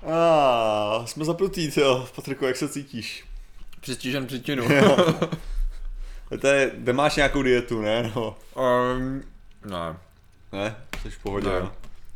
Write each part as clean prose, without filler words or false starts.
Jsme zapnutý, jo. Patriku, jak se cítíš? Přistižen přitinu. Kde máš nějakou dietu, ne? No. Ne. Ne? Jsi v pohodě, Ne. jo.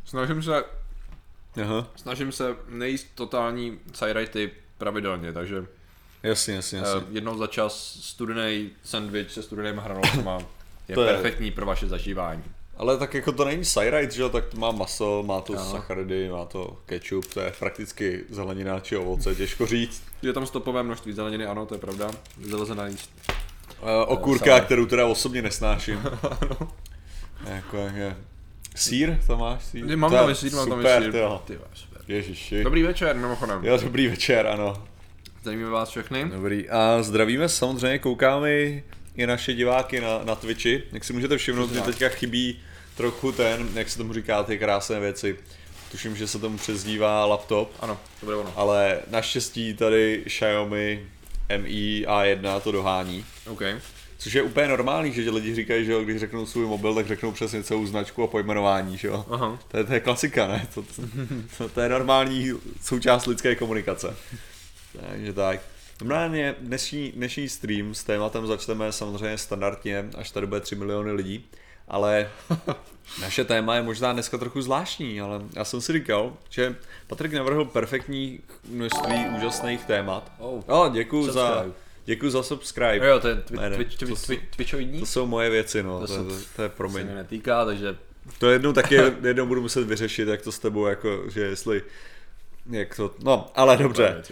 Snažím se nejíst totální sajrajty pravidelně, takže Jasně. jednou za čas studený sandwich se studenými hranolkama je To je- perfektní pro vaše zažívání. Ale tak jako to není sajrajt, že jo, tak to má maso, má to Ano. sacharidy, má to ketchup, to je prakticky zelenina či ovoce, těžko říct. Je tam stopové množství zeleniny, ano, to je pravda. Zelezená jíst. Okurka, salát. kterou teda osobně nesnáším. Jako je. Sýr, to máš sýr? Mám To je tam i sýr, mám tam i super, sýr. tyjo. Ty vole, super. Ježiši. Dobrý večer, mimochodem. Jo, dobrý večer, ano. Zdravíme vás všechny. Dobrý. A zdravíme samozřejmě, koukáme i naše diváky na Twitchi. Jak si můžete všimnout, že Přesně. teďka chybí trochu ten, jak se tomu říká, ty krásné věci. Tuším, že se tomu přezdívá laptop, Ano, to bude ono. ale naštěstí tady Xiaomi Mi A1 to dohání. OK. Což je úplně normální, že lidi říkají, že jo, když řeknou svůj mobil, tak řeknou přesně celou značku a pojmenování, že jo. Aha. To je klasika, ne? To je normální součást lidské komunikace. Takže tak. Normálně dnešní stream s tématem začneme samozřejmě standardně, až tady bude 3 miliony lidí, ale naše téma je možná dneska trochu zvláštní, ale já jsem si říkal, že Patrik navrhl perfektní množství úžasných témat. Děkuju za subscribe. Jo, to je Ne, Twitchový dní. To jsou moje věci, no, to je Se promiň. mě netýká, takže To jednou budu muset vyřešit, jak to s tebou, jako, že jestli, jak to, no, ale dobře.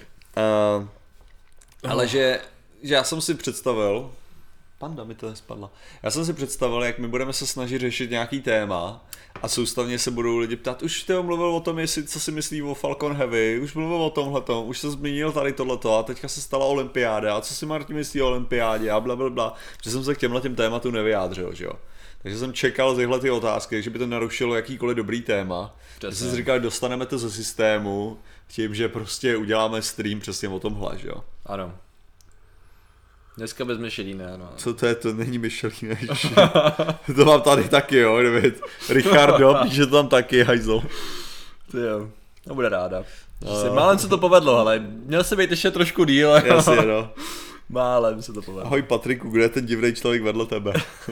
Ale že já jsem si představil, panda mi to nespadla, já jsem si představil, jak my budeme se snažit řešit nějaký téma a soustavně se budou lidi ptát, už ty mluvil o tom, co si myslí o Falcon Heavy, už mluvil o tomhletom, už se zmínil tady tohleto a teďka se stala olympiáda a co si Martin myslí o olympiádě a blablabla, že jsem se k těmhle tématům nevyjádřil, že jo. Takže jsem čekal tyhle ty otázky, že by to narušilo jakýkoliv dobrý téma. Já jsem si říkal, dostaneme to ze systému tím, že prostě uděláme stream přesně o tomhle, že jo. ano. Dneska bez Michelina, ano. Co to je, to není Michelin, ježiši. To mám tady taky, jo, kdyby. Richardo, píše to tam taky, hajzl. Ty jo, to bude ráda. Málem se to povedlo, ale měl se být ještě trošku díl. Jasně, no. Málem se to povedlo. Ahoj Patriku, kde je ten divný člověk vedle tebe?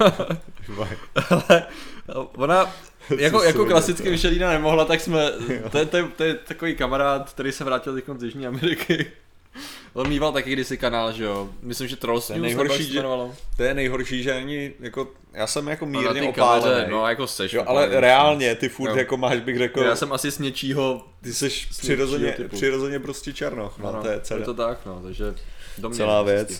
Ale ona, jako klasicky Michelina nemohla, tak jsme, to je takový kamarád, který se vrátil teď z Jižní Ameriky. On mýval taky kdysi kanál, že jo, myslím, že Trolls News, nebo jak se jmenovalo. To je nejhorší, že ani, jako, já jsem jako mírně kameře, opálený. no jako seš jo, opálený, ale reálně, ty furt jo. jako máš, bych řekl, já jsem asi z něčího, ty jsi přirozeně prostě černoch, no, to je celé. Je to tak, no, takže do mě celá věc.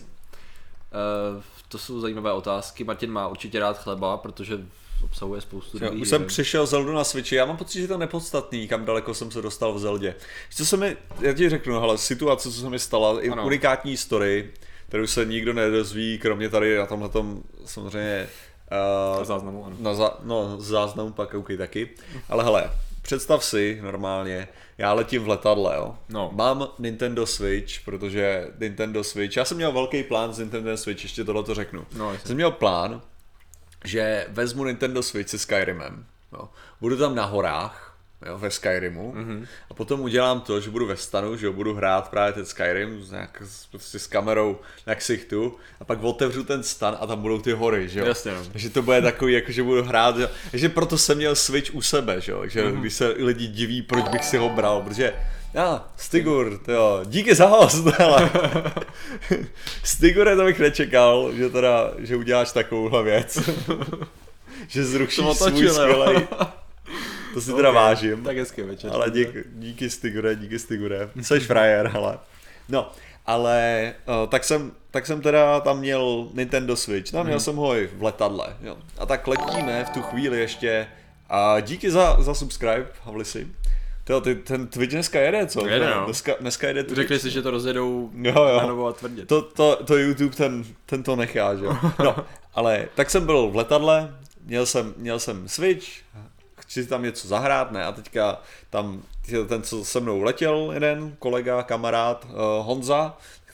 To jsou zajímavé otázky, Martin má určitě rád chleba, protože obsahuje spoustu dobrých. Už jsem přišel Zeldu na Switchi, já mám pocit, že to je nepodstatný, kam daleko jsem se dostal v Zeldě. Co se mi, já ti řeknu, hele, situace, co se mi stala, i unikátní story, kterou se nikdo nedozví, kromě tady na tomhletom samozřejmě na záznamu, ano. Z záznamu pak koukej taky, ale hele, představ si normálně, já letím v letadle, jo. No. Mám Nintendo Switch, protože Nintendo Switch, já jsem měl velký plán z Nintendo Switch, ještě tohle to řeknu. No, jsem měl plán, že vezmu Nintendo Switch se Skyrimem, jo. Budu tam na horách, jo, ve Skyrimu, a potom udělám to, že budu ve stanu, že jo, budu hrát právě ten Skyrim prostě s kamerou na ksichtu a pak otevřu ten stan a tam budou ty hory, že jo. Jasně, no. Takže to bude takový, jako že budu hrát, že proto jsem měl Switch u sebe, že jo, že když se lidi diví, proč bych si ho bral, protože Stigur, jo, díky za host, hele. Stigure, to bych nečekal, že uděláš takovouhle věc. Že zrušíš svůj skvělej. To si teda vážím. Tak hezký večer. Ale díky Stigure. Jseš frajer, hele. No, ale tak jsem teda tam měl Nintendo Switch, tam měl jsem ho i v letadle, jo. A tak letíme v tu chvíli ještě a díky za subscribe, Havlisi. Ten Twitch dneska jede, co? Jede, no. Dneska jede Twitch. Řekli si, že to rozjedou na novo a tvrdě. To YouTube ten to nechá, že jo. No, ale tak jsem byl v letadle, měl jsem Switch, chci tam něco zahrát, ne? A teďka tam ten, co se mnou letěl, jeden kolega, kamarád, Honza,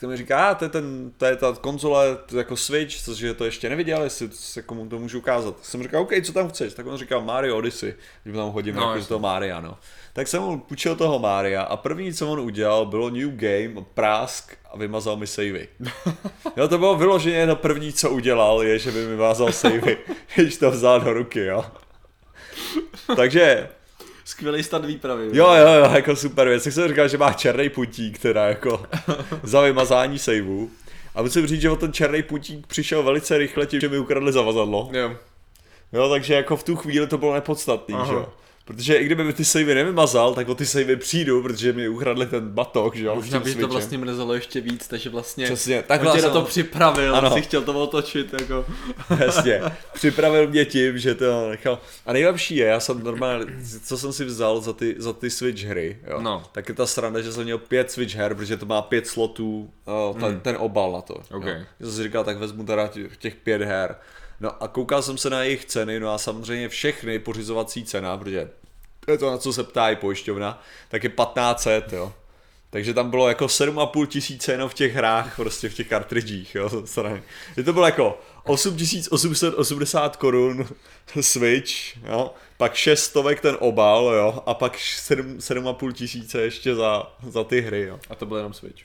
to mi říká, to je ta konzole jako Switch, cože to ještě neviděl, jestli se komu to můžu ukázat. Tak jsem říkal, OK, co tam chceš? Tak on říkal Mario Odyssey, že tam hodím jako z toho Mária, no. Tak jsem mu půjčil toho Mária a první, co on udělal, bylo New Game, prásk a vymazal mi savey. Jo, to bylo vyloženě to první, co udělal, je, že by mi vymazal savey, když to vzal do ruky, jo. Takže... Skvělý start výpravy. Jo, jako super věc. Tak jsem říkal, že má černý putík, teda jako za vymazání saveů. A musím říct, že o ten černý putík přišel velice rychle tím, že mi ukradli zavazadlo. Jo, takže jako v tu chvíli to bylo nepodstatný, že jo. Protože i kdyby ty savey nevymazal, tak o ty savey přijdu, protože mi ukradli ten batok, že jo. Možná by to vlastně mrzelo ještě víc, takže vlastně přesně, on tě na to připravil, ano. Si chtěl to otočit, jako. Jasně, připravil mě tím, že to nechal. A nejlepší je, já jsem normálně, co jsem si vzal za ty Switch hry, jo. No. Tak je ta sranda, že jsem měl 5 Switch her, protože to má 5 slotů, ten obal na to. Okay. Já jsem si říkal, tak vezmu teda těch 5 her. No a koukal jsem se na jejich ceny, no a samozřejmě všechny pořizovací cena, protože to je to, na co se ptá i pojišťovna, tak je 1500, jo. Takže tam bylo jako 7,5 tisíce jenom v těch hrách, prostě v těch kartridžích, jo. Je to bylo jako 8880 korun Switch, jo. Pak 600 ten obal, jo. A pak 7,5 tisíce ještě za ty hry, jo. A to byl jenom Switch.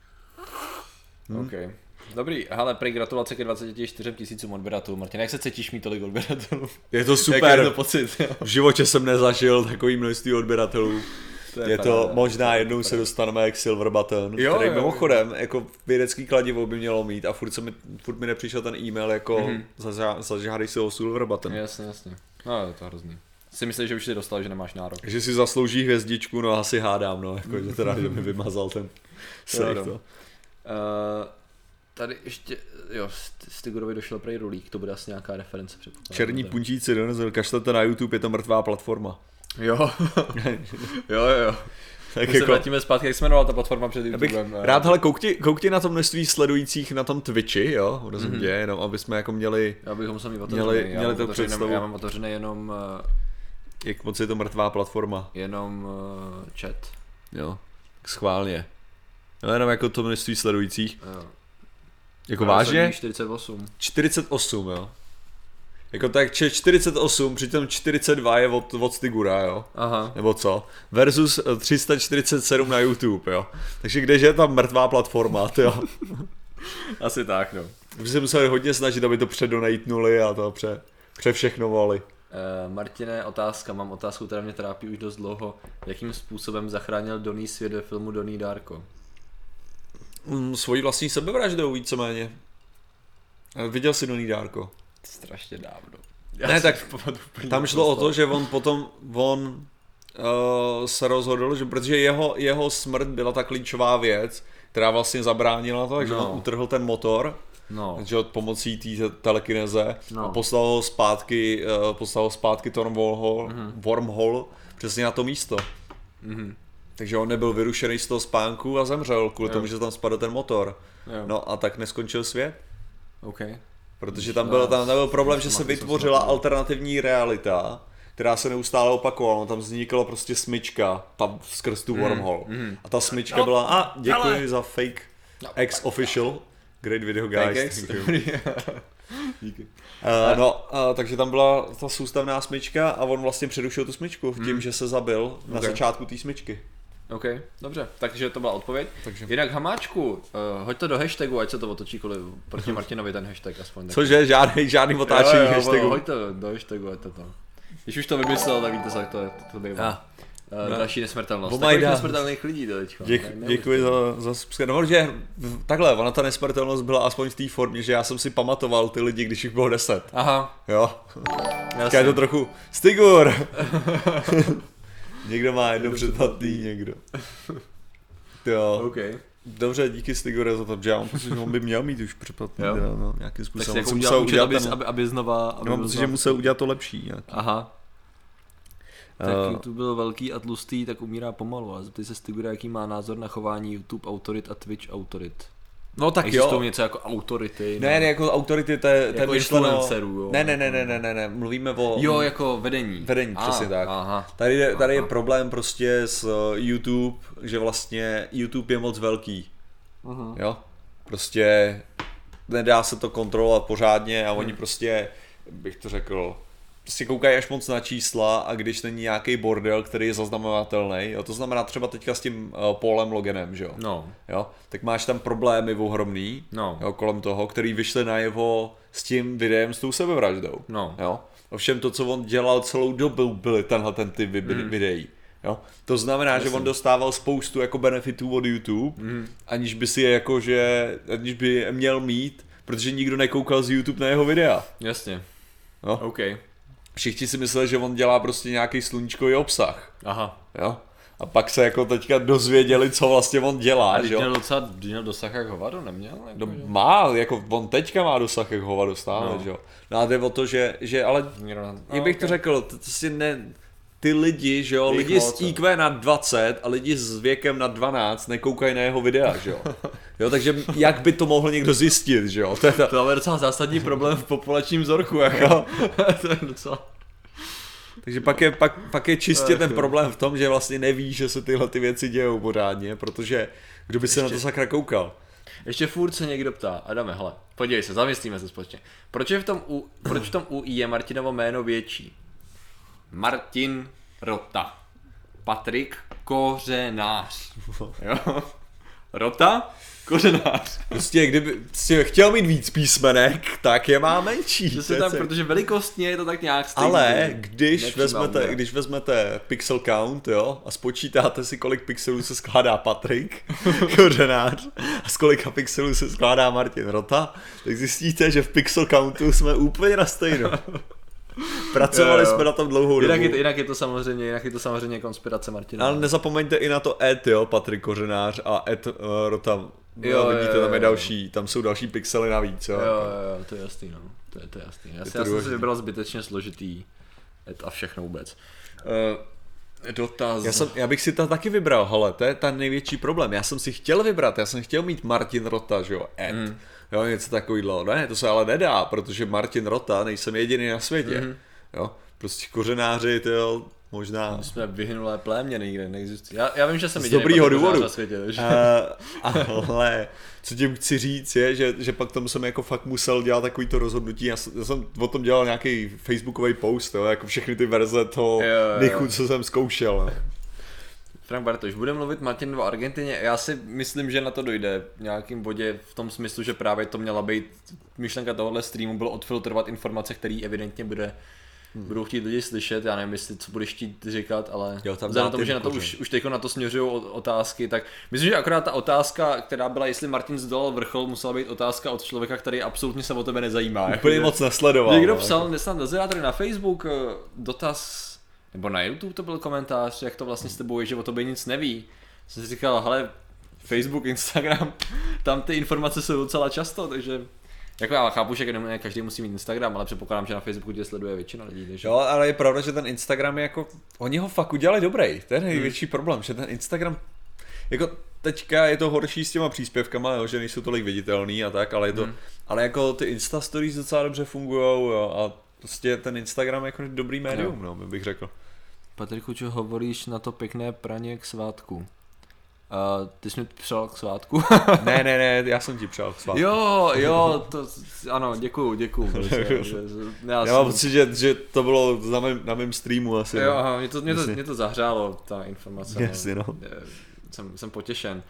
OK. Dobrý, hele, prej gratulace ke 24 000 odběratelů. Martin, jak se cítíš mít tolik odběratelů? Je to super. Jak je to pocit? V životě jsem nezažil takový množství odběratelů. Je to možná jednou se dostaneme jak Silver Button, který mimochodem jako vědecký kladivo by mělo mít a furt mi nepřišel ten e-mail jako zažádej si o Silver Button. Jasně. No, je to hrozný. Si myslíš, že už jsi dostal, že nemáš nárok? Že si zaslouží hvězdičku, no asi hádám, no, jako, že teda že mi vymazal ten sejch, to. Tady ještě, jo, Stigorovi došel prej rulík, to bude asi nějaká reference předpokládám. Černí puntíci donesl, kašlete na YouTube, je to mrtvá platforma. Jo. Tak my jako... se vrátíme zpátky, jak se jmenovala ta platforma před YouTubem. Rád, hele, koukti na to množství sledujících na tom Twitchi, jo, rozumě, jenom aby jsme jako měli... Já bych ho musel mít otevřený, měli to představu. Já mám otevřený jenom... Jak moc je to mrtvá platforma? Jenom chat. Jo, schválně. No jenom jako to množství sledujících. Jo. Jako vážně? 48. 48, jo. Jako tak 48, přitom 42 je od Stigura, jo. Aha. Nebo co? Versus 347 na YouTube, jo. Takže kdeže je tam mrtvá platforma, jo. Asi tak, no. My se museli hodně snažit, aby to předonatnuli a to převšechnovali. Martine, otázka, mám otázku, která mě trápí už dost dlouho. Jakým způsobem zachránil Donnie svět ve filmu Donnie Darko? Svojí vlastní sebevraždou víceméně. Viděl jsi Donnie Darko? Strašně dávno. Ne, tak tam šlo o to, že on se rozhodl, že protože jeho smrt byla ta klíčová věc, která vlastně zabránila to, takže on utrhl ten motor, že pomocí té telekineze a poslal ho zpátky Tom Wormhole přesně na to místo. Takže on nebyl vyrušený z toho spánku a zemřel kvůli tomu, že tam spadl ten motor. No a tak neskončil svět. Okay. Protože tam byl problém, že se vytvořila alternativní realita, která se neustále opakovala. Tam vznikla prostě smyčka skrz tu wormhole. A ta smyčka byla, děkuji za fake X official. Great video guys. Díky. Takže tam byla ta soustavná smyčka a on vlastně přerušil tu smyčku tím, že se zabil na začátku té smyčky. OK, dobře, takže to byla odpověď. Takže. Jinak Hamáčku, hoď to do hashtagu, ať se to otočí proti Martinovi ten hashtag aspoň. Cože, žádný otáčení hashtagu. Hoď to do hashtagu, ať to. Když už to vymyslel, tak víte, jak to bývá. Další nesmrtelnost. Takových nesmrtelných lidí to teďko. Děkuji za subscribe. No, že takhle, ona ta nesmrtelnost byla aspoň v té formě, že já jsem si pamatoval ty lidi, když jich bylo 10. Aha. Jo. Je to trochu Stigur. Někdo má jedno předplatný, někdo. Jo. Okay. Dobře, díky Stigore za to, že já mám pocit, že on by měl mít už předplatný, no, nějakým způsobem. Tak si musel udělat aby znova... Mám pocit, že musel udělat to lepší. Nějaký. Aha. Tak YouTube byl velký a tlustý, tak umírá pomalu. A zeptej se Stigura, jaký má názor na chování YouTube autorit a Twitch autorit. No tak existují něco jako autority. Ne, jako autority, to je jako influencerů, jo. Ne, mluvíme o... Jo, jako vedení. Vedení, přesně tak. Aha. Tady je problém prostě s YouTube, že vlastně YouTube je moc velký. Jo? Prostě nedá se to kontrolovat pořádně a oni prostě, bych to řekl, prostě koukají až moc na čísla a když není nějaký bordel, který je zaznamenatelný, jo, to znamená třeba teďka s tím Paulem Loganem, že jo? No. Jo, tak máš tam problémy ohromný, jo, kolem toho, který vyšly najevo s tím videem s tou sebevraždou, jo. Ovšem to, co on dělal celou dobu, byly ten typ videí. Jo? To znamená, že on dostával spoustu jako benefitů od YouTube, aniž by si je jako, aniž by je měl mít, protože nikdo nekoukal z YouTube na jeho videa. Jasně. Jo? OK. Všichni si mysleli, že on dělá prostě nějaký sluníčkový obsah. Aha. Jo? A pak se jako teďka dozvěděli, co vlastně on dělá. A když měl dosah jak hovado, neměl? Jako, no, má, jako on teďka má dosah jak hovado stále, že jo. No a jde o to, že ale, jak bych to řekl, to si ne... Ty lidi, že jo, lidi s IQ na 20 a lidi s věkem na 12 nekoukají na jeho videa, že jo. Jo, takže jak by to mohl někdo zjistit, že jo. To je docela zásadní problém v populačním vzorku, jako. To je docela... Takže pak je čistě ten problém v tom, že vlastně neví, že se tyhle ty věci dějou pořádně, protože kdo by se na to sakra koukal. Ještě furt se někdo ptá, Adame, hele, podívej se, zamyslíme se společně. Proč v tom UI je Martinovo jméno větší? Martin Rota. Patrik Kořenář. Jo? Rota Kořenář. Prostě kdyby chtěl mít víc písmenek, tak je má menší. Protože velikostně je to tak nějak stejný. Ale když vezmete pixel count, jo, a spočítáte si, kolik pixelů se skládá Patrik Kořenář a z kolika pixelů se skládá Martin Rota, tak zjistíte, že v pixel countu jsme úplně na stejno. Pracovali jsme na tom dlouhou dobu. Jinak je to samozřejmě konspirace Martina. Ale nezapomeňte i na to jo, Patrik Kořenář a Rota. Jo, vidíte, tam je další, tam jsou další pixely navíc, jo. Jo, to je jasný, no. To je jasný. Já jsem si vybral zbytečně složitý a všechno vůbec. Dotaz. Já bych si to taky vybral, hele, to je ten největší problém. Já jsem si chtěl vybrat, já jsem chtěl mít Martin Rota, že jo, jo, něco takového. Ne, to se ale nedá, protože Martin Rota nejsem jediný na světě. Jo, prostě kořenáři, jo, možná. My jsme vyhynulé plémě, nikde neexistuje. Já vím, že jsem jediný dobrýho důvodu na světě. Ale co tím chci říct je, že pak tomu jsem jako fakt musel dělat takovýto rozhodnutí. Já jsem o tom dělal nějaký facebookový post, jo, jako všechny ty verze toho Nichu, co jsem zkoušel. Ne? Frank Bartoš, bude mluvit Martin o Argentině? Já si myslím, že na to dojde v nějakém bodě v tom smyslu, že právě to měla být myšlenka tohohle streamu, bylo odfiltrovat informace, které evidentně budou chtít lidi slyšet, já nevím, jestli co budeš chtít říkat, ale vzhledem tomu, že na to už teď na to směřují otázky, tak myslím, že akorát ta otázka, která byla, jestli Martin zdolal vrchol, musela být otázka od člověka, který absolutně se o tebe nezajímá. Úplně moc nesledoval. Někdo psal, nesnad na Facebook dotaz, nebo na YouTube to byl komentář, jak to vlastně s tebou je, že o tobě nic neví. Jsem si říkal, hele, Facebook, Instagram, tam ty informace jsou docela často, takže... Jako já chápu, že ne každý musí mít Instagram, ale předpokládám, že na Facebooku tě sleduje většina lidí. Takže... Jo, ale je pravda, že ten Instagram je jako, oni ho fakt udělali dobrý, to je největší problém, že ten Instagram, jako teďka je to horší s těma příspěvkama, jo, že nejsou tolik viditelný a tak, ale je to, ale jako ty Insta Stories docela dobře fungujou, jo, a prostě ten Instagram je jako dobrý médium, no, bych řekl. Patriku, čo hovoríš na to pěkné praně k svátku? Ty jsi mi přál k svátku? ne, já jsem ti přál k svátku. Jo, to, ano, děkuju. Já mám pocit, že to bylo na mém streamu asi. Jo, aha, mě to zahřálo, ta informace. Jasně, no. Jsem potěšen.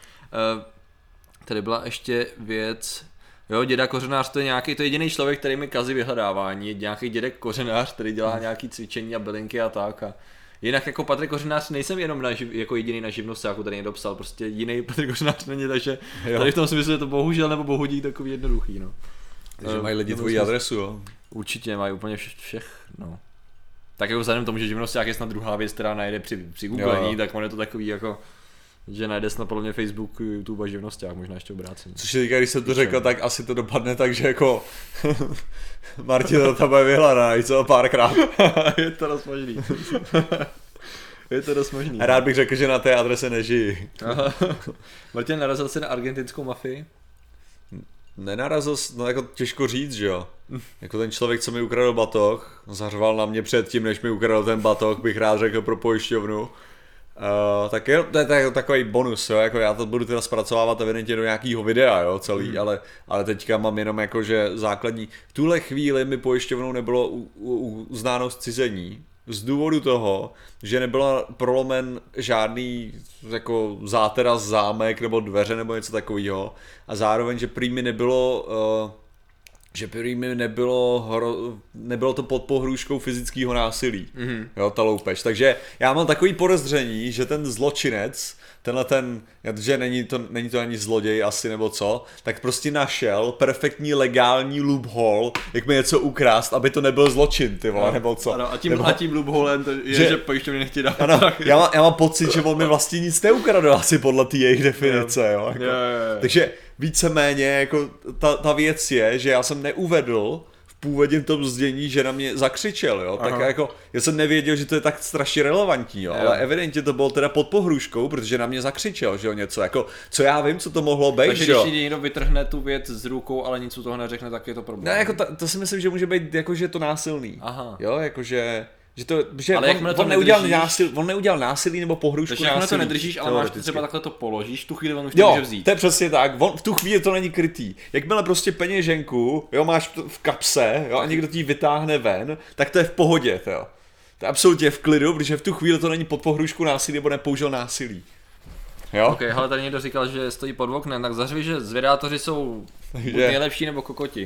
Tady byla ještě věc, jo, děda Kořenář, to je jediný člověk, který mi kazí vyhledávání, nějaký dědek Kořenář, který dělá nějaký cvičení a bylinky a tak a jinak jako Patrik Kořenář nejsem jenom jako jediný na živnost, jako tady někdo psal, prostě jiný Patrik Kořenář není, takže tady v tom smyslu je to bohužel nebo bohudík takový jednoduchý, no. Takže mají lidi tvoji adresu, jo? Určitě mají úplně no. Tak jako vzhledem tomu, že živnost je snad druhá věc, která najde při googlení, tak on je to takový jako, že najde snad podle mě Facebook, YouTube a živnosták, možná ještě obráceně. Což je, když jsem to řekl, tak asi to dopadne tak, že jako Martin to tam bude vyhledaný, co párkrát. Je to dost možný. A rád bych řekl, že na té adrese nežijí. Martin, narazil jsi na argentinskou mafii? Nenarazil, no jako těžko říct, že jo. Jako ten člověk, co mi ukradl batoh, zařval na mě předtím, než mi ukradl ten batoh, bych rád řekl pro pojišťovnu. Tak to je takový bonus, jo, jako já to budu teda zpracovávat evidentně do nějakého videa, jo, celý, ale teďka mám jenom jakože základní. V tuhle chvíli mi pojišťovnou nebylo uznáno zcizení, z důvodu toho, že nebyla prolomen žádný jako záteras, zámek nebo dveře nebo něco takového a zároveň, že prý mi nebylo nebylo to pod pohrůžkou fyzického násilí, jo, ta loupež. Takže já mám takový podezření, že ten zločinec, že není to ani zloděj asi nebo co, tak prostě našel perfektní legální loophole, jak mi něco ukrást, aby to nebyl zločin, ty vole, nebo co. Ano, a tím loopholem to je, že pojišťovně nechtějí dát. Ano, já mám pocit, že on mi vlastně nic neukradl asi podle té jejich definice, jo. Jako. Jo. Takže víceméně jako ta věc je, že já jsem neuvedl v původním tom zdění, že na mě zakřičel, jo, tak jako já jsem nevěděl, že to je tak strašně relevantní, jo, ale evidentně to bylo teda pod pohrůžkou, protože na mě zakřičel, že jo, něco, jako, co já vím, co to mohlo být, takže jo. když někdo vytrhne tu věc z rukou, ale nic u toho neřekne, tak je to problém. Ne, jako to si myslím, že může být jako, že je to násilný, jo, jakože... Že ale on neudělal násilí nebo pohrůžku násilí. Takže to nedržíš, ale máš třeba takhle to položíš, tu chvíli on už to může vzít. To je přesně tak, v tu chvíli to není krytý. Jakmile prostě peněženku, jo, máš v kapse, jo, a někdo ti vytáhne ven, tak to je v pohodě, jo. To je absolutně v klidu, protože v tu chvíli to není pod pohrůžku násilí nebo nepoužil násilí. Jo? Ok, ale tady někdo říkal, že stojí pod oknem, tak zařvi, že zvědátoři jsou buď nejlepší nebo kokoti.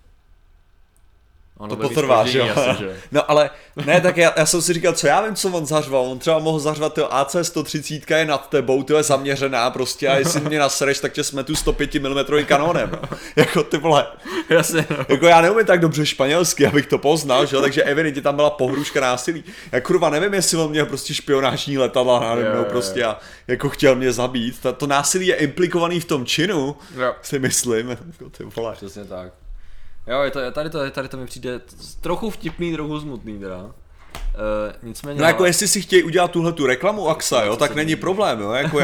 To potrvá, že jo? No ale, ne, tak já jsem si říkal, co já vím, co on zařval, on třeba mohl zařvat, tyjo, AC-130 je nad tebou, to je zaměřená prostě a jestli mě nasereš, tak tě smetu 105 mm kanónem, jako ty vole. Jasně, no. Jako já neumím tak dobře španělsky, abych to poznal, že jo, takže evidentně tam byla pohrůžka násilí. Já kurva nevím, jestli on měl prostě špionážní letadla nade mnou prostě a jako chtěl mě zabít, to násilí je implikovaný v tom činu, si myslím, jako ty vole. Přesně tak. Jo, tady to mi přijde trochu vtipný, trochu smutný teda. Nicméně... No jako jestli si chtějí udělat tuhle tu reklamu AXA, jo, tak není problém, jo, jako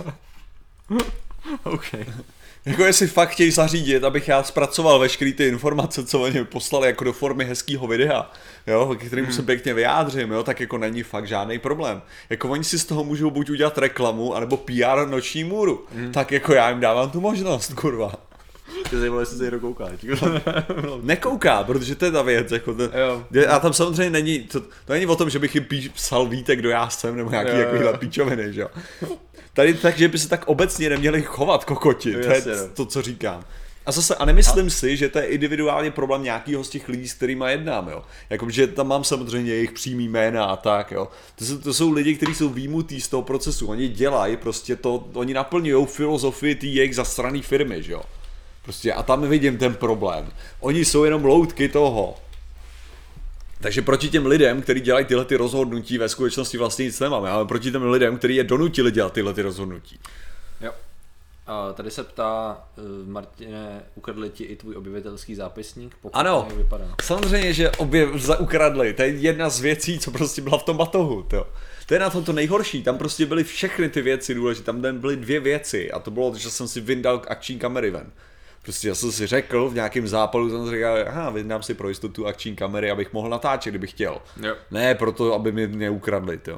Okay. Jako jestli fakt chtějí zařídit, abych já zpracoval veškerý ty informace, co oni poslali jako do formy hezkýho videa, jo, kterým se pěkně vyjádřím, jo, tak jako není fakt žádný problém. Jako oni si z toho můžou buď udělat reklamu, anebo PR noční můru, tak jako já jim dávám tu možnost, kurva. Ty zajímavé, jestli se někdo kouká. Nekouká, protože to je ta věc. Jako a tam samozřejmě není, to není o tom, že bych jim psal víte, kdo já jsem, nebo nějaký takovýhle píčoviny, že jo. Tady tak, že by se tak obecně neměli chovat kokoti, to je to, co říkám. A zase, a nemyslím si, že to je individuálně problém nějakýho z těch lidí, s kterýma jednám, jo. Jako, že tam mám samozřejmě jejich přímý jména a tak, jo. To jsou lidi, kteří jsou výjimutí z toho procesu, oni dělají prostě to, oni naplňují filozofii té jejich zasraný firmy, že jo. Prostě a tam vidím ten problém. Oni jsou jenom loutky toho. Takže proti těm lidem, kteří dělají tyhle ty rozhodnutí, ve skutečnosti vlastně nic nemáme, ale proti těm lidem, kteří je donutili dělat tyhle ty rozhodnutí. Jo. A tady se ptá, Martine, ukradli ti i tvůj objevitelský zápisník? Ano, samozřejmě, že ukradli. To je jedna z věcí, co prostě byla v tom batohu. To je na tom to nejhorší, tam prostě byly všechny ty věci důležité, tam byly 2 věci a to bylo, že jsem si vyndal akční kamery ven. Prostě já jsem si řekl v nějakém zápalu, jsem si říkal, vyndám si pro jistotu akční kamery, abych mohl natáčet, kdybych chtěl. Jo. Ne proto, aby mě ukradli, jo.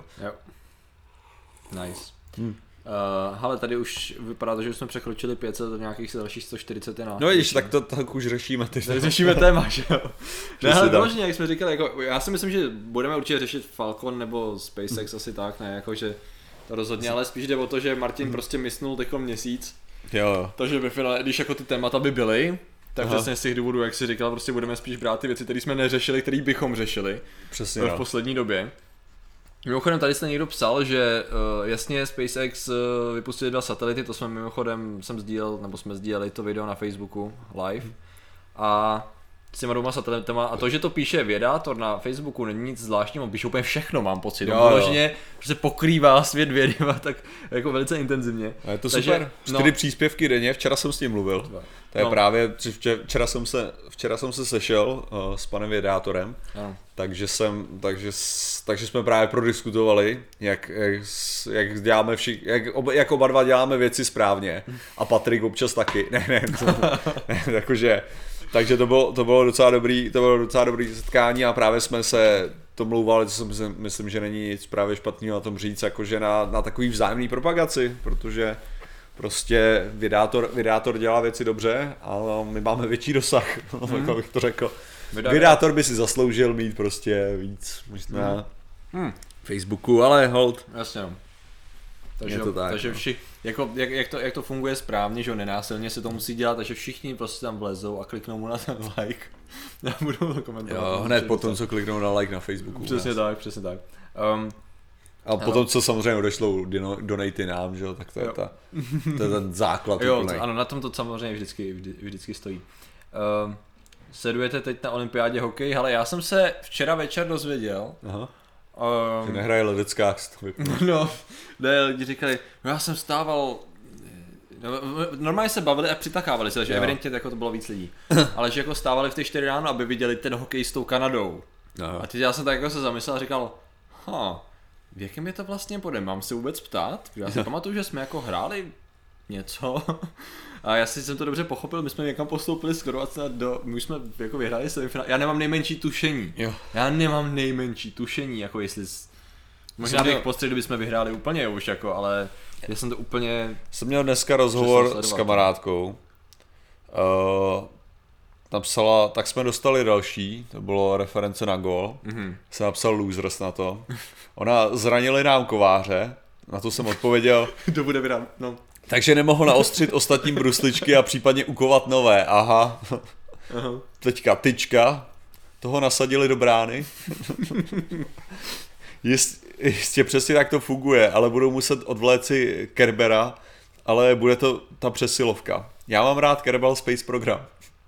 Nice. Hele, tady už vypadá to, že už jsme překročili 500 a nějakých dalších 140 je na. No vidíš, tak už řešíme ty. Řešíme téma, že jo. Ne, ale vyloženě, jak jsme říkali, jako, já si myslím, že budeme určitě řešit Falcon nebo SpaceX asi tak, ne, jakože to rozhodně, ale spíš jde o to, že Martin prostě mysnul takový měsíc. Jo. Takže ve finále, když jako ty témata by byly, tak přesně z těch důvodů, jak jsi říkal, prostě budeme spíš brát ty věci, které jsme neřešili, které bychom řešili. Přesně, v poslední době. Mimochodem tady jste někdo psal, že jasně SpaceX vypustili 2 satelity, to jsme mimochodem jsme sdíleli to video na Facebooku live. A s těma 2 satelitama, a to, že to píše vědátor na Facebooku, není nic zvláštního, on píše úplně všechno, mám pocit. Vyloženě prostě pokrývá svět vědy, tak jako velice intenzivně. A je to super, 4 příspěvky denně, včera jsem s ním mluvil. To je právě, včera jsem se sešel s panem vědátorem, takže jsme právě prodiskutovali, jak děláme jak oba dva děláme věci správně a Patrik občas taky, ne, jakože. Takže to bylo docela dobrý setkání a právě jsme se to mlouvali, co si myslím, že není nic právě špatného na tom říct, jakože na takový vzájemný propagaci, protože prostě vydátor dělá věci dobře, ale my máme větší dosah, tak bych to řekl. Vydátor by si zasloužil mít prostě víc možná Facebooku, ale hold. Jasně no. Takže jak to funguje správně, že nenásilně se to musí dělat, takže všichni prostě tam vlezou a kliknou mu na ten like. Já budu to komentovat. Jo, hned potom, co kliknou na like na Facebooku. Přesně tak. A potom, co samozřejmě odešlou donaty nám, že jo, tak to je ten základ. Ano, na tom to samozřejmě vždycky stojí. Sledujete teď na olympiádě hokej, ale já jsem se včera večer dozvěděl. Aha. Že nehraje ledecká. No, ne, lidi říkali, no já jsem stával, normálně se bavili a přitakávali se, takže evidentně jako to bylo víc lidí. Ale že jako stávali v těch 4 ráno, aby viděli ten hokej s tou Kanadou. Aha. A teď já jsem tak jako se zamyslel a říkal, v jakém je to vlastně bodem, mám se vůbec ptát? Já si pamatuju, že jsme jako hráli něco a já si jsem to dobře pochopil, my jsme někam postoupili z Chorvatska my už jsme jako vyhráli semifinále, já nemám nejmenší tušení, jako jestli, možná bych postřed, kdybychom vyhráli úplně už jako, ale já jsem to úplně... Jsem měl dneska rozhovor s kamarádkou, napsala, tak jsme dostali další, to bylo reference na gól, jsem napsal losers na to, ona zranili nám kováře, na to jsem odpověděl, kdo bude vyhrát, no. Takže nemohl naostřit ostatní brusličky a případně ukovat nové. Aha. Teďka tyčka. Toho nasadili do brány. Jistě přesně tak to funguje, ale budou muset odvléci Kerbera, ale bude to ta přesilovka. Já mám rád Kerbal Space Program.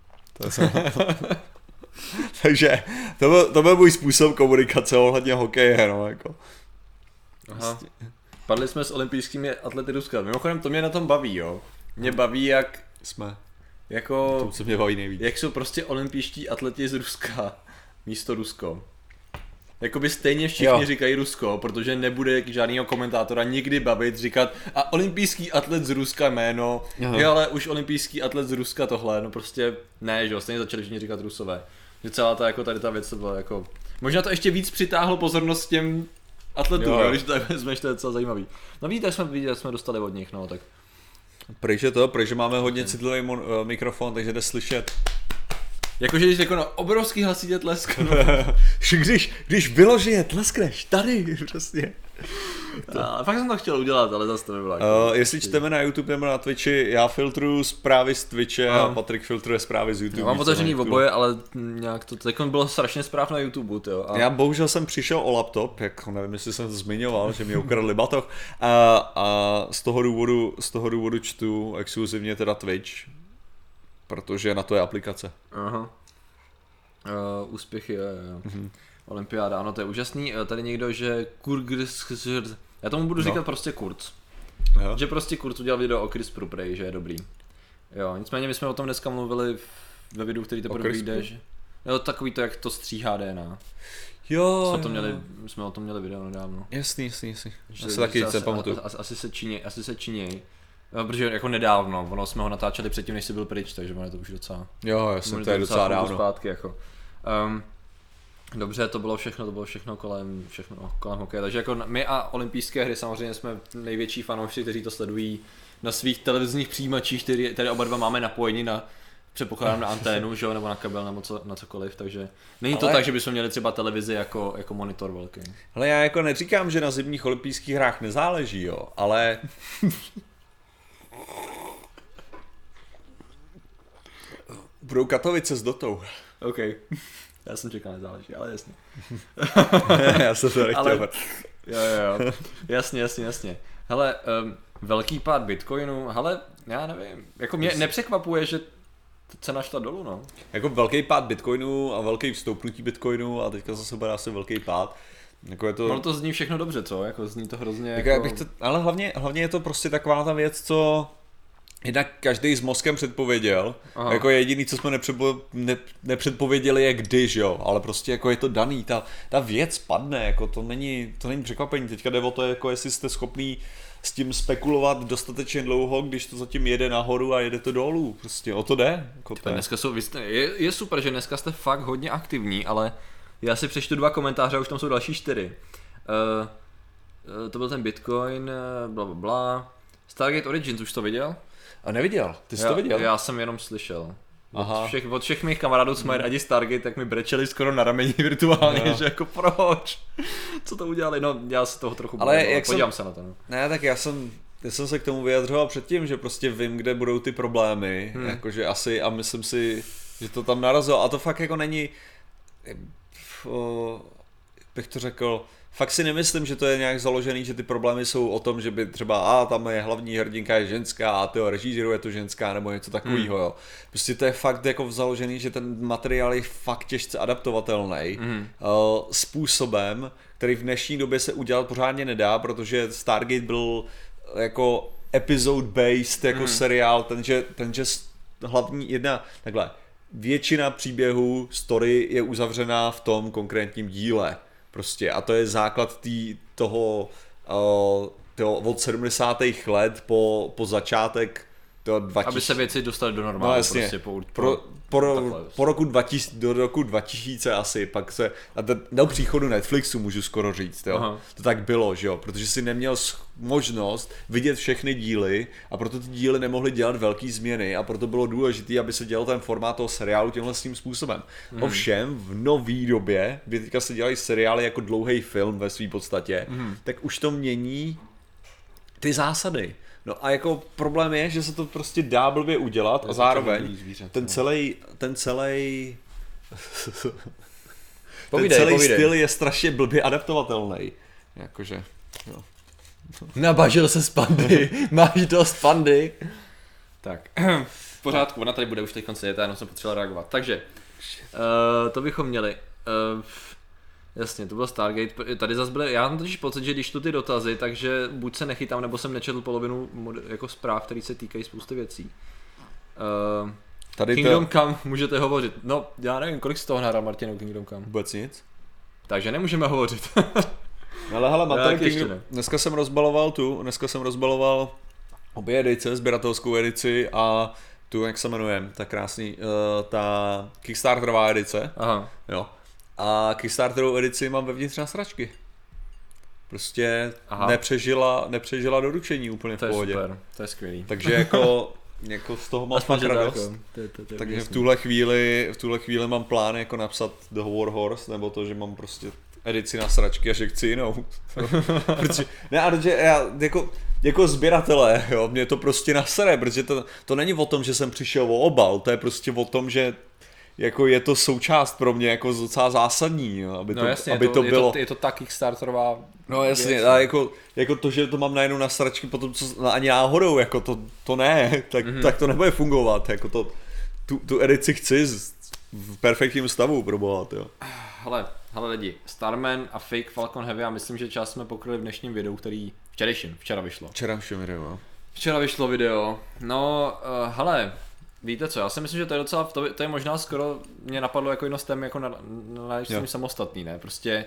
Takže to byl můj způsob komunikace ohledně hokeje. No, jako. Aha. Padli jsme s olympijskými atlety Ruska. Mimochodem to mě na tom baví, jo. Mě baví, jak jsme. Jako, to se mě baví nejvíc. Jak jsou prostě olympijští atleti z Ruska místo Rusko. Jakoby stejně všichni říkají Rusko, protože nebude žádného komentátora nikdy bavit říkat a olympijský atlet z Ruska jméno, ale už olympijský atlet z Ruska tohle, no prostě ne, že jo, stejně začali všichni říkat Rusové. Že celá ta, jako tady ta věc to byla jako, možná to ještě víc přitáhlo pozornost těm atletům, když to tak vezmeš, to je docela zajímavý. No vidíte, jsme dostali od nich, no tak. Protože máme hodně citlivý mikrofon, takže jde slyšet. Jakože když jako obrovský hlasitě tlesk. No. když vyloženě tleskneš, tady prostě. A fakt jsem to chtěl udělat, ale zase to nebylo. Jestli čteme na YouTube nebo na Twitchi, já filtruju zprávy z Twitche a Patrik filtruje zprávy z YouTube. Mám otevřený oboje, ale nějak to teď bylo strašně zpráv na YouTube. Tyjo, a... Já bohužel jsem přišel o laptop, jako nevím, jestli jsem to zmiňoval, že mě ukradli batoh. A z toho důvodu čtu exkluzivně teda Twitch, protože na to je aplikace. Aha. Úspěchy, jo. Olympiáda, ano, to je úžasný. Tady někdo, že já tomu budu říkat prostě Kurz. Jo. Že prostě Kurz udělal video o CRISPRu prej, že je dobrý. Jo, nicméně my jsme o tom dneska mluvili ve videu, který teprve vyjde, že... Jo, takový to, jak to stříhá DNA. Jo, jsme o tom měli video nedávno. Jasný. Já se taky se pamatuju. Asi se činěj. No, protože jako nedávno, ono jsme ho natáčeli předtím, než jsi byl pryč, takže ono je to už docela... Jo, jasně, to je docela dávno. Zpátky, jako. Dobře, to bylo všechno kolem hokeje, takže jako my a olympijské hry samozřejmě jsme největší fanoušci, kteří to sledují na svých televizních přijímačích, které oba dva máme napojení na, předpokládám, na anténu, že jo, nebo na kabel, nebo na cokoliv, takže není to tak, že bychom měli třeba televizi jako monitor velký. Ale já jako neříkám, že na zimních olympijských hrách nezáleží, jo, ale... Budou Katovice s dotou. OK. Já jsem čekal, nezáleží, ale jasně. Já jsem to nechtěl. Jo. Jasně. Hele, velký pád Bitcoinu, hele, já nevím. Jako mě nepřekvapuje, že cena šla dolů, no. Jako velký pád Bitcoinu a velký vstoupnutí Bitcoinu a teďka zase bude asi velký pád. Jako je to... No to zní všechno dobře, co? Jako zní to hrozně jako... Ale hlavně je to prostě taková ta věc, co... Jednak každý s mozkem předpověděl, jako jediný, co jsme nepředpověděli je když, jo, ale prostě jako je to daný, ta věc padne, jako to není překvapení, teďka jde o to, jako jestli jste schopný s tím spekulovat dostatečně dlouho, když to zatím jede nahoru a jede to dolů, prostě o to jde. Jako dneska je super, že dneska jste fakt hodně aktivní, ale Já si přečtu 2 komentáře a už tam jsou další 4. To byl ten Bitcoin, bla bla bla. Stargate Origins, už to viděl? A neviděl, ty jsi to viděl? Já jsem jenom slyšel. Aha. Od všech mých kamarádů, co mají rádi Stargate, tak mi brečeli skoro na rameni virtuálně, že jako proč? Co to udělali? No, já se toho trochu bojím, podívám se na to. No. Ne, tak já jsem se k tomu vyjadřoval předtím, že prostě vím, kde budou ty problémy, jakože asi a myslím si, že to tam narazilo a to fakt jako není, bych to řekl, fakt si nemyslím, že to je nějak založený, že ty problémy jsou o tom, že by třeba tam je hlavní hrdinka je ženská a tyho režířů je to ženská nebo něco takového, jo. Prostě to je fakt jako založený, že ten materiál je fakt těžce adaptovatelný způsobem, který v dnešní době se udělat pořádně nedá, protože Stargate byl jako episode based jako seriál, tenže hlavní většina příběhů story je uzavřená v tom konkrétním díle. Prostě a to je základ toho od 70. let po začátek toho 2000. Aby se věci dostaly do normálu, no, jasně. Prostě po roku 2000, do roku 2000 asi, pak se, do příchodu Netflixu můžu skoro říct, jo. To tak bylo, že jo, protože si neměl možnost vidět všechny díly a proto ty díly nemohly dělat velký změny a proto bylo důležité, aby se dělal ten formát toho seriálu tímhle tím způsobem. Ovšem v nový době, kdy teďka se dělají seriály jako dlouhý film ve své podstatě, tak už to mění ty zásady. No a jako problém je, že se to prostě dá blbě udělat a zároveň ten celý styl je strašně blbě adaptovatelný. Jakože, jo. Nabažil se z pandy, máš dost pandy. Tak, v pořádku, ona tady bude už teď konce, já jenom jsem potřeboval reagovat. Takže, to bychom měli. Jasně, to byl Stargate, tady zase byly, já mám totiž pocit, že když tu ty dotazy, takže buď se nechytám, nebo jsem nečetl polovinu jako zpráv, které se týkají spousty věcí. Kingdom Come můžete hovořit, no já nevím, kolik z toho nahrál Martin Kingdom Come? Vůbec nic. Takže nemůžeme hovořit. Ale hele, dneska jsem rozbaloval obě edice, sběratelskou edici a tu, jak se jmenuje, ta krásný, ta Kickstarterová edice. Aha. Jo. A Kickstarterovou edici mám vevnitř na sračky. Prostě nepřežila doručení úplně v pohodě. To je super, to je skvělý. Takže jako z toho mám fakt radost. Takže v tuhle chvíli mám plán jako napsat The War Horse, nebo to, že mám prostě edici na sračky a že chci jinou. Protože já jako sběratele, jo, mě to prostě nasere, protože to není o tom, že jsem přišel o obal, to je prostě o tom, že jako je to součást pro mě jako docela zásadní, jo, aby to bylo. Je to ta Kickstarterová. No jasně, věc, a jako to, že to mám najednou na sračky, potom co ani náhodou, jako to ne, tak to nebude fungovat, jako tu edici chci v perfektním stavu probohat, jo. Hele lidi, Starman a Fake Falcon Heavy, a myslím, že část jsme pokryli v dnešním videu, který včera vyšlo. Včera vyšlo video, no hele, víte co, já si myslím, že to je docela, to je možná skoro, mě napadlo jako jednostem jako na samostatný, ne, prostě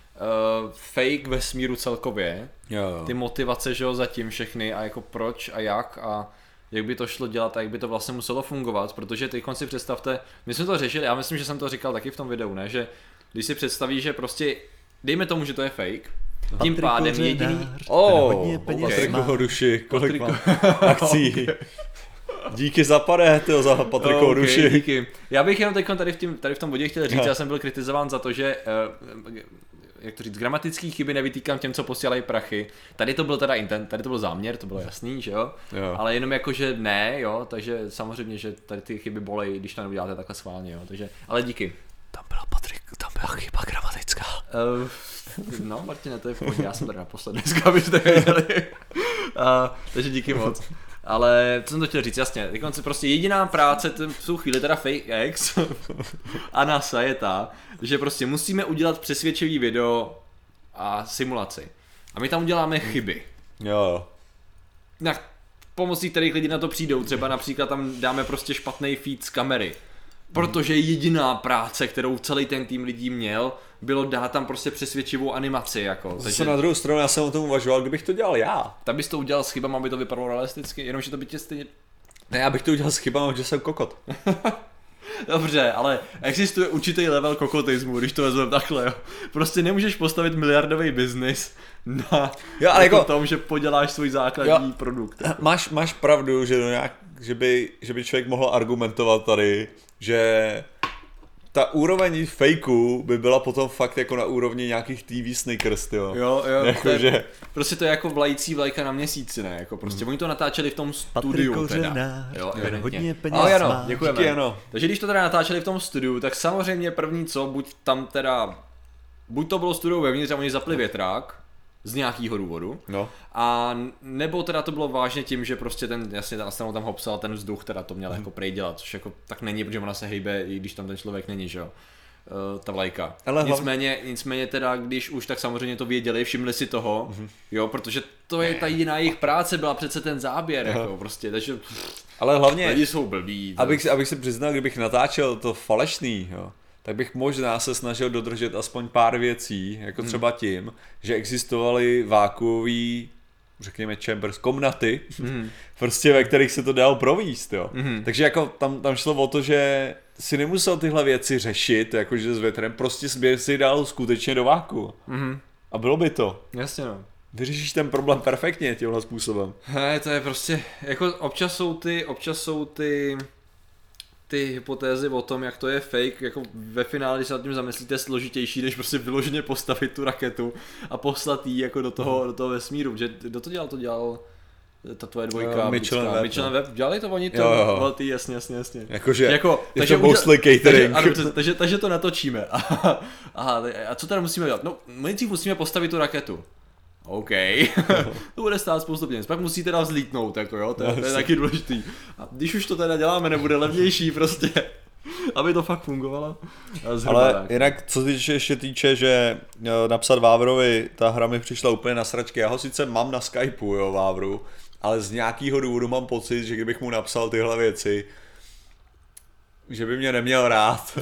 fake vesmíru celkově, ty motivace, že jo, zatím všechny a jako proč a jak by to šlo dělat a jak by to vlastně muselo fungovat, protože teď si představte, my jsme to řešili, já myslím, že jsem to říkal taky v tom videu, ne, že když si představíš, že prostě, dejme tomu, že to je fake, tím pádem jediný... Patrik Hoduši, kolik mám akcí. Díky za pare, za Patrikovou duši. Díky. Já bych jenom teď tady v tom bodě chtěl říct, já jsem byl kritizován za to, že jak to říct, gramatický chyby nevytýkám těm, co posílají prachy. Tady to byl teda intent, tady to byl záměr, to bylo jasný, že jo? Ale jenom jako, že ne, jo, takže samozřejmě, že tady ty chyby bolej, když to neuděláte takhle schválně, jo, takže, ale díky. Tam byla chyba gramatická. No, Martine, to je v pohodě, já jsem tady naposled dneska, abyste věděli. Takže díky moc. Ale co jsem to chtěl říct, jasně, teď prostě jediná práce v tu chvíli, teda FakeX a NASA je ta, že prostě musíme udělat přesvědčivý video a simulaci. A my tam uděláme chyby. Jo. Na pomocí kterých lidi na to přijdou, třeba například tam dáme prostě špatný feed z kamery. Protože jediná práce, kterou celý ten tým lidí měl, bylo dát tam prostě přesvědčivou animaci, jako. Takže na druhou stranu já jsem o tom uvažoval, kdybych to dělal já. Tak bys to udělal s chybama, aby to vypadalo realisticky, jenomže to by tě stejně... Ne, já bych to udělal s chybama, že jsem kokot. Dobře, ale existuje určitý level kokotismu, když to vezmeme takhle, jo. Prostě nemůžeš postavit miliardový biznis na jako tom, že poděláš svůj základní produkt. Jako. Máš pravdu, že by člověk mohl argumentovat tady, že ta úroveň fejku by byla potom fakt jako na úrovni nějakých TV Snickers, jo. Jo, jako, že... prostě to je jako vlající vlajka na měsíci, ne? Jako prostě oni to natáčeli v tom studiu teda. Jo, hodně peněz ano, děkujeme. Díky, ano. Takže když to teda natáčeli v tom studiu, tak samozřejmě první co, buď to bylo studio vevnitř a oni zapli větrák, z nějakého důvodu. No. A nebo teda to bylo vážně tím, že prostě ten astronaut tam hopsal ten vzduch, teda to měl jako prej dělat, což jako tak není, protože ona se hejbe, i když tam ten člověk není, že jo. Ta vlajka. Ale nicméně teda, když už, tak samozřejmě to věděli, všimli si toho, jo, protože to je ta jediná jejich práce, byla přece ten záběr, jako prostě, takže ale hlavně, lidi jsou blbí. Abych si přiznal, kdybych natáčel to falešný, jo, tak bych možná se snažil dodržet aspoň pár věcí, jako třeba tím, že existovaly vákuový, řekněme chambers, komnaty, prostě ve kterých se to dalo províst, jo. Takže jako tam šlo o to, že si nemusel tyhle věci řešit, jakože s větrem, prostě si dal skutečně do váku. A bylo by to. Jasně no. Vyřešíš ten problém perfektně tímhle způsobem. To je prostě, jako občas jsou ty hypotézy o tom, jak to je fake, jako ve finále, když se nad tím zamyslíte, složitější, než prostě vyloženě postavit tu raketu a poslat jí jako do toho vesmíru, že kdo to dělal ta tvoje dvojka, Michelin Web, dělali to oni to, jo. Jasně. Jakože jako, je to mostly catering. Takže to natočíme. A co teda musíme dělat? No, my nejdřív musíme postavit tu raketu. OK, to bude stát spoustu peněz, pak musí teda vzlítnout, jako jo, to je taky důležitý. A když už to teda děláme, nebude levnější prostě, aby to fakt fungovalo. Ale tak. Jinak, co se ještě týče, že napsat Vávrovi, ta hra mi přišla úplně na sračky, já ho sice mám na Skypeu, jo, Vávru, ale z nějakého důvodu mám pocit, že kdybych mu napsal tyhle věci, že by mě neměl rád,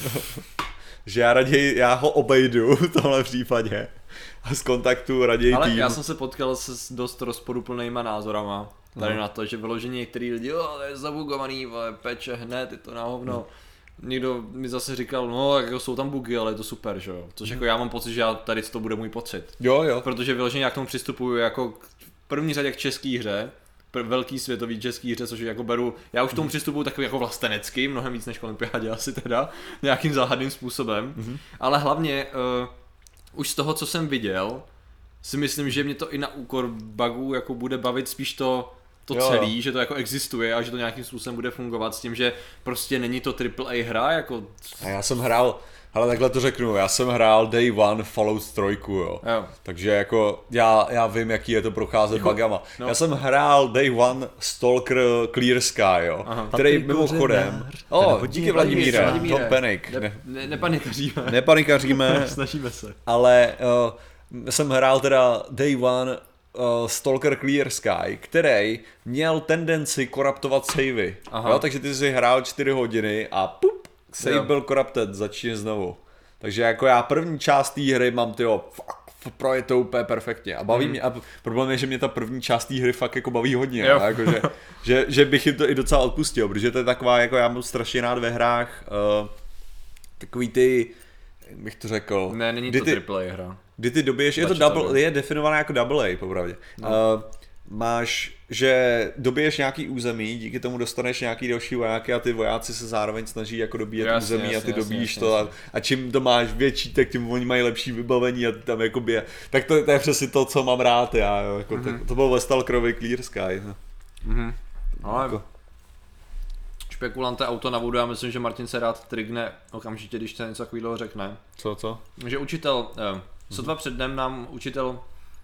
že já ho obejdu v tomhle případě. A z kontaktu raději ale tým. Já jsem se potkal s dost rozporuplnýma názorama tady na to, že vyloženě některý lidi, to je zabugovaný, peče hned, je to na hovno. Někdo mi zase říkal, no jako jsou tam bugy, ale je to super, že jo. Což jako já mám pocit, že tady to bude můj pocit. Jo. Protože vyloženě já k tomu přistupuju jako v první řadě k český hře, velký světový český hře, což jako beru, já už k tomu přistupuju takový jako vlastenecky, mnohem víc než k olympiádě asi teda, nějakým záhadným způsobem, ale hlavně už z toho, co jsem viděl, si myslím, že mě to i na úkor bugů jako bude bavit spíš to celý, že to jako existuje a že to nějakým způsobem bude fungovat s tím, že prostě není to AAA hra, jako... A já jsem hrál, ale takhle to řeknu, já jsem hrál Day One Fallout 3, jo. Takže jako já vím, jaký je to procházet jako, bugama. No. Já jsem hrál Day One Stalker Clear Sky, jo, který mimochodem... díky Vladimíre, don't panic. Nepanikaříme. Nepanikaříme. Snažíme se. Ale jsem hrál teda Day One Stalker Clear Sky, který měl tendenci koraptovat savey. Jo, takže ty jsi hrál 4 hodiny a save byl corrupted, začíná znovu. Takže jako já první část té hry mám pro je to úplně perfektně a baví mě, a problém je, že mě ta první část té hry fakt jako baví hodně, jako, že bych jim to i docela odpustil, protože to je taková, jako já mám strašně rád ve hrách takový ty, jak bych to řekl. Ne, není to AAA hra. Kdy ty dobiješ, je definovaná jako AA, popravdě. No. Máš, že dobiješ nějaký území, díky tomu dostaneš nějaký další vojáky a ty vojáci se zároveň snaží jako dobíjet území a ty dobíjíš to a čím to máš větší, tak tím oni mají lepší vybavení a ty tam jako bije. Tak to je přesně to, co mám rád já, jo. Jako to bylo ve Stalkerovi Clear Sky. No. Ale jako. Špekulante auto na vodu, já myslím, že Martin se rád trigne okamžitě, když se něco takového řekne. Co? Že učitel, sotva před dnem nám učitel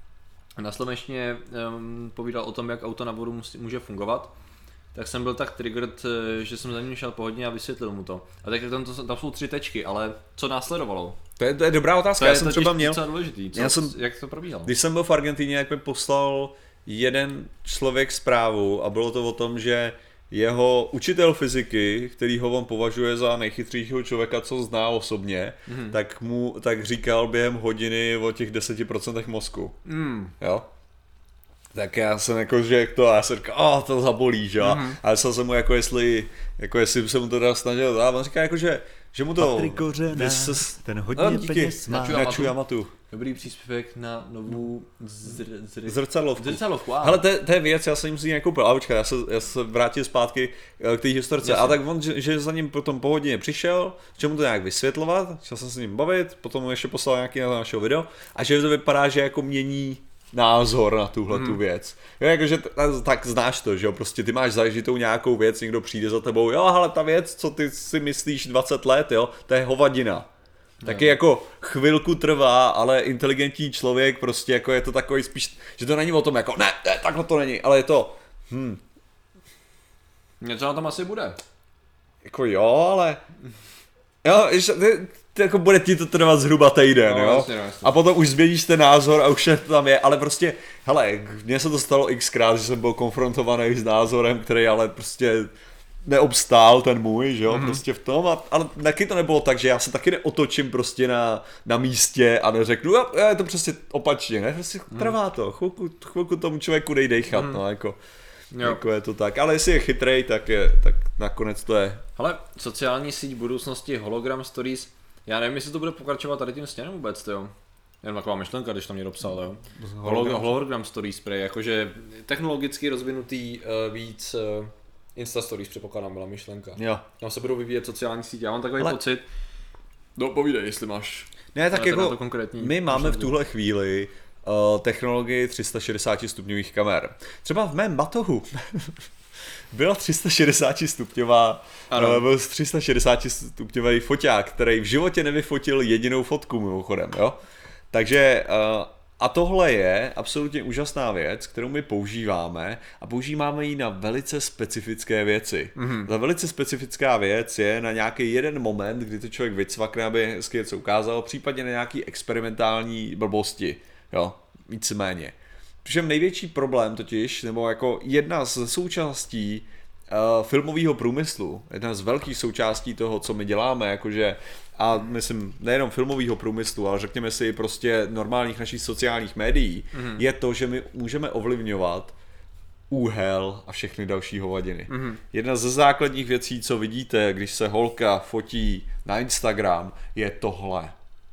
na slovenštině povídal o tom, jak auto na vodu může fungovat, tak jsem byl tak triggered, že jsem za ním šel po hodině a vysvětlil mu to. A tak tam jsou 3 tečky, ale co následovalo? To je dobrá otázka, já jsem třeba měl. Důležitý. Jak to probíhalo? Když jsem byl v Argentíně, jak mi poslal jeden člověk zprávu a bylo to o tom, že jeho učitel fyziky, který ho on považuje za nejchytřejšího člověka, co zná osobně, tak říkal během hodiny o těch 10% mozku. Jo? Tak já jsem jako, že to, a já jsem říkal, to zabolí, že? A jsem se mu jestli se mu to dá snažil, a on říká jako, že mu to... Patrik Kořená, ten hodně peněz má. Na Čujamatu. Dobrý příspěvek na novou Zrcadlovku. Zrcadlovku, hele, to je věc, já jsem si ji nekoupil, ale počkej, já se vrátil zpátky k té historce. A tak on, že za ním potom po hodině přišel, že mu to nějak vysvětlovat, chtěl jsem se s ním bavit, potom mu ještě poslal nějaký na našeho video, a že to vypadá, že jako mění názor na tuhle tu věc. Jo, jakože tak znáš to, že jo, prostě ty máš zažitou nějakou věc, někdo přijde za tebou, jo, ale ta věc, co ty si myslíš 20 let, jo, to je hovadina. Taky jako chvilku trvá, ale inteligentní člověk prostě jako je to takový spíš, že to není o tom jako, ne, takhle to není, ale je to, Něco na tom asi bude. jako jo, ale, jo, jako bude ti to trvat zhruba týden, no, jo, jasně. A potom už změníš ten názor a už to tam je, ale prostě, hele, mně se to stalo xkrát, že jsem byl konfrontovaný s názorem, který ale prostě neobstál ten můj, že jo, prostě v tom, ale taky to nebylo tak, že já se taky neotočím prostě na místě a neřeknu, je to prostě opačně, ne, prostě trvá to, chvilku tomu člověku dej dechat, no, jako je to tak, ale jestli je chytrej, tak nakonec to je. Hele, sociální síť budoucnosti, hologram stories, já nevím, jestli to bude pokračovat tady tím směrem vůbec, jo. Jen taková myšlenka, když tam někdo psal, jo. Hologram stories, jakože technologicky rozvinutý víc Insta stories, předpokládám, byla myšlenka. Jo. Tam se budou vyvíjet sociální sítě, já mám takový pocit. No povídej, jestli máš. Ne, tak jako my máme myšlenku. v tuhle chvíli technologii 360 stupňových kamer. Třeba v mém batohu byla 360 stupňová, byl 360 stupňový foťák, který v životě nevyfotil jedinou fotku mimochodem, jo. Takže a tohle je absolutně úžasná věc, kterou my používáme a používáme ji na velice specifické věci. Ta velice specifická věc je na nějaký jeden moment, kdy to člověk vycvakne, aby hezky něco ukázal, případně na nějaký experimentální blbosti, jo, víceméně. Protože největší problém totiž, nebo jako jedna z součástí filmového průmyslu, jedna z velkých součástí toho, co my děláme, jakože a myslím nejenom filmového průmyslu, ale řekněme si prostě normálních našich sociálních médií, je to, že my můžeme ovlivňovat úhel a všechny další hovadiny. Jedna ze základních věcí, co vidíte, když se holka fotí na Instagram, je tohle.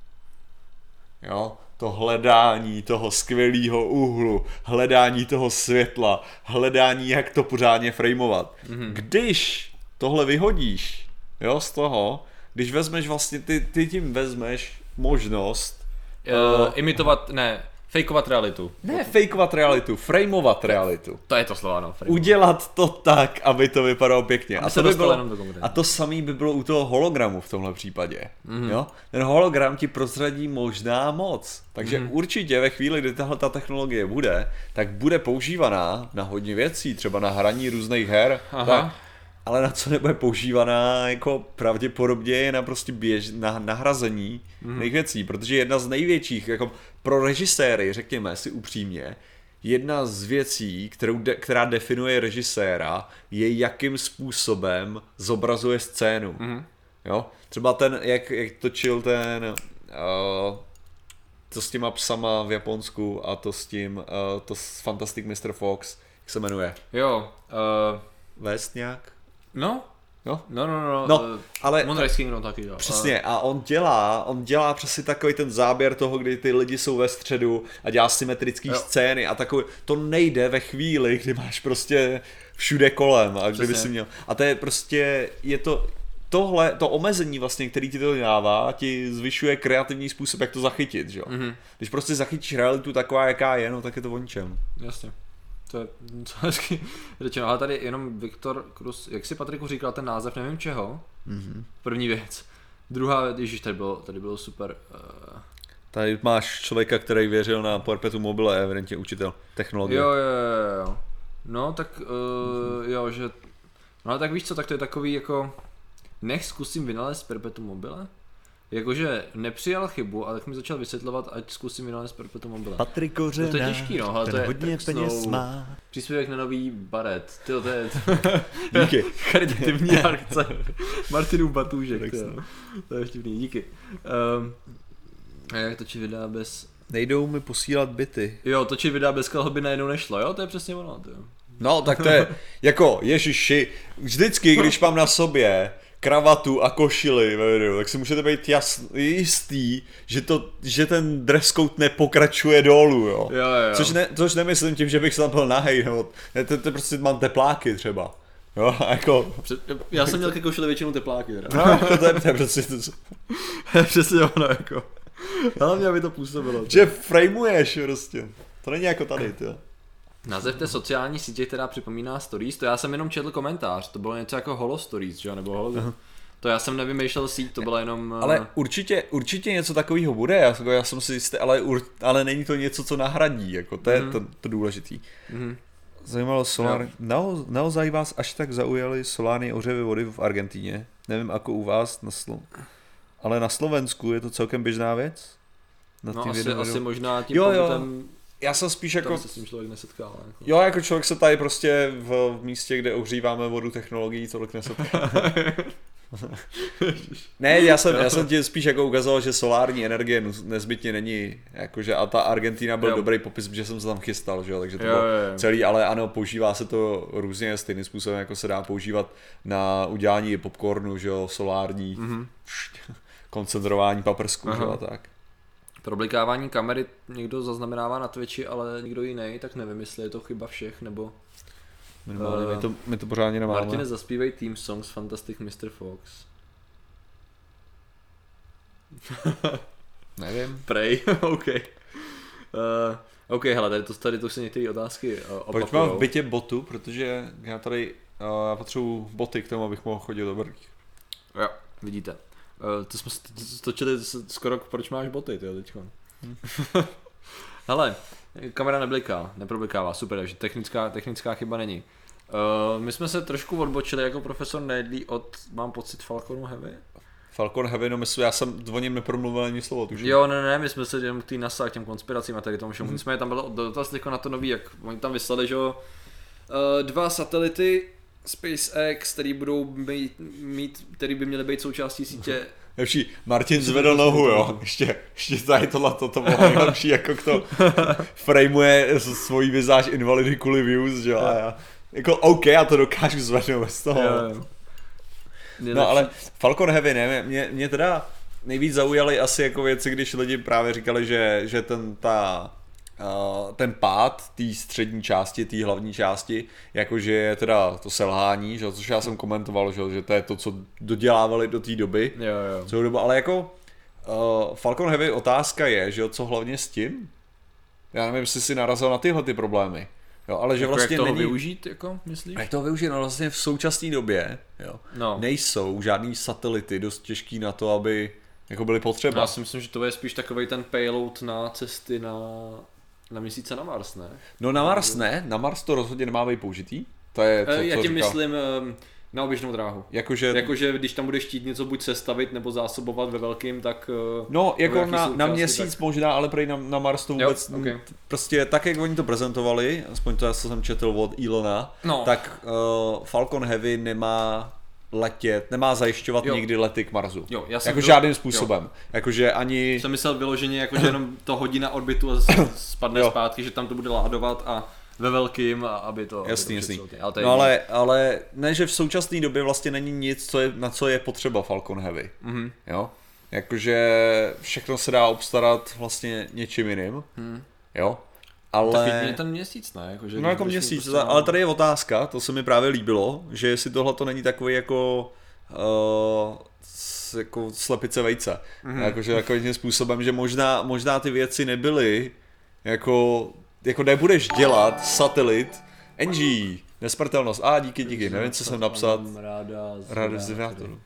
Jo? To hledání toho skvělého úhlu, hledání toho světla, hledání, jak to pořádně frameovat. Když tohle vyhodíš, jo, z toho, když vezmeš vlastně, ty tím vezmeš možnost imitovat, fejkovat realitu. Ne fejkovat realitu, frameovat realitu. To je to slovo, no. Udělat to tak, aby to vypadalo pěkně. A to samé by bylo u toho hologramu v tomhle případě. Jo? Ten hologram ti prozradí možná moc. Takže určitě ve chvíli, kdy tahle ta technologie bude, tak bude používaná na hodně věcí, třeba na hraní různých her. Tak, ale na co nebude používaná, jako pravděpodobně je na prostě na nahrazení těch věcí, protože jedna z největších, jako pro režiséry, řekněme si upřímně, jedna z věcí, která definuje režiséra, je jakým způsobem zobrazuje scénu. Jo? Třeba ten, jak točil ten to s těma psama v Japonsku a to s tím to s Fantastic Mr. Fox, jak se jmenuje? Jo. West nějak? No, ale Moonrise Kingdom taky, jo. Přesně, a on dělá přesně takový ten záběr toho, kdy ty lidi jsou ve středu a dělá symetrické scény a takový, to nejde ve chvíli, kdy máš prostě všude kolem a kdyby si měl, a to je prostě, je to tohle, to omezení vlastně, který ti to dává, ti zvyšuje kreativní způsob, jak to zachytit, že jo. Když prostě zachytíš realitu taková, jaká je, no tak je to o ničem. Jasně. To je hezky řečeno, ale tady jenom Viktor Krus, jak si Patriku říkal ten název, nevím čeho, první věc. Druhá věc, ježiš, tady bylo super. Tady máš člověka, který věřil na perpetuum mobile, evidentně učitel technologie. Jo. No tak, jo, že, no ale tak víš co, tak to je takový jako, nech zkusím vynalézt perpetuum mobile. Jakože nepřijal chybu, ale tak mi začal vysvětlovat, ať zkusím vynalézt perpetuum mobile. Patrik Kořená, to je těžký, no, ale to je hodně peněz má. Příspěvek na nový baret. To je díky. Charitativní akce. Martinův batůžek. To je vtipný, díky. A jak točit videa bez Nejdou mi posílat byty. Jo, točit videa bez kalhoty najednou nešlo, jo? To je přesně ono, to jo. No, tak to je, jako, ježiši, vždycky, když mám na sobě kravatu a košili ve videu, tak si můžete být jistý, že ten dress code nepokračuje dolů, jo. Jo. Což nemyslím tím, že bych tam byl nahej, nebo to prostě mám tepláky třeba. Jo, jako... Já jsem měl ke košili většinou tepláky, teda. No, to je prostě to. Přesně ono, jako. Hlavně, aby to působilo. Že frameuješ prostě. To není jako tady, jo. Název té sociální sítě, která připomíná stories, to já jsem jenom četl komentář, to bylo něco jako holo stories, že jo, nebo holo... To já jsem nevymýšlel síť, to bylo jenom... Ale určitě něco takového bude, já jsem si jistý, ale není to něco, co nahradí, jako to je to důležitý. Zajímalo solár... Naozaj vás až tak zaujaly solární ohřevy vody v Argentíně? Nevím, jako u vás, ale na Slovensku je to celkem běžná věc? Asi možná tím pobytem... Já jsem spíš jako... Tam se s tím člověk nesetkal. Jako. Jo, jako člověk se tady prostě v místě, kde ohříváme vodu technologií, tolik nesetká. Ne, já jsem ti spíš jako ukazoval, že solární energie nezbytně není, jakože a ta Argentina byl dobrý popis, že jsem se tam chystal, že jo, takže to bylo celý, ale ano, používá se to různě stejným způsobem, jako se dá používat na udělání popcornu, že jo, solární, koncentrování paprsku, že jo, a tak. Pro blikávání kamery někdo zaznamenává na Twitchi, ale nikdo jiný, tak nevím, jestli je to chyba všech, nebo... My to pořádně nemáme. Martine, zaspívej Team Songs Fantastic Mr. Fox. Nevím. Prej, OK. OK, hele, tady to se některé otázky opakujou. Proč mám v bytě botu, protože já tady potřebuji boty k tomu, abych mohl chodit do brk. Jo, vidíte. To jsme točili skoro, proč máš boty, tyjo, teďko. Hele, kamera neproblikává, super, takže technická chyba není. My jsme se trošku odbočili jako profesor Nedley od, mám pocit, Falconu Heavy? Falcon Heavy, no já jsem o něm nepromluvil ani slovo, tuším. Jo, ne, my jsme se jenom k té NASA, k těm konspiracím a tady tomu všemu. Nicméně tam byl dotaz na to nový, jak oni tam vyslali, že 2 satelity SpaceX, který by měly být součástí sítě. Lepší, Martin zvedl nohu, jo, ještě tady to bylo nejlepší, jako kdo frameuje svojí vizáž invalidy kvůli views, že jo, a já, jako OK, já to dokážu zvednout bez toho. Jo. No ale Falcon Heavy, ne, mě teda nejvíc zaujaly asi jako věci, když lidi právě říkali, že ten pád té střední části, té hlavní části, jakože je teda to selhání, že, což já jsem komentoval, že to je to, co dodělávali do té doby, celou dobu, ale jako Falcon Heavy otázka je, že co hlavně s tím? Já nevím, jestli si narazil na tyhle ty problémy. Jo, ale že jako vlastně jak toho využít, jako myslíš? Jak toho využít, no vlastně v současné době nejsou žádný satelity dost těžký na to, aby jako byly potřeba. Já si myslím, že to je spíš takovej ten payload na cesty na měsíc a na Mars, ne? No na Mars ne, na Mars to rozhodně nemá být použitý. To je, já tím myslím na oběžnou dráhu. Jakože když tam budeš chtít něco buď sestavit nebo zásobovat ve velkým, tak... No jako na měsíc tak... možná, ale prej na Mars to vůbec... Jo, okay. Prostě tak, jak oni to prezentovali, aspoň to já jsem četl od Elona, tak Falcon Heavy nemá letět, nemá zajišťovat nikdy lety k Marsu. Jo, jako žádným způsobem. Jakože ani... Jsem myslel vyloženě, jakože jenom to hodí na orbitu a spadne zpátky, že tam to bude ládovat a ve velkým, aby to... Jasný. Ale ne, že v současné době vlastně není nic, na co je potřeba Falcon Heavy. Mm-hmm. Jo? Jakože všechno se dá obstarat vlastně něčím jiným. Jo? Ale... Tak jedině ten měsíc, ne? Jakože no jako měsíc, prostě... ale tady je otázka, to se mi právě líbilo, že jestli tohle to není takový jako slepice vejce. Jakože takovým způsobem, že možná ty věci nebyly jako nebudeš dělat satelit NG, nesmrtelnost, díky, nevím, co jsem napsat. Ráda z devátoru.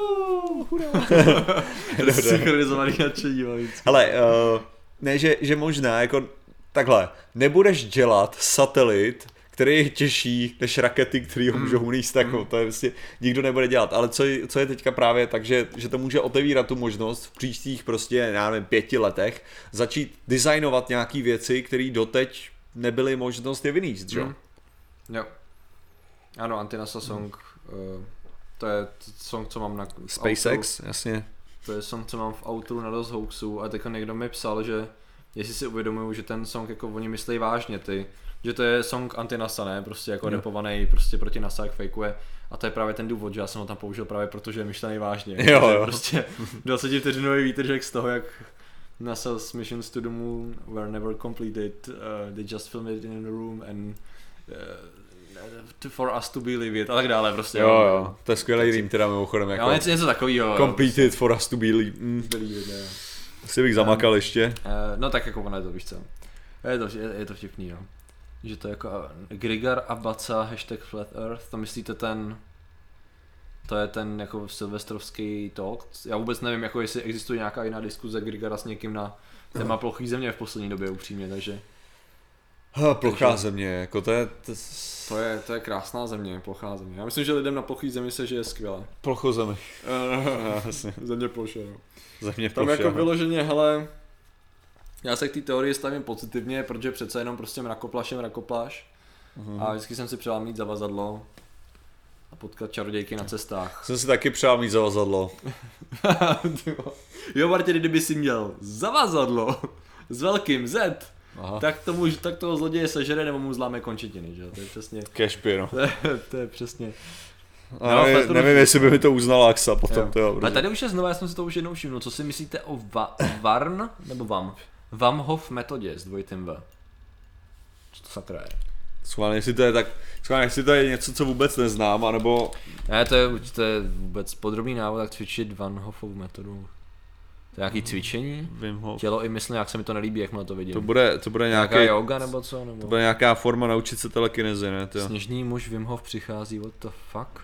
Synchronizovaný nadšení. Hele, ne, že možná, jako takhle, nebudeš dělat satelit, který je těžší než rakety, které ho můžou uníst, jako, to je vlastně nikdo nebude dělat, ale co je teďka právě tak, že to může otevírat tu možnost v příštích prostě, já nevím, 5 letech začít designovat nějaký věci, které doteď nebyly možnost je vyníst, že? Jo. Ano, Antinasa song, to je song, co mám na SpaceX, jasně. To je song, co mám v outru na Dos Hoaxu a teď někdo mi psal, že jestli si uvědomují, že ten song jako oni myslí vážně, že to je song anti-NASA, ne? Prostě jako rapovaný prostě proti NASA, jak fejkuje. A to je právě ten důvod, že já jsem ho tam použil právě protože je myšlený vážně. Jo. Prostě 20vteřinový výtržek z toho, jak NASA's missions to the moon were never completed, they just filmed it in a room and for us to believe it a tak dále prostě. Jo, to je skvělý rým teda mimochodem jako. Jo, něco takovýho. Completed for us to believe. Believe it, jo. Si bych zamakal ještě. No tak jako ono je to, víš co. Je to vtipný, jo. Že to je jako Grigar a Baca hashtag Flat Earth, to myslíte to je ten jako silvestrovský talk. Já vůbec nevím, jako jestli existuje nějaká jiná diskuze Grigara s někým na téma plochý země v poslední době upřímně, takže. Plochá země, jako to je krásná země, plochá země. Já myslím, že lidem na plochý zemi se žije skvěle. Plochozemi. Země ploše, no. Země Tam ploše. jako vyloženě, hele, já se k té teorii stavím pozitivně, protože přece jenom prostě mrakopláš. A vždycky jsem si přál mít zavazadlo a potkat čarodějky na cestách. Jsem si taky přál mít zavazadlo. Jo, Martě, kdyby si měl zavazadlo s velkým Z, tak toho zloděje sežere nebo mu zláme končetiny, že jo? To je přesně. Cashpy, no. To je přesně. Nevím, jestli by mi to uznal Axa potom, to jo. Ale tady už je znova, já jsem si to už jednou všimnul, co si myslíte o Varn, nebo Wim Hof metodě s dvojitým V? Co to sakra je? Schválně, jestli to je něco, co vůbec neznám, anebo... Ne, to je vůbec podrobný návod, jak cvičit Wim Hofovu metodu. To je nějaký cvičení? Tělo i mysl, jak se mi to nelíbí, jak to vidím. To bude nějaká yoga nebo co? Nebo... To bude nějaká forma naučit se telekinezi, ne? Sněžný muž Wim Hof přichází, what the fuck?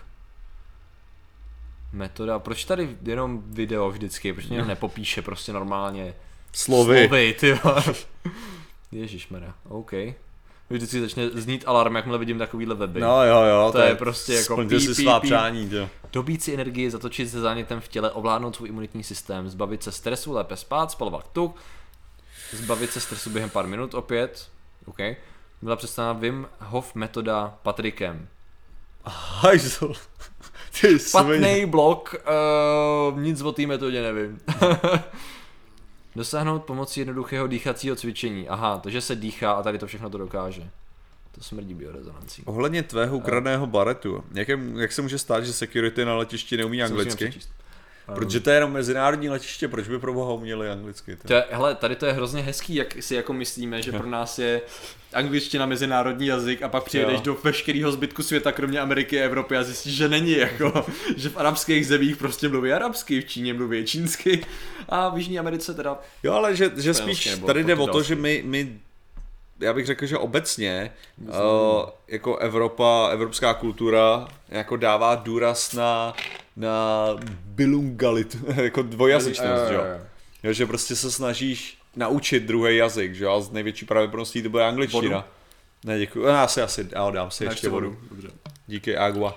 Metoda, proč tady jenom video vždycky, proč mě nepopíše prostě normálně slovy, tyjo. Ježišmarja, OK. Vždycky začne znít alarm, jakmile vidím takovýhle weby. No jo, to je prostě jako splňte si svá přání, jo. Dobít si energii, zatočit se zánětem v těle, ovládnout svůj imunitní systém, zbavit se stresu, lépe spát, spalovat tuk, zbavit se stresu během pár minut opět, OK. Byla představena Wim Hof metoda Patrikem. Hajzl. Špatný blok, nic o té metodě nevím. Dosáhnout pomocí jednoduchého dýchacího cvičení. Aha, takže se dýchá a tady to všechno to dokáže. To smrdí biorezonancí. Ohledně tvého ukradeného baretu, jak se může stát, že security na letišti neumí anglicky? Protože to je jenom mezinárodní letiště, proč by pro boha uměli anglicky? Hele, tady to je hrozně hezký, jak si jako myslíme, že pro nás je angličtina mezinárodní jazyk a pak přijedeš do veškerého zbytku světa, kromě Ameriky a Evropy a zjistíš, že není jako, že v arabských zemích prostě mluví arabsky, v Číně mluví čínsky a v Jižní Americe teda... Jo, ale že spíš tady jde o to, že my já bych řekl, že obecně jako evropská kultura jako dává důraz na bilingvalitu, jako dvojjazyčnost, jo. Jo, že prostě se snažíš naučit druhý jazyk, že jo, a z největší pravděpodobností to bude angličtina. Vodu? Ne, děkuji, dám si ještě vodu. Dobře. Díky, agua.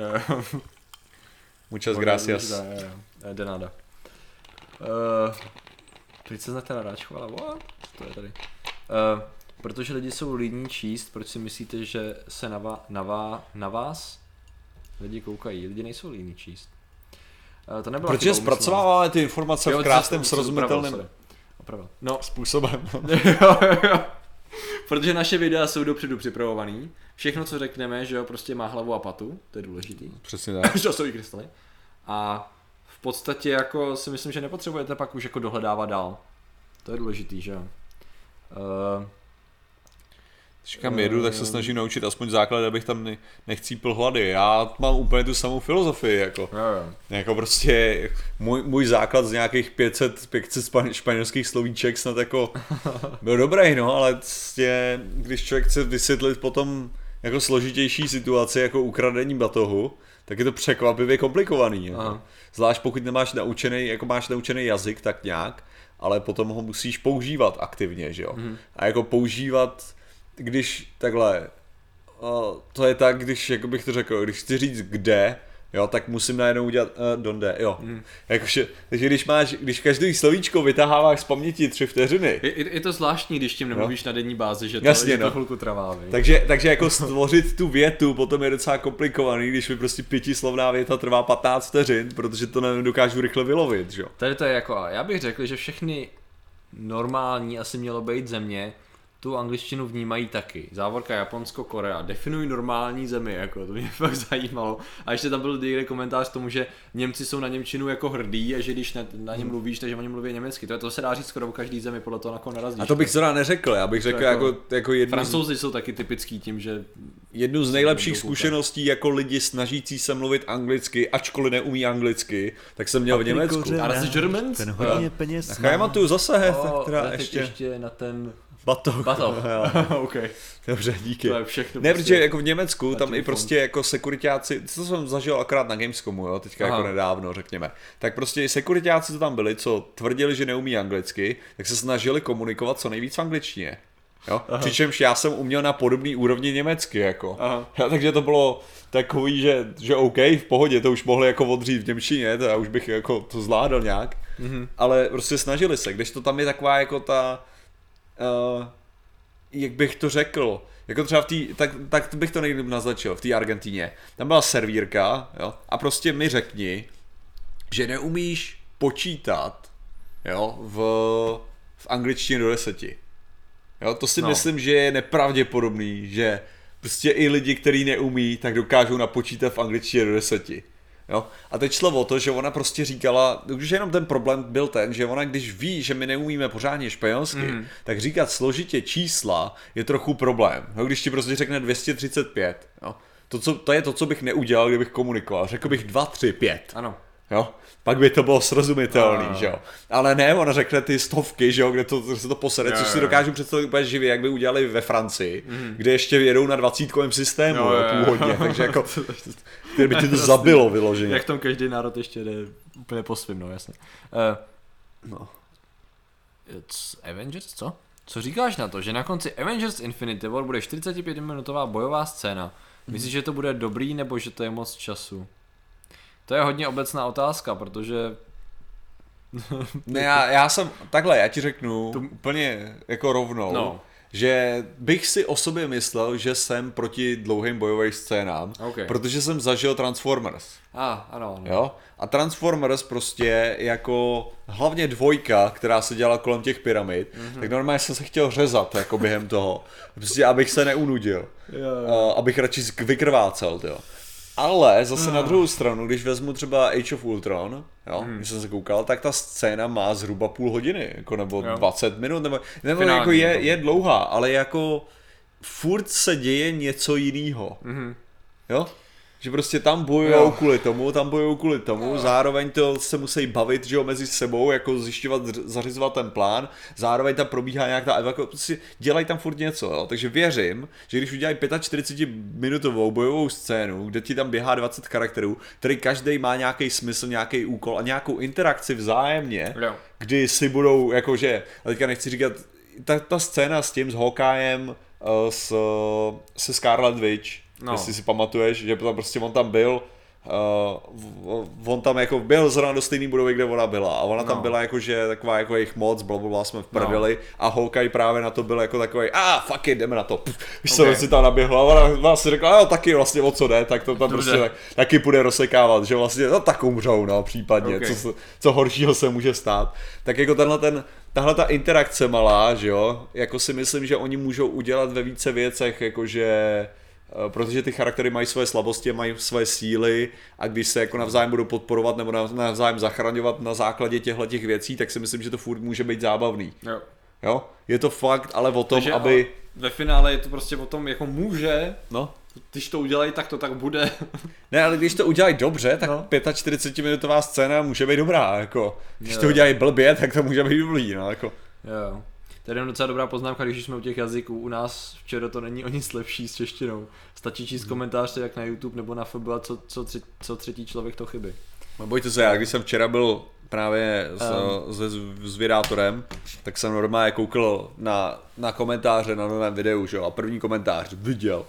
Muchas gracias. De nada. Princezna teda ráčku, ale what? To je tady. Protože lidi jsou líní číst, proč si myslíte, že se na vás lidi koukají? Lidi nejsou líní číst. To nebyla protože zpracováváme ty informace v krásném srozumitelném způsobem. Jo. Protože naše videa jsou dopředu připravovaný. Všechno, co řekneme, že jo, prostě má hlavu a patu, to je důležitý. Přesně tak. Časový krystaly. A v podstatě jako si myslím, že nepotřebujete pak už jako dohledávat dál. To je důležitý, že jo. Když kam jedu, tak se snažím naučit aspoň základ, abych tam nechcípl hlady. Já mám úplně tu samou filozofii, jako prostě můj základ z nějakých 500 španělských slovíček snad jako byl dobrý, no, ale prostě, když člověk chce vysvětlit potom jako složitější situaci, jako ukradení batohu, tak je to překvapivě komplikovaný. Jako. Zvlášť pokud máš naučený jazyk tak nějak, ale potom ho musíš používat aktivně, že jo. A jako používat, když takhle, to je tak, když, jak bych to řekl, když chci říct kde, jo, tak musím najednou udělat donde, jo. Jakože, takže když každý slovíčko vytaháváš z paměti 3 vteřiny. Je to zvláštní, když tím nemluvíš na denní bázi, že to, jasně, to chvilku trvá. Takže jako stvořit tu větu potom je docela komplikovaný, když mi prostě 5slovná věta trvá 15 vteřin, protože to nedokážu rychle vylovit, že jo. Tady to je jako, já bych řekl, že všechny normální asi mělo být země, tu angličtinu vnímají taky. Závorka Japonsko, Korea. Definuj normální zemi, jako to mě fakt zajímalo. A ještě tam byl někde komentář k tomu, že Němci jsou na němčinu jako hrdí a že když na ně mluvíš, takže oni mluví německy. To se dá říct skoro o každý zemi, podle toho nakonec narazíš. A to bych zrovna neřekl, já bych řekl jako jednu Francouzi jsou taky typický tím, že jednu z nejlepších zkušeností jako lidi snažící se mluvit anglicky, ačkoliv neumí anglicky, tak jsem měl v Německu. A das Germans? Ten hodně peněz Já mám tu zase, která ještě na ten batoh. Okay. Dobře, díky. To je všechno. Ne, protože jako v Německu tam i prostě jako sekuritáci, to jsem zažil akorát na Gamescomu, jo, teďka jako nedávno, řekněme. Tak prostě i sekuritáci to tam byli, co tvrdili, že neumí anglicky, tak se snažili komunikovat co nejvíc v angličtině. Jo? Přičemž já jsem uměl na podobný úrovni německy, jako. Ja, takže to bylo takový, že OK, v pohodě, to už mohli jako odřít v němčině, to já už bych jako to zvládl nějak, ale prostě snažili se, když to tam je taková jako ta, jak bych to řekl, jako třeba tak bych to někdy naznačil, v té Argentíně, tam byla servírka, jo, a prostě mi řekni, že neumíš počítat, jo, v angličtině do 10. Jo, to si myslím, že je nepravděpodobný, že prostě i lidi, kteří neumí, tak dokážou napočítat v angličtině do 10. Jo? A teď šlo o to, že ona prostě říkala, už jenom ten problém byl ten, že ona když ví, že my neumíme pořádně španělsky, tak říkat složitě čísla je trochu problém. Jo? Když ti prostě řekne 235, jo? To je to, co bych neudělal, kdybych komunikoval. Řekl bych 2, 3, 5. Ano. Jo? Pak by to bylo srozumitelný, že jo. Ale ne, ona řekne ty stovky, že jo, kde se to posede, což si dokážu představit úplně živě, jak by udělali ve Francii, kde ještě jedou na 20kovém systému, původně, takže jako, který by ti to zabilo vyloženě. Jak tom každý národ ještě jde úplně po svým, no jasně. Avengers, co? Co říkáš na to, že na konci Avengers Infinity War bude 45-minutová bojová scéna? Myslíš, že to bude dobrý, nebo že to je moc času? To je hodně obecná otázka, protože... Ne, já jsem, takhle, já ti řeknu úplně jako rovnou, že bych si o sobě myslel, že jsem proti dlouhým bojovým scénám, protože jsem zažil Transformers. Ano. Jo? A Transformers prostě jako hlavně 2, která se dělala kolem těch pyramid, tak normálně jsem se chtěl řezat jako během toho, prostě abych se neunudil, abych radši vykrvácel, jo. Ale zase na druhou stranu, když vezmu třeba Age of Ultron, jo, když jsem se koukal, tak ta scéna má zhruba půl hodiny, jako nebo 20 minut, nebo jako je dlouhá, ale jako furt se děje něco jiného, jo? Že prostě tam bojujou kvůli tomu, zároveň to se musí bavit, že jo, mezi sebou, jako zjišťovat, zařizovat ten plán, zároveň tam probíhá nějak ta evakuace, prostě dělají tam furt něco, jo, takže věřím, že když udělají 45-minutovou bojovou scénu, kde ti tam běhá 20 charakterů, který každý má nějaký smysl, nějaký úkol a nějakou interakci vzájemně, kdy si budou, jakože, a teďka nechci říkat, ta scéna s tím, s Hawkeyem, se Scarlet Witch, jestli si pamatuješ, že tam prostě on tam byl, on tam jako byl zrovna do stejný budovy, kde ona byla a ona tam byla jakože taková jako jejich moc, blablabla, jsme v prdeli a Hawkeye právě na to byl jako takovej, fuck it, jdeme na to, víš co, si tam naběhla a ona si řekla, jo taky vlastně o co jde, tak to tam prostě taky půjde rozsekávat, že vlastně, no tak umřou, no případně, co horšího se může stát, tak jako tahle ta interakce malá, že jo, jako si myslím, že oni můžou udělat ve více věcech, jakože protože ty charaktery mají svoje slabosti, mají svoje síly a když se jako navzájem budou podporovat nebo navzájem zachraňovat na základě těchto věcí, tak si myslím, že to furt může být zábavný. Jo? Je to fakt, ale o tom, takže aby... Ve finále je to prostě o tom, jako může, když to udělají, tak to tak bude. Ne, ale když to udělají dobře, tak 45-minutová scéna může být dobrá, jako. Když to udělají blbě, tak to může být dobrý, no, jako. Jo. Tady je docela dobrá poznámka, když jsme u těch jazyků. U nás včera to není o nic lepší s češtinou. Stačí číst komentáře jak na YouTube nebo na FB, co třetí člověk to chybí. Bojte se, já když jsem včera byl právě s vydátorem, tak jsem normálně koukal na komentáře na novém videu, že jo, a první komentář viděl.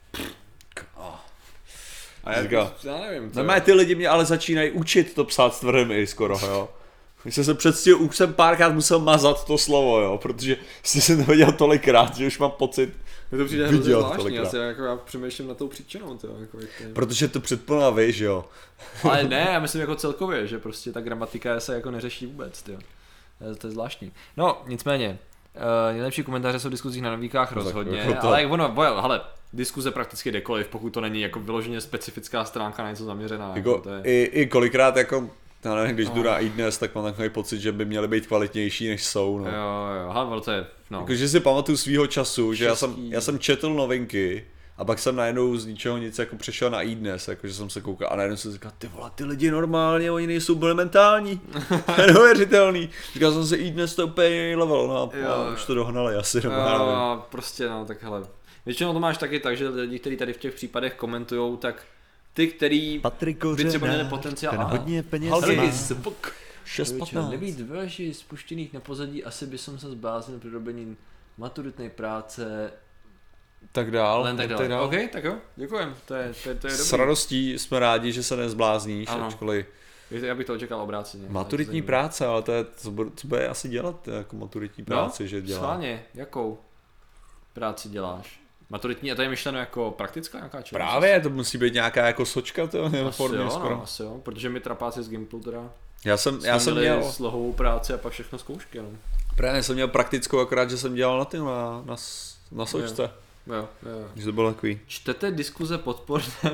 A já nevím. Normálně ty lidi mě ale začínají učit to psát s tvrdým i skoro, jo. Už jsem párkrát musel mazat to slovo, jo, protože jsem to viděl tolikrát, že už mám pocit, mě to přijde hrozně zvláštní, já přemýšlím na tou příčinou, protože to předponávíš, jo. Ale ne, já myslím jako celkově, že prostě ta gramatika se jako neřeší vůbec, tyjo. To je zvláštní. No, nicméně, nejlepší komentáře jsou v diskuzích na novíkách rozhodně, jako ale hele, diskuze prakticky kdekoliv, pokud to není jako vyloženě specifická stránka na něco zaměřená. Jako, to je... i kolikrát jako, já nevím, když jdu na iDnes, tak mám takový pocit, že by měly být kvalitnější, než jsou. No. Jo, to je, no. Jako, že si pamatuju svýho času, že já jsem četl novinky a pak jsem najednou z ničeho nic jako přešel na iDnes, jakože jsem se koukal a najednou jsem říkal, ty vole, ty lidi normálně, oni nejsou byli mentální, to je neuvěřitelný. Říkal jsem si, iDnes to je úplně jiný level, no a už to dohnali asi, no, prostě no, tak hele. Většinou to máš taky tak, že lidi, kteří tady v těch případech komentujou, tak ty, který by třeba měli potenciál. Ten hodně peněz má. 6.15. Nebýt veši spuštěných na pozadí, asi by som se zbláznil při robení maturitní práce. Tak dál. Len tak dál. OK, tak jo, děkujem. To je dobrý. S radostí jsme rádi, že se nezblázníš, ačkoliv. Já bych to očekal obráceně. Maturitní práce, ale to je, co bude asi dělat jako maturitní práci, že dělá. Schválně, jakou práci děláš? Maturitní, a to je myšleno jako praktická nějaká činnost? Právě, to musí být nějaká jako sočka, to je formě skoro. No, asi jo, protože my trapáci z Gimplu teda já jsem měl slohovou práci a pak všechno zkoušky, no. Právě jsem měl praktickou, akorát, že jsem dělal na sočce. Jo. Že to bylo takový. Čtete diskuze podporné?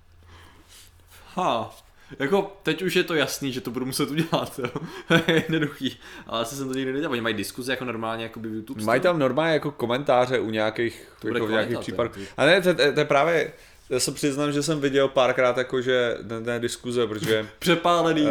Jako teď už je to jasný, že to budu muset udělat, jo. Jednoduchý, ale asi jsem to nikdy nedělal. Oni mají diskuze jako normálně jako by v YouTube. Mají tam normálně jako komentáře u nějakých, jako v nějakých případech. A ne, to je právě, já se přiznám, že jsem viděl párkrát jako, že ne diskuze, protože... Přepálený,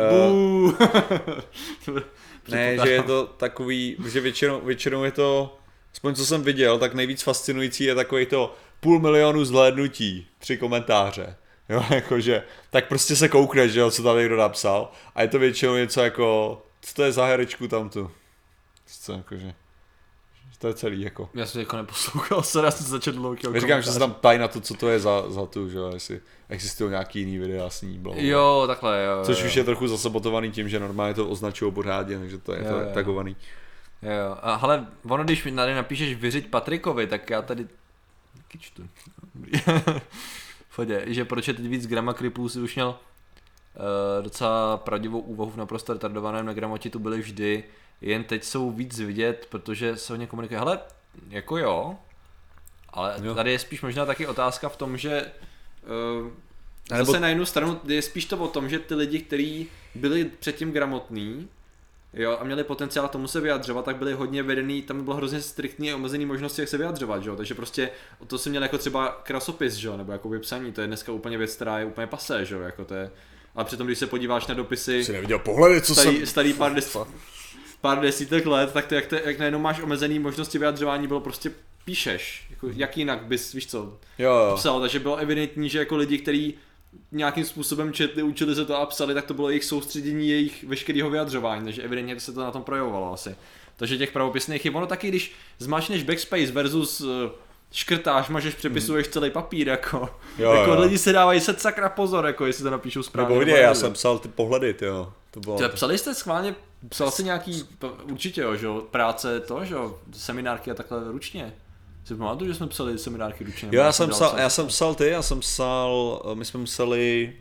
Ne, že je to takový, že většinou je to, aspoň co jsem viděl, tak nejvíc fascinující je takový to 500 000 zhlédnutí, 3 komentáře. Jo, jakože, tak prostě se koukneš, že jo, co tam někdo napsal a je to většinou něco jako, co to je za herečku tamtu, co jakože, to je celý jako. Já jsem jako neposlouchal, já jsem začal dlouhý. Říkám, že se tam ptají na to, co to je za tu, že jo, jestli existují nějaký jiný videa s ní, blablabla. Jo, takhle, jo. Což už je trochu zasabotovaný tím, že normálně to označují pořádně, takže to je tagovaný. Jo, a hele, ono když mi tady napíšeš vyřiď Patrikovi, tak já tady čtu. Fodě, že proč je teď víc Grama Creepů, si už měl docela pravdivou úvahu v naprosto retardovaném Negramoti tu byly vždy, jen teď jsou víc vidět, protože se hodně komunikuje. Hele, jako jo, ale tady je spíš možná taky otázka v tom, že zase na jednu stranu je spíš to o tom, že ty lidi, kteří byli předtím gramotní, jo, a měli potenciál tomu se vyjadřovat, tak byli hodně vedený, tam bylo hrozně striktní a omezený možnosti, jak se vyjadřovat, jo, takže prostě to si měl jako třeba krasopis, jo, nebo jako vypsaní, to je dneska úplně věc, která je úplně pasé, jo, jako to je, ale přitom když se podíváš na dopisy, jsi neviděl pohledy, co starý pár desítek let, tak to jak najednou máš omezený možnosti vyjadřování, bylo prostě píšeš, jako jak jinak bys, víš co, psal, takže bylo evidentní, že jako lidi, kteří nějakým způsobem četli, učili se to a psali, tak to bylo jejich soustředění, jejich veškerého vyjadřování, takže evidentně se to na tom projevovalo asi. Takže těch pravopisných chyb, ono taky, když zmáčneš backspace versus škrtáš, mažeš, přepisuješ celý papír, jako lidi se dávají sakra pozor, jako jestli to napíšou správně. Nebo já jsem psal ty pohledy, jo. To bylo... Psali jste schválně, psal jsi nějaký, určitě jo, že práce to, že seminárky a takhle ručně. Si pamatuju, že jsme psali seminárky ručně. Jo, já jsem psal, my jsme museli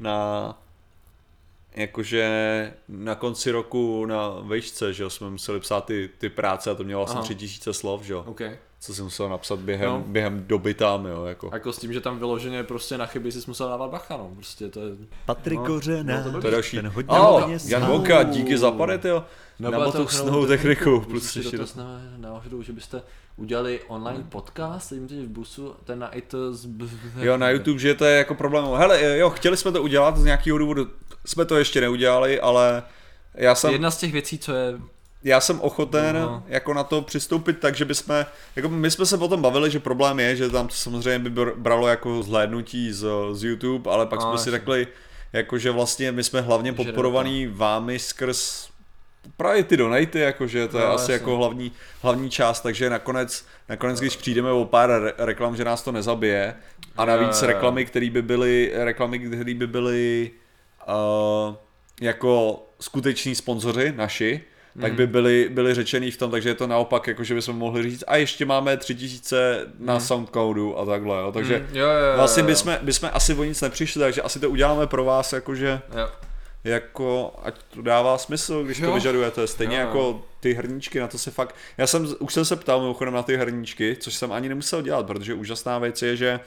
jakože na konci roku na vejšce, že jo, jsme museli psát ty práce a to mělo vlastně 3000 slov, že jo. Okay. Co jsem musel napsat během doby tam, jo, jako. Jako s tím, že tam vyloženě prostě na chyby jsi musel dávat bacha, no, prostě to je... Patrik Kořená, to je další. ten hodně Jan Vonka, díky za padet, jo. Na botoxnovou techniku, plus ještě dotaz náhodou, že byste udělali online podcast, jim v busu, ten na Jo, na YouTube, že to je jako problém. Hele, jo, chtěli jsme to udělat, z nějakého důvodu jsme to ještě neudělali, ale já jsem... Jedna z těch věcí, co je... Já jsem ochoten jako na to přistoupit tak, že bychom, jako my jsme se potom bavili, že problém je, že tam to samozřejmě by bralo jako zhlédnutí z YouTube, ale pak jsme si řekli, jako že vlastně my jsme hlavně podporovaný vámi skrz právě ty donaty, jakože to je asi jako hlavní část, takže nakonec když přijdeme o pár reklam, že nás to nezabije a navíc reklamy, které by byly jako skuteční sponzoři naši, tak by byli řečený v tom, takže je to naopak, jakože bychom mohli říct a ještě máme 3000 na Soundcloudu a takhle, jo. Takže vlastně bychom asi o nic nepřišli, takže asi to uděláme pro vás, jakože jako ať to dává smysl, když to vyžadujete, stejně jako ty hrníčky, na to se fakt, už jsem se ptal mimochodem na ty hrníčky, což jsem ani nemusel dělat, protože úžasná věc je, že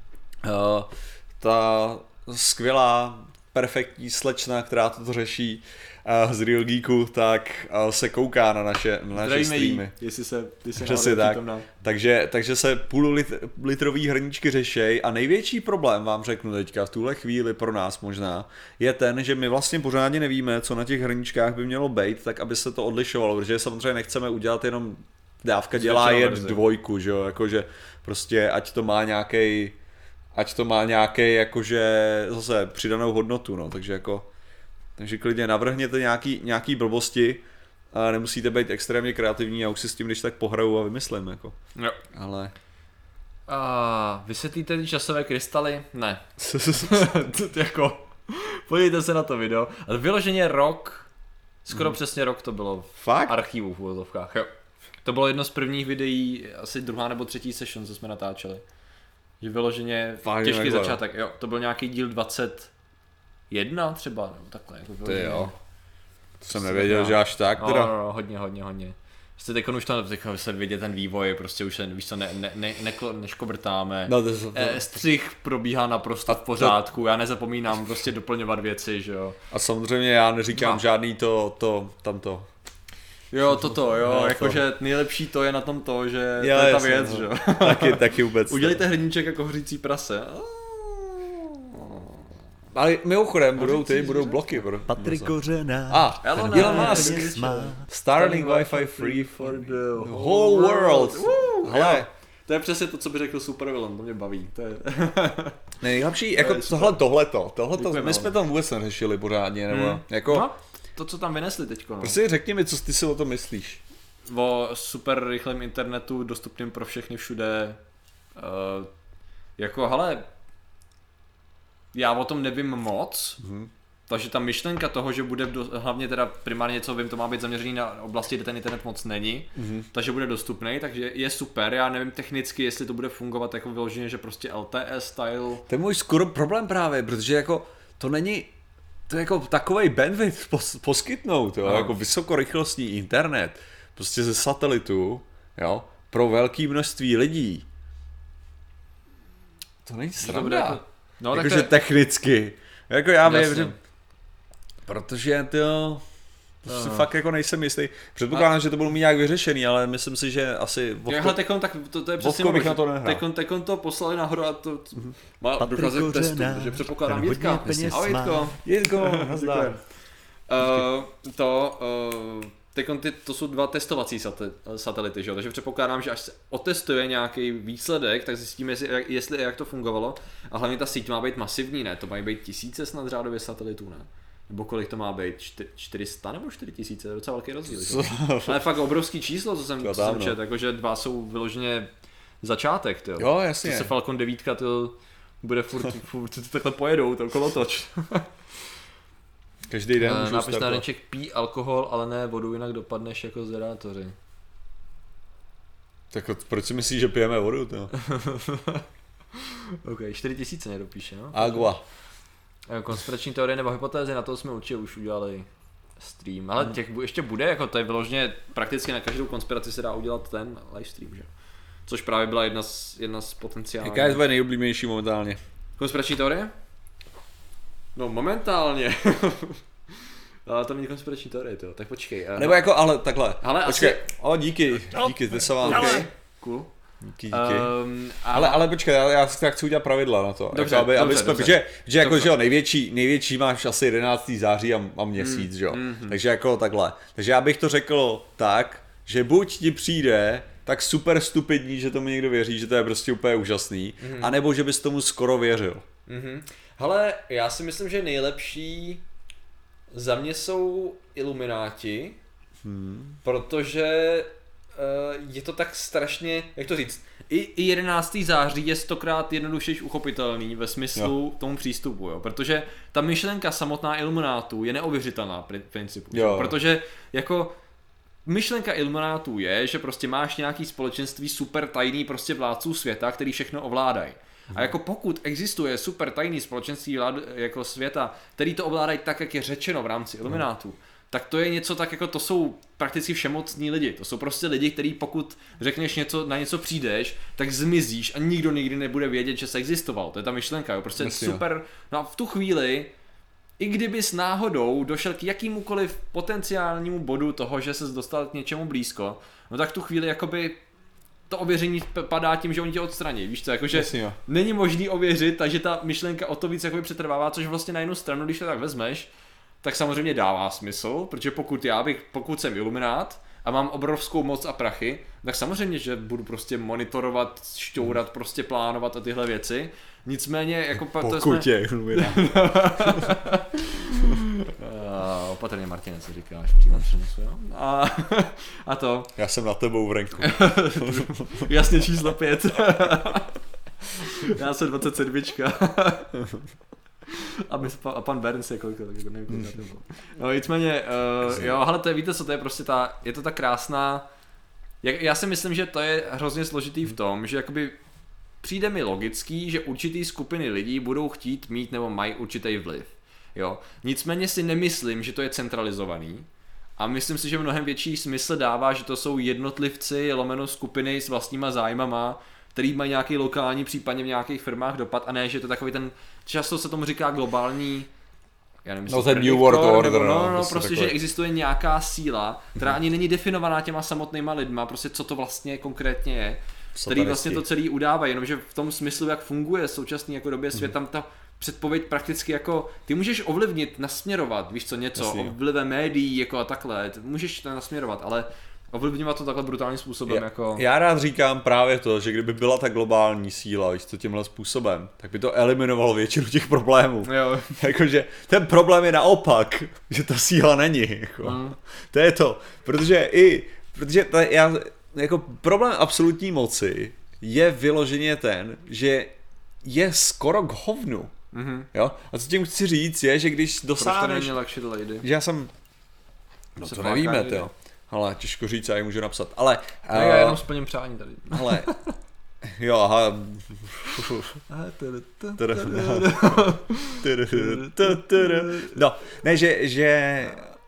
ta skvělá, perfektní slečna, která to řeší z Real Geeku, tak se kouká na naše streamy. Jestli se přesně tak. Takže se půllitrový hrníčky řešej a největší problém, vám řeknu teďka v tuhle chvíli pro nás možná, je ten, že my vlastně pořádně nevíme, co na těch hrníčkách by mělo být, tak aby se to odlišovalo, protože samozřejmě nechceme udělat jenom dávka dělá jet dvojku, že jo, jakože prostě ať to má nějaký jakože zase přidanou hodnotu, no, takže klidně navrhněte nějaký blbosti a nemusíte být extrémně kreativní, já už si s tím když tak pohraju a vymyslím, jako. Jo. Ale... Vysvětlíte ty časové krystaly? Ne. Jako, podívejte se na to video. A vyloženě rok, skoro přesně rok to bylo v archivu v uvozovkách, jo. To bylo jedno z prvních videí, asi 2. nebo 3. session, co jsme natáčeli. Že vyloženě těžký začátek, jo. To byl nějaký díl 21 třeba, nebo takhle. Jako ty jo. To jsem nevěděl, že až tak teda. No, hodně. Prostě teď už tam se vidět ten vývoj, prostě už se, víš co, neškobrtáme. No, střih probíhá naprosto v pořádku, já nezapomínám prostě doplňovat věci, že jo. A samozřejmě já neříkám žádný tamto. Jo, jo, jakože nejlepší to je na tom to, že to je ta věc, že jo. Taky vůbec. Udělejte hrníček jako hořící prase. Ale mimochodem budou bloky. Patrik Kořenář. Elon Musk. Starlink Wi-Fi free for the whole world. Hele. To je přesně to, co by řekl Supervillain, to mě baví. To je... Nejlepší, jako tohleto. My jsme tam vůbec neřešili pořádně, nebo jako... No, to, co tam vynesli teďko. No. Prostě řekni mi, co ty si o tom myslíš. O super rychlém internetu, dostupným pro všechny všude. Jako, hele... Já o tom nevím moc, takže ta myšlenka toho, že bude hlavně teda primárně něco vím, to má být zaměřený na oblasti, kde ten internet moc není, takže bude dostupný, takže je super, já nevím technicky, jestli to bude fungovat jako vyloženě, že prostě LTE style. To je můj skoro problém právě, protože jako to není, to je jako takovej bandwidth poskytnout, jo, jako vysokorychlostní internet, prostě ze satelitu, jo, pro velké množství lidí. To není sranda. No, jakože technicky. Jako já vím, že... Protože to si fakt jako nejsem jistý. Předpokládám, že to budou mít nějak vyřešený, ale myslím si, že asi... To je přesně tekon to poslali nahoru a to má docházet k testu, protože předpokládám Jitka. Jitko, nazdar. To jsou 2 testovací satelity, že? Takže předpokládám, že až se otestuje nějaký výsledek, tak zjistíme, jestli jak to fungovalo. A hlavně ta síť má být masivní, ne? To mají být 1000 snad řádově satelitů, ne? Nebo kolik to má být? 400 nebo 4000? To je docela velký rozdíl. Ale fakt obrovský číslo, co jsem četl, jakože 2 jsou vyloženě začátek, tyjo. Jo, jasně. To se Falcon 9 bude furt takhle pojedou, to kolotoč. Každý den můžu nápis na hrníček pí alkohol, ale ne vodu, jinak dopadneš jako zerátoři. Tak proč si myslíš, že pijeme vodu? To? OK, 4000 nedopíše, no? Agua. Konspirační teorie nebo hypotézy, na to jsme určitě už udělali stream. Ale těch ještě bude, jako to je vyloženě prakticky na každou konspiraci se dá udělat ten livestream, že? Což právě byla jedna z potenciálních. Jaká je tvoje nejoblíbenější momentálně? Konspirační teorie? No momentálně. Ale to není konspirační teorie, to. Tak počkej. Nebo jako, ale takhle. Ale počkej. Díky, ty se vám. Okay. Cool. Díky. Ale počkej, já chci udělat pravidla na to. Dobře, jako, aby jsme, dobře. Že jako, že jo, největší máš asi 11. září a měsíc, že jo. Takže jako takhle. Takže já bych to řekl tak, že buď ti přijde tak super stupidní, že tomu někdo věří, že to je prostě úplně úžasný, anebo že bys tomu skoro věřil. Hele, já si myslím, že nejlepší za mě jsou Ilumináti, protože je to tak strašně, jak to říct, i 11. září je 100krát jednodušeji uchopitelný ve smyslu tomu přístupu, jo? Protože ta myšlenka samotná Iluminátů je neověřitelná v principu, protože jako myšlenka Iluminátů je, že prostě máš nějaký společenství super tajný prostě vládců světa, který všechno ovládají. A jako pokud existuje super tajný společenství jako světa, který to ovládají tak, jak je řečeno v rámci Iluminátů, tak to je něco tak jako, to jsou prakticky všemocní lidi. To jsou prostě lidi, kteří pokud řekneš něco, na něco přijdeš, tak zmizíš a nikdo nikdy nebude vědět, že jsi existoval. To je ta myšlenka, jo. Prostě super. No a v tu chvíli, i kdybys náhodou došel k jakýmukoliv potenciálnímu bodu toho, že ses dostal k něčemu blízko, no tak v tu chvíli jakoby to ověření padá tím, že oni tě odstraní, víš co, jakože není možný ověřit, takže ta myšlenka o to víc jakoby přetrvává, což vlastně na jednu stranu, když to tak vezmeš, tak samozřejmě dává smysl, protože pokud jsem iluminát a mám obrovskou moc a prachy, tak samozřejmě, že budu prostě monitorovat, šťourat, prostě plánovat a tyhle věci. Nicméně, jako pokud je iluminát. Opatrně, Martine, co říkáš, přímám přenosu, jo? A to. Já jsem na tebou v renku. Jasně, číslo 5. Já jsem 27. A pan Burns je kolik, tak jako nevím, kolik na to. No nicméně, jo, ale to je, víte co, to je prostě je to ta krásná, já si myslím, že to je hrozně složitý v tom, že jakoby přijde mi logický, že určitý skupiny lidí budou chtít mít nebo mají určitý vliv, jo. Nicméně si nemyslím, že to je centralizovaný a myslím si, že mnohem větší smysl dává, že to jsou jednotlivci, lomeno skupiny s vlastníma zájmama, který mají nějaký lokální, případně v nějakých firmách dopad, a ne, že to takový ten, často se tomu říká globální, já nevím, no ten New World Order, no prostě, takový. Že existuje nějaká síla, která ani není definovaná těma samotnýma lidma, prostě co to vlastně konkrétně je, který vlastně to celý udává, jenomže v tom smyslu, jak funguje současný jako době svět, tam ta předpověď prakticky jako, ty můžeš ovlivnit, nasměrovat, víš co, něco, vlivem médií jako a takhle, můžeš to nasměrovat, ale ovlivňovat to takhle brutálním způsobem. Jako... Já rád říkám právě to, že kdyby byla ta globální síla, víš co, tímhle způsobem, tak by to eliminovalo většinu těch problémů. Jakože ten problém je naopak, že ta síla není. Jako. To je to, protože jako problém absolutní moci je vyloženě ten, že je skoro k hovnu. Jo? A co tím chci říct je, že když dosáhneš... Že já jsem... No to nevíme, to jo. Ale těžko říct, já ji můžu napsat, ale... Já jenom splním přání tady. Ale... Jo, aha... No, ne, že...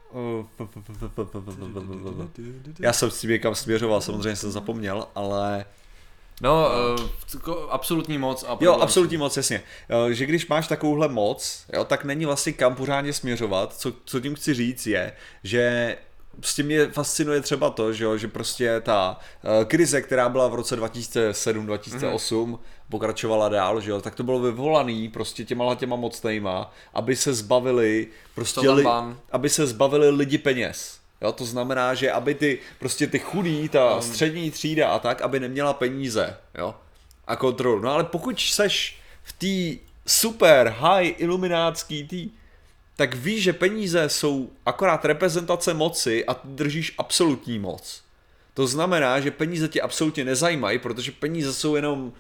Já jsem s tím někam směřoval, samozřejmě jsem zapomněl, ale... No, absolutní moc. Jo, absolutní moc, jasně. Že když máš takovouhle moc, jo, tak není vlastně kam pořádně směřovat. Co tím chci říct je, že prostě mě fascinuje třeba to, že prostě ta krize, která byla v roce 2007-2008, pokračovala dál, že jo, tak to bylo vyvolaný prostě těma mocnejma, aby se zbavili prostě aby se zbavili lidi peněz. Jo, to znamená, že aby ty chudí, ta střední třída a tak, aby neměla peníze, jo, a kontrolu. No ale pokud seš v té super high iluminátský tak víš, že peníze jsou akorát reprezentace moci a ty držíš absolutní moc. To znamená, že peníze tě absolutně nezajímají, protože peníze jsou jenom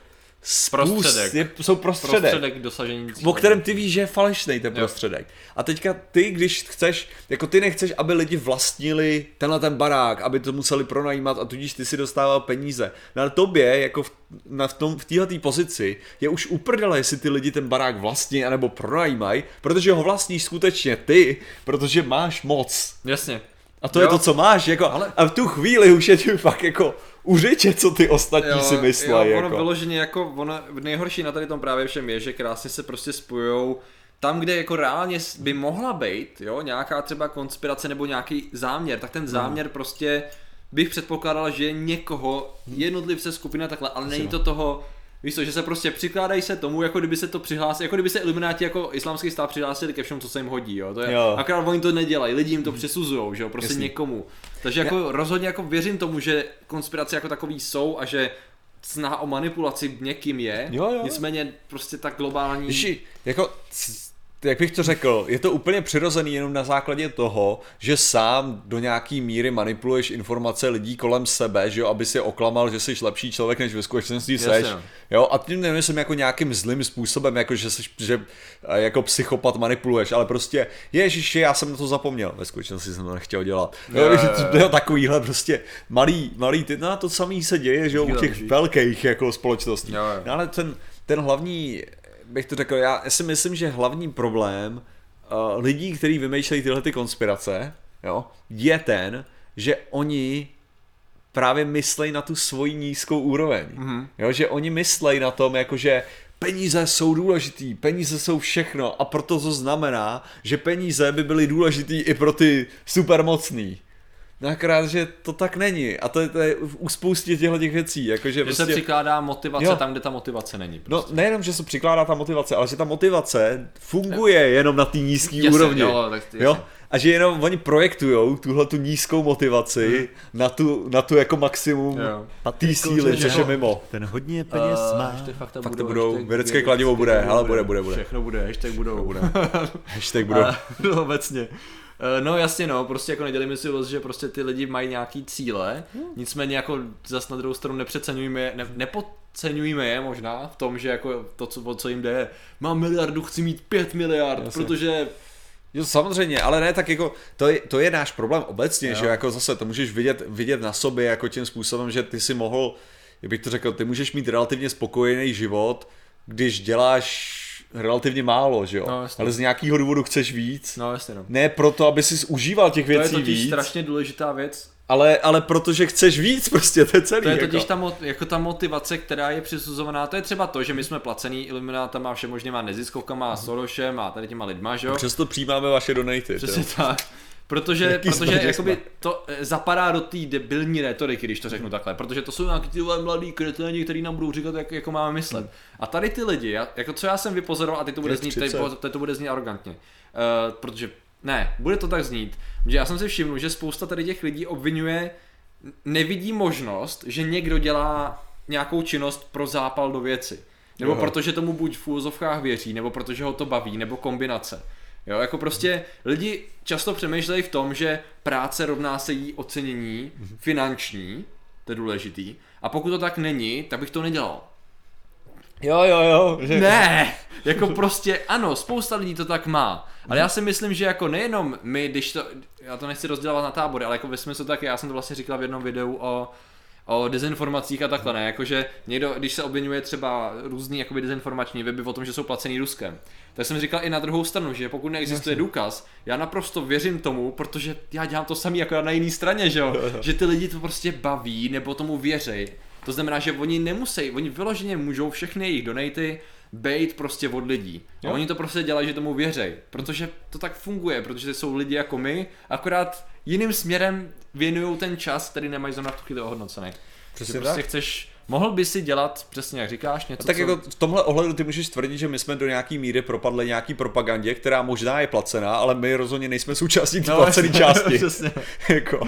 jsou prostředek dosažení cíle. O kterém ty víš, že je falešnej ten prostředek. A teďka ty, když chceš, jako ty nechceš, aby lidi vlastnili ten barák, aby to museli pronajímat a tudíž ty si dostával peníze. No ale tobě, jako v téhletý pozici, je už uprdele, jestli ty lidi ten barák vlastní anebo pronajímají, protože ho vlastníš skutečně ty, protože máš moc. Jasně. A to je to, co máš, jako, a v tu chvíli už je ti fakt jako uřiče, co ty ostatní si myslejí. Ono vyloženě jako, nejhorší na tady tom právě všem je, že krásně se prostě spojujou tam, kde jako reálně by mohla být, jo, nějaká třeba konspirace nebo nějaký záměr, tak ten záměr prostě bych předpokládal, že je někoho, jednotlivce, skupina takhle, ale není to toho, víš co, že se prostě přikládají se tomu, jako kdyby se to přihlásili, jako kdyby se ilumináti jako islámský stát přihlásili ke všemu, co se jim hodí, jo, to je, akorát oni to nedělají, lidi jim to přisuzujou, že jo, prostě někomu. Takže jako rozhodně jako věřím tomu, že konspirace jako takový jsou a že snaha o manipulaci někým je, nicméně prostě tak globální... Víš, jako... Jak bych to řekl, je to úplně přirozený jenom na základě toho, že sám do nějaký míry manipuluješ informace lidí kolem sebe, že jo, aby si oklamal, že jsi lepší člověk, než ve skutečnosti seš. Jo, a tím nemyslím jako nějakým zlým způsobem, jako že jako psychopat manipuluješ, ale prostě, ježiši, já jsem na to zapomněl, ve skutečnosti jsem to nechtěl dělat. Jo, takovýhle prostě malý, to samý se děje, že jo, u těch velkých jako společností. No, ale ten hlavní, bych to řekl, já si myslím, že hlavní problém lidí, kteří vymýšlejí tyhle ty konspirace, jo, je ten, že oni právě myslejí na tu svoji nízkou úroveň. Jo, že oni myslejí na tom, jakože peníze jsou důležitý, peníze jsou všechno a proto to znamená, že peníze by byly důležitý i pro ty supermocný. Nakrát, že to tak není a to je u spoustě těchto těch věcí. Jakože že prostě... se přikládá motivace tam, kde ta motivace není. Prostě. No nejenom, že se přikládá ta motivace, ale že ta motivace funguje jenom na té nízké úrovni. Jo? A že jenom oni projektujou tuhle tu nízkou motivaci na tu jako maximum té síly, což je mimo. Ten hodně peněz má. Fakt to budou, vědecké kladivo bude, ale bude. Všechno bude, hashtag budou. Hashtag budou. No obecně. No jasně no, prostě jako nedělíme si že prostě ty lidi mají nějaký cíle, nicméně jako zas na druhou stranu nepodceňujme je možná v tom, že jako to, o co jim jde, mám miliardu, chci mít 5 miliard, jasně. Protože... Jo, samozřejmě, ale ne, tak jako to je náš problém obecně, jo. Že jako zase to můžeš vidět na sobě jako tím způsobem, že ty si mohl, jak bych to řekl, ty můžeš mít relativně spokojený život, když děláš relativně málo, že jo? No, ale z nějakého důvodu chceš víc. No, jasně, no. Ne proto, aby jsi užíval těch věcí víc. To je totiž strašně důležitá věc. Ale protože chceš víc, prostě to je celý. To je totiž ta motivace, která je přisuzovaná. To je třeba to, že my jsme placený iluminátama, všemožněma neziskovkama, Sorosem a tady těma lidma, že jo? Přesto přijímáme vaše donaty. Přesně tak. Protože jakoby to zapadá do té debilní rétoriky, když to řeknu takhle, protože to jsou nějaký tyhle mladý kreténi, který nám budou říkat, jak jako máme myslet. A tady ty lidi, jako co já jsem vypozoroval, a teď to bude znít arrogantně, protože ne, bude to tak znít, že já jsem si všiml, že spousta tady těch lidí obvinuje, nevidí možnost, že někdo dělá nějakou činnost pro zápal do věci. Nebo protože tomu buď v úvozovkách věří, nebo protože ho to baví, nebo kombinace. Jo, jako prostě lidi často přemýšlejí v tom, že práce rovná se jí ocenění finanční, to je důležitý, a pokud to tak není, tak bych to nedělal. Jo. Že... Ne, jako prostě ano, spousta lidí to tak má, ale já si myslím, že jako nejenom my, já to nechci rozdělovat na tábory, ale jako ve smyslu tak, já jsem to vlastně říkal v jednom videu o dezinformacích a takhle, ne, jakože někdo, když se obvinuje třeba různý jakoby dezinformační weby o tom, že jsou placený Ruskem, tak jsem říkal i na druhou stranu, že pokud neexistuje důkaz, já naprosto věřím tomu, protože já dělám to samý jako na jiné straně, že jo, že ty lidi to prostě baví nebo tomu věří. To znamená, že oni vyloženě můžou všechny jejich donaty bejt prostě od lidí. A oni to prostě dělají, že tomu věří, protože to tak funguje, protože jsou lidi jako my, akorát jiným směrem věnují ten čas, který nemají zrovna v tu chvíli ohodnocený. Přesně prostě mohl by si dělat, přesně jak říkáš, něco, tak jako v tomhle ohledu ty můžeš tvrdit, že my jsme do nějaký míry propadli nějaký propagandě, která možná je placená, ale my rozhodně nejsme součástí té placené části. Přesně. Jako.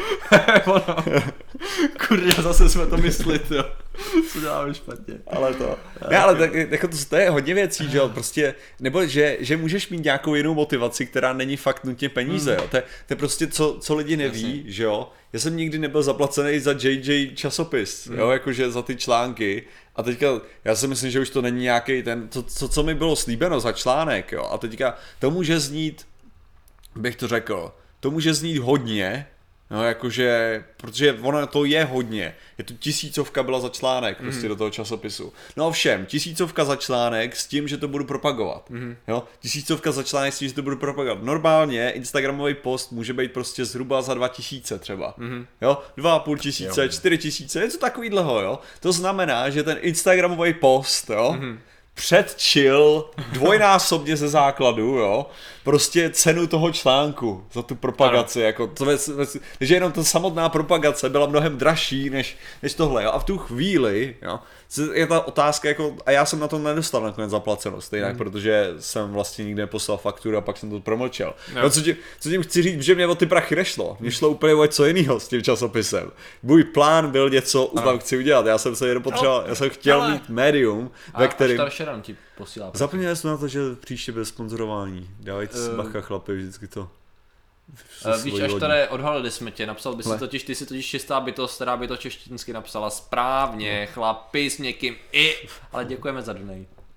Kurňa, zase jsme to myslit, jo. Co děláme špatně. Ale tak jako to je hodně věcí, že jo, prostě, nebo že můžeš mít nějakou jinou motivaci, která není fakt nutně peníze, jo. To je prostě co lidi neví, že jo. Já jsem nikdy nebyl zaplacený za JJ časopis, jo, jakože za ty články. A teďka, já si myslím, že už to není nějaký ten, co mi bylo slíbeno za článek, jo. A teďka to může znít, bych to řekl, to může znít hodně, no jakože, protože ono to je hodně, je to 1000 byla za článek prostě do toho časopisu. No ovšem, 1000 za článek s tím, že to budu propagovat, jo, 1000 za článek s tím, že to budu propagovat. Normálně Instagramový post může být prostě zhruba za 2000 třeba, jo, 2500, 4000, něco takovýhleho, jo. To znamená, že ten Instagramový post, jo, předčil dvojnásobně ze základu, jo, prostě cenu toho článku za tu propagaci, jako že jenom ta samotná propagace byla mnohem dražší než tohle, jo, a v tu chvíli, jo, je ta otázka, jako, a já jsem na to nedostal nakonec zaplaceno stejně, protože jsem vlastně nikdy neposlal fakturu a pak jsem to promlčel. No, co tím chci říct, že mě o ty prachy nešlo, mě šlo úplně o co jiného s tím časopisem. Můj plán byl něco, tam chci udělat, já jsem se jenom potřeboval, já jsem chtěl mít médium, ve kterém... Zapomněli jsme na to, že příště bez sponzorování, dávajte si bacha chlapi, vždycky to... Víš, až tady odhalili jsme tě, napsal by si totiž, ty jsi totiž čistá bytost, která by to češtinsky napsala správně, chlapi s někým ale děkujeme za donate.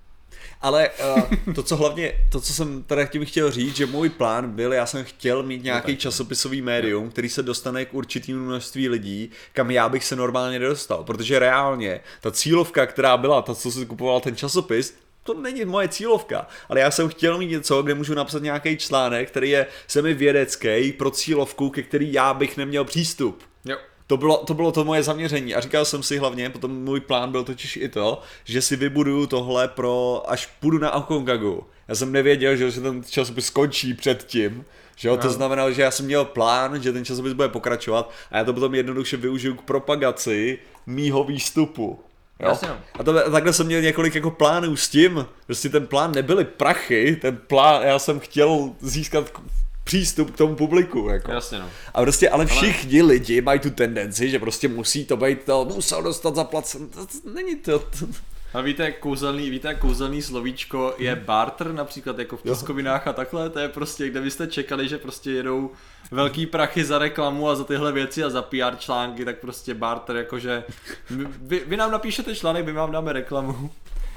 Ale to, co jsem teda tím chtěl říct, že můj plán byl, já jsem chtěl mít nějaký časopisový médium, který se dostane k určitému množství lidí, kam já bych se normálně nedostal, protože reálně ta cílovka, která byla, ta, co si kupoval ten časopis, to není moje cílovka, ale já jsem chtěl mít něco, kde můžu napsat nějaký článek, který je semi-vědecký pro cílovku, ke který já bych neměl přístup. Jo. To bylo to moje zaměření a říkal jsem si hlavně, potom můj plán byl totiž i to, že si vybuduju tohle až půjdu na Akongagu. Já jsem nevěděl, že ten časopis skončí předtím, že jo? To znamenalo, že já jsem měl plán, že ten časopis bude pokračovat a já to potom jednoduše využiju k propagaci mýho výstupu. Jo? A takhle jsem měl několik jako plánů s tím, prostě ten plán nebyly prachy, ten plán, já jsem chtěl získat přístup k tomu publiku, jako. Jasně, no. A prostě, ale všichni lidi mají tu tendenci, že prostě musí to být to, musel dostat zaplacen, není to. A víte, jak kouzelný slovíčko je barter, například jako v tiskovinách a takhle, to je prostě, kde byste čekali, že prostě jedou velký prachy za reklamu a za tyhle věci a za PR články, tak prostě barter, jakože vy nám napíšete článek, my vám dáme reklamu.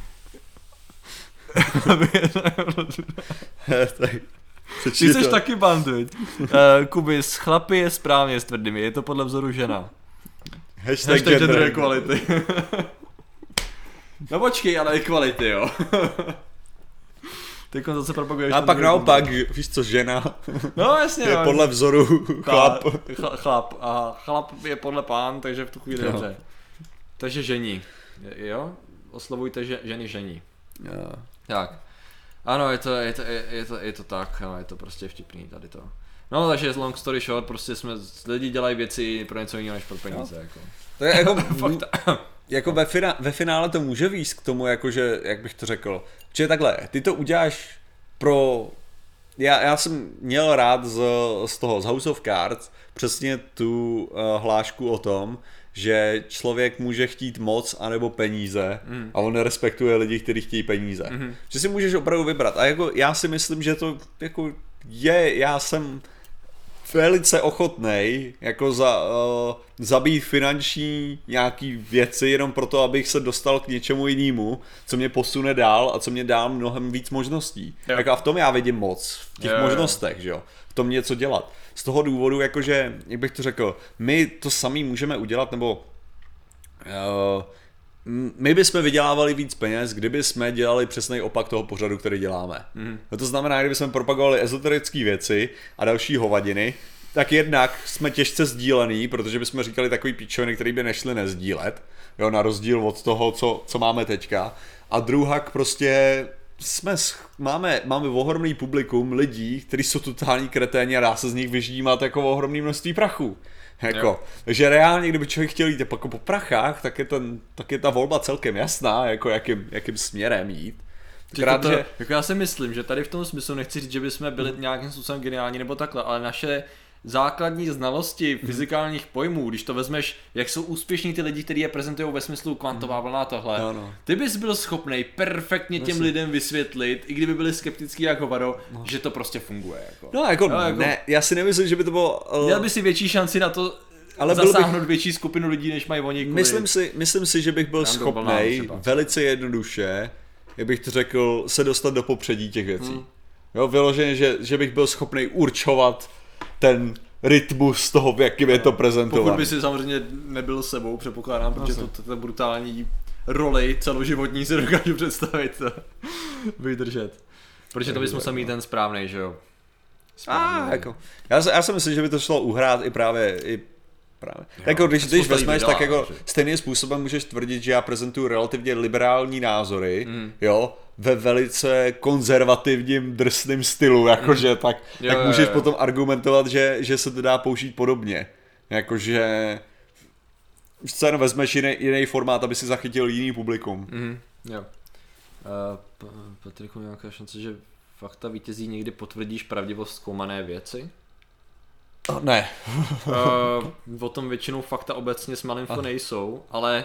Ty jsi taky banduj. Kubis, chlapi je správně s tvrdými, je to podle vzoru žena. Hashtag gender equality. No počkej, ale equality, jo. Teď zase propaguješ. A pak naopak, víš co, žena. No jasně. Je podle vzoru chlap. Chlap. A chlap je podle pán, takže v tu chvíli dobře. Takže žení. Jo? Oslovujte žení. Jo. Tak. Ano, je to tak, no, je to prostě vtipný tady to. No, takže long story short, prostě lidi dělají věci pro něco jiného než pro peníze, jako. To je jako jako ve finále to může víc k tomu, jakože, jak bych to řekl, že takhle, ty to uděláš pro, já jsem měl rád z House of Cards přesně tu hlášku o tom, že člověk může chtít moc anebo peníze a on nerespektuje lidi, kteří chtějí peníze. Že si můžeš opravdu vybrat. A jako já si myslím, že to jako já jsem velice ochotnej jako zabít finanční nějaký věci jenom proto, abych se dostal k něčemu jinému, co mě posune dál a co mě dá mnohem víc možností. Tak a v tom já vidím moc, v těch možnostech, že jo, v tom něco dělat. Z toho důvodu, jakože, jak bych to řekl, my to sami můžeme udělat, nebo my bychom vydělávali víc peněz, kdyby jsme dělali přesný opak toho pořadu, který děláme. No to znamená, kdyby jsme propagovali ezoterické věci a další hovadiny, tak jednak jsme těžce sdílený, protože bychom říkali takový píčoviny, který by nešli nezdílet, jo, na rozdíl od toho, co máme teďka. A druhak prostě máme ohromný publikum lidí, kteří jsou totální kreténi a dá se z nich vyždímat jako ohromný množství prachu. Jako, takže reálně, kdyby člověk chtěl jít jako po prachách, tak je ta volba celkem jasná, jako jakým směrem jít. Jako já si myslím, že tady v tom smyslu nechci říct, že bychom byli nějakým způsobem geniální nebo takhle, ale naše základní znalosti fyzikálních pojmů, když to vezmeš, jak jsou úspěšní ty lidi, kteří je prezentují ve smyslu kvantová vlna tohle, ty bys byl schopnej perfektně těm lidem vysvětlit, i kdyby byli skeptický jako Varo, že to prostě funguje. Jako. Ne, já si nemyslím, že by to bylo... Měl by si větší šanci na to zasáhnout větší skupinu lidí, než mají oni. Myslím si, že bych byl schopnej velice jednoduše, jak bych to řekl, se dostat do popředí těch věcí. Jo, vyloženě, že bych byl schopnej určovat ten rytmus toho, jakým je to prezentované. Pokud by si samozřejmě nebyl sebou, předpokládám, protože to brutální roli celoživotní si dokážu představit, vydržet. Protože to bychom sami ten správnej, že jo? Jako. Já si myslím, že by to šlo uhrát i právě. Jako když vezmeš, tak jako stejným způsobem můžeš tvrdit, že já prezentuju relativně liberální názory, jo, ve velice konzervativním drsným stylu, jakože tak můžeš potom argumentovat, že se to dá použít podobně. Jakože už jenom vezmeš jiný formát, aby si zachytil jiný publikum. Jo. Patriku, nějaká šance, že fakta vítězí, někdy potvrdíš pravdivost zkoumané věci? Ne. O tom většinou fakta obecně s malým info nejsou, ale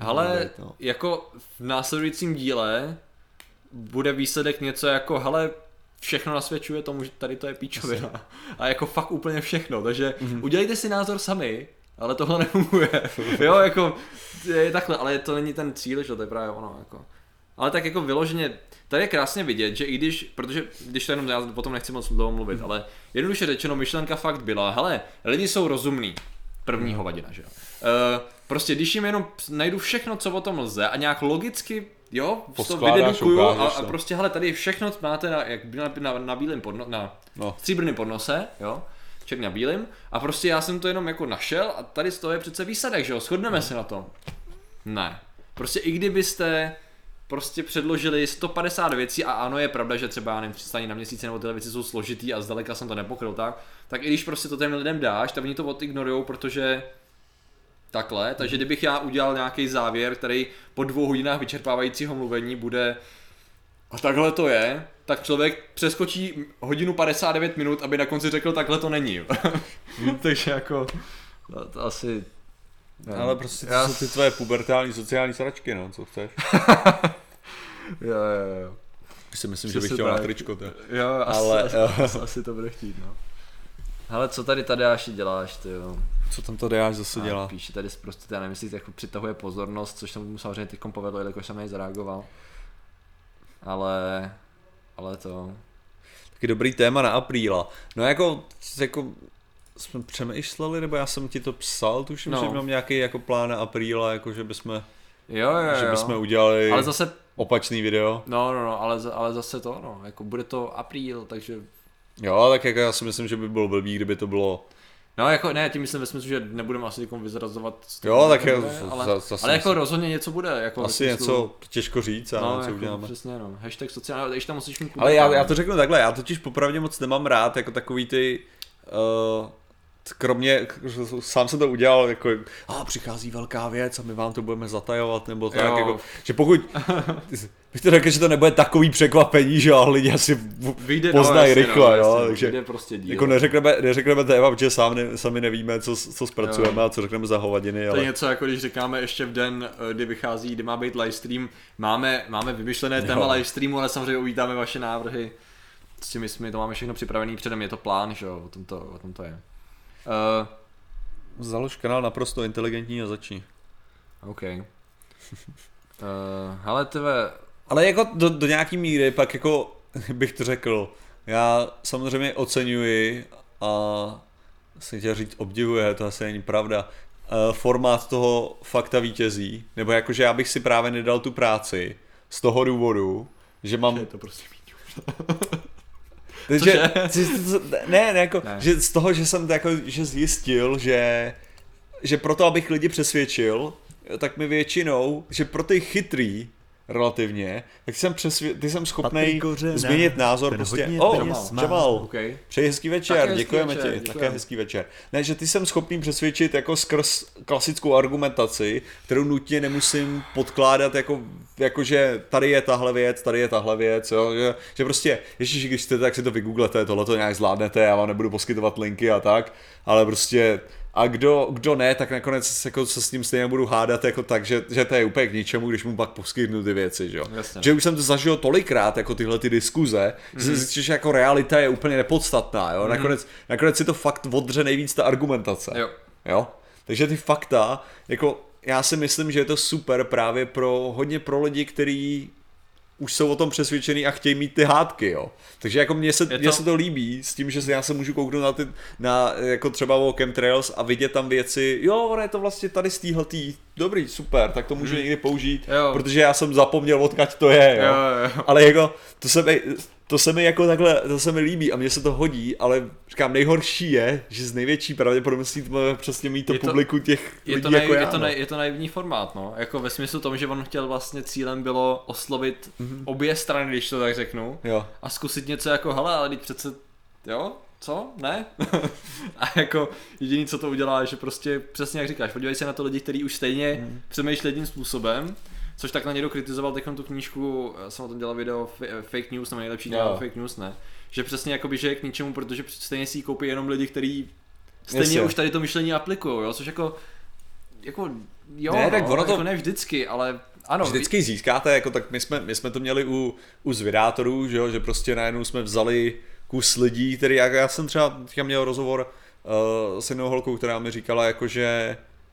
jako v následujícím díle bude výsledek něco jako, hele, všechno nasvědčuje tomu, že tady to je píčovina. A jako fakt úplně všechno, takže udělejte si názor sami, ale tohle nefunguje. Jo, jako je takhle, ale to není ten cíl, že to je právě ono, jako. ale tak jako vyloženě, tady je krásně vidět, že i když, protože když to jenom, já potom nechci moc dlouho mluvit, ale jednoduše řečeno myšlenka fakt byla, hele, lidi jsou rozumný, první hovadina, že jo. Prostě když jim jenom najdu všechno, co o tom lze a nějak logicky, jo, to vydedukuju a prostě hele, tady všechno máte na bílém stříbrném podnose, jo, černý na bílým a prostě já jsem to jenom jako našel a tady z toho je přece výsledek, že jo, shodneme se na tom. Ne, prostě i kdybyste prostě předložili 150 věcí a ano, je pravda, že třeba nevím, přistání na měsíci nebo tyhle věci jsou složitý a zdaleka jsem to nepokryl tak i když prostě to těm lidem dáš, tak oni to odignorujou, protože takhle, takže kdybych já udělal nějaký závěr, který po 2 hodinách vyčerpávajícího mluvení bude a takhle to je, tak člověk přeskočí 1:59, aby na konci řekl takhle to není. Takže jako to asi... Ale prostě to jsou ty tvoje pubertální sociální sračky, no, co chceš? Jo. Si myslím, že bych chtěl na tričko, to. Jo, asi to bude chtít, no. Hele, co tady Tadeáši děláš, ty jo? Co tam Tadeáš zase dělá? Píše tady prostě, já nevím, jestli jako přitahuje pozornost, což jsem mu samozřejmě teďkom povedlo, jelikož jsem nej zareagoval. Ale to... Taky dobrý téma na apríla. No jako jsme přemýšleli, nebo já jsem ti to psal, tuším, že mám nějaký jako plán na apríla, jako že bychom... Že bychom udělali ale zase, opačný video. No, ale zase to, no, jako bude to apríl, takže... Jo, tak jako já si myslím, že by bylo blbý, kdyby to bylo... No jako ne, tím myslím ve smyslu, že nebudeme asi někomu vyzrazovat. Jo, tak je, ale jako rozhodně něco bude. Jako asi něco těžko říct, ale něco jako uděláme. Přesně, no. Hashtag sociální, když tam musíš mít... Ale já to řeknu takhle, já totiž popravdě moc nemám rád, jako takový ty... kromě, sám jsem to udělal, jako přichází velká věc a my vám to budeme zatajovat, nebo tak, jako, že pokud, bych to řekl, že to nebude takový překvapení, že jo, lidi asi poznají rychle, jo, takže prostě jako neřekneme téma, protože sami nevíme, co zpracujeme a co řekneme za hovadiny, ale... To je něco jako když říkáme ještě v den, kdy má být livestream, máme vymyšlené téma livestreamu, ale samozřejmě uvítáme vaše návrhy, s tím my to máme všechno připravený předem, je to plán, že jo, o tom to je. Založ kanál naprosto inteligentní a začni. OK. Hele tebe... Ale jako do nějaký míry pak jako bych to řekl, já samozřejmě oceňuji a jsem chtěl říct obdivuje, to asi není pravda, formát toho Fakta vítězí, nebo jakože já bych si právě nedal tu práci z toho důvodu, že mám... Je to prostě Takže, že z toho, že jsem jako, že zjistil, že proto, abych lidi přesvědčil, tak mi většinou, že pro ty chytrý relativně, tak ty jsem schopnej změnit názor prostě. Jamal, přeji hezký večer, děkujeme ti, také hezký večer. Ne, že ty jsem schopný přesvědčit jako skrz klasickou argumentaci, kterou nutně nemusím podkládat jako že tady je tahle věc, jo, že prostě, ježiš, když jste tak si to vygooglete, tohle to nějak zvládnete, já vám nebudu poskytovat linky a tak, ale prostě a kdo ne, tak nakonec jako se s ním stejně budu hádat jako tak, že to je úplně k ničemu, když mu pak poskytnu ty věci, že jo. Že už jsem to zažil tolikrát, jako tyhle ty diskuze, že zjistíš, že jako realita je úplně nepodstatná, jo. Nakonec si to fakt odře nejvíc ta argumentace. Jo. Takže ty fakta, jako já si myslím, že je to super právě hodně pro lidi, kteří už jsou o tom přesvědčený a chtějí mít ty hádky, jo. Takže jako mně se to líbí s tím, že já se můžu kouknout na jako třeba o chemtrails a vidět tam věci, jo, ono je to vlastně tady z téhletý, dobrý, super, tak to můžu někdy použít, protože já jsem zapomněl, odkud to je, jo. Ale jako, to se mi jako takhle, to se mi líbí a mně se to hodí, ale říkám, nejhorší je, že z největší pravděpodobností přesně mít to publiku těch lidí jako já. Je to naivní formát, no, jako ve smyslu tom, že on chtěl vlastně cílem bylo oslovit obě strany, když to tak řeknu, a zkusit něco jako, hele, ale teď přece, jo, co, ne? A jako jediný, co to udělá, je, že prostě přesně jak říkáš, podívej se na to lidi, kteří už stejně přemýšlí jedním způsobem, což takhle někdo kritizoval teď tu knížku, já jsem o tom dělal video Fake News, nebo nejlepší dělal Fake News, ne? Že přesně jakoby, že je k ničemu, protože stejně si ji koupí jenom lidi, kteří stejně už tady to myšlení aplikujou, jo? Což jako jo, ne, tak ono to jako ne vždycky, ale ano. Vždycky získáte, jako tak my jsme to měli u zvědátorů, že prostě najednou jsme vzali kus lidí, který, já jsem třeba měl rozhovor s jednou holkou, která mi říkala, jako že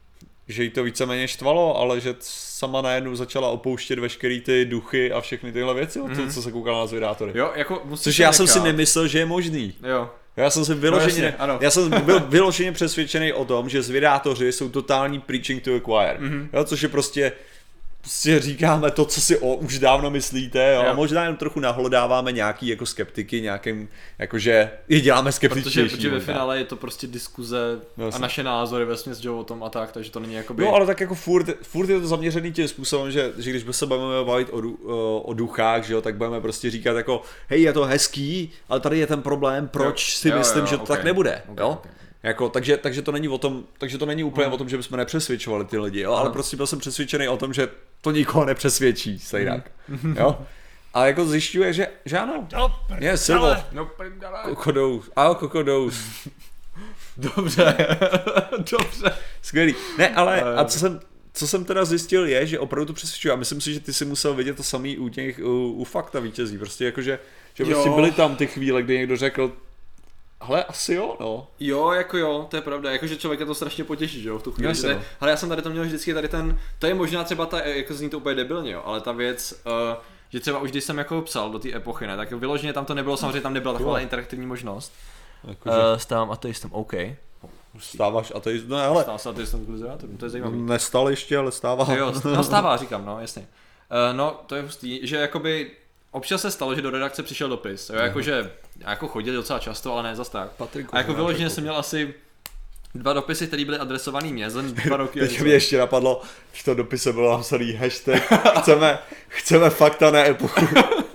že jí to víceméně štvalo, ale že sama najednou začala opouštět veškerý ty duchy a všechny tyhle věci, to, co se koukala na zvědátory. Jo, jako což já jsem si nemyslel, že je možný. Jo. Já jsem si vyloženě, já jsem byl vyloženě přesvědčený o tom, že zvědátoři jsou totální preaching to the choir, jo, což je prostě říkáme to, co si už dávno myslíte, jo? A možná jen trochu nahlodáváme nějaký jako skeptiky, nějakým, jakože je děláme skeptičtější. Protože ve finále je to prostě diskuze a naše názory vesměs o tom a tak, takže to není jakoby... No ale tak jako furt je to zaměřený tím způsobem, že když se budeme bavit o duchách, že jo, tak budeme prostě říkat jako hej, je to hezký, ale tady je ten problém, proč si myslím, že to tak nebude, jo? Jako, takže to není o tom, takže to není úplně o tom, že bychom nepřesvědčovali ty lidi, jo? Ale prostě byl jsem přesvědčený o tom, že to nikoho nepřesvědčí, stejnak, jo? A jako zjišťuje, že ano, je Silvo, kokodous. Dobře. Skvělý. Ne, ale a co jsem teda zjistil je, že opravdu to přesvědčuje a myslím si, že ty si musel vidět to samý u fakta vítězí, prostě jakože, že prostě byly tam ty chvíle, kdy někdo řekl, hele, asi jo, no. Jo, jako jo, to je pravda, jakože člověka to strašně potěší, že jo, v tu chvíli. Ale já jsem tady to měl vždycky tady to je možná třeba ta, jako zní to úplně debilně, jo, ale ta věc, že třeba už když jsem jako psal do té epochy, ne, tak vyloženě tam to nebylo, samozřejmě tam nebyla taková interaktivní možnost. Stávám ateistem, OK. Stáváš ateistem, no ale... Stává se ateistem kvůli zvědátorům, to je zajímavý. Nestal ještě, ale stává. Jo, no stává, říkám, no, jasně. No, to je hustý, že jakoby občas se stalo, že do redakce přišel dopis, jo, jakože jako chodil docela často, ale ne zas tak. A jako vyloženě jsem měl asi 2 dopisy, které byly adresovaný mě za 2 roky. Teď mě ještě napadlo, že to dopise bylo napsaný hashtag chceme fakta, ne epochu.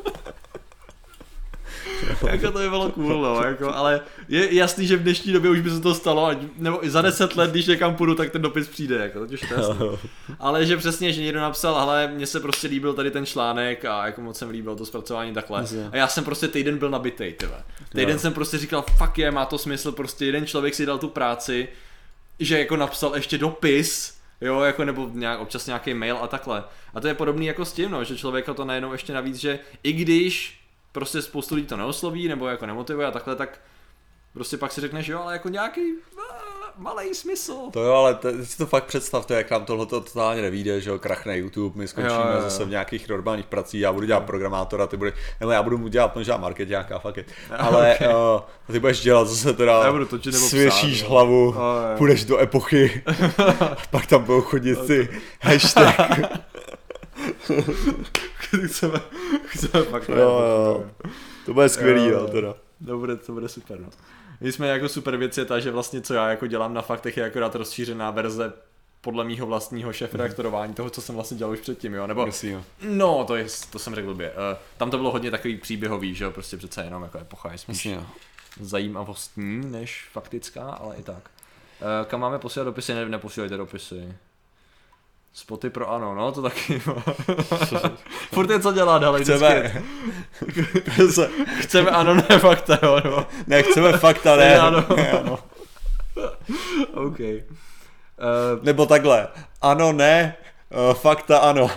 Jako to by bylo cool, no, jako, ale je jasný, že v dnešní době už by se to stalo, nebo i za 10 let, když někam půjdu, tak ten dopis přijde, jako, to je jasný. Ale že přesně, že někdo napsal, ale mně se prostě líbil tady ten článek a jako moc jsem líbil to zpracování takhle. A já jsem prostě týden byl nabitej, týden jsem prostě říkal, fuck je, má to smysl, prostě jeden člověk si dal tu práci, že jako napsal ještě dopis, jo, jako nebo občas nějaký mail a takhle. A to je podobný jako s tím, no, že člověka to najednou ještě navíc, že i když prostě spoustu lidí to neosloví, nebo jako nemotivuje a takhle, tak prostě pak si řekneš, jo, ale jako nějaký malej smysl. To jo, ale si to fakt představte, jak nám tohleto totálně nevíde, že jo, krachne YouTube, my skončíme zase v nějakých normálních pracích, já budu dělat programátora, ty budeš, nebo já budu mu dělat možná markeťáka, fuck it. Ale ty budeš dělat zase teda, svěšíš hlavu, půjdeš do epochy, pak tam budou chodit ty hashtag. chceme fakt jo. To bude skvělý, jo, teda. To bude super, no. My jsme jako super věc je ta, že vlastně co já jako dělám na faktech je akorát rozšířená verze podle mýho vlastního šéfredaktorování toho, co jsem vlastně dělal už předtím, jo, nebo no, to jsem řekl blbě. Tam to bylo hodně takový příběhový, že jo, prostě přece jenom jako epocha je spíš zajímavostní než faktická, ale i tak. Kam máme posílat dopisy? Neposílejte dopisy. Spoty pro ano, no to taky. Furt je co dělat, ale chceme ano, ne fakta, jo, no. Ne, chceme fakta, ne. Ano. OK. Nebo takhle, ano, ne, fakta, ano.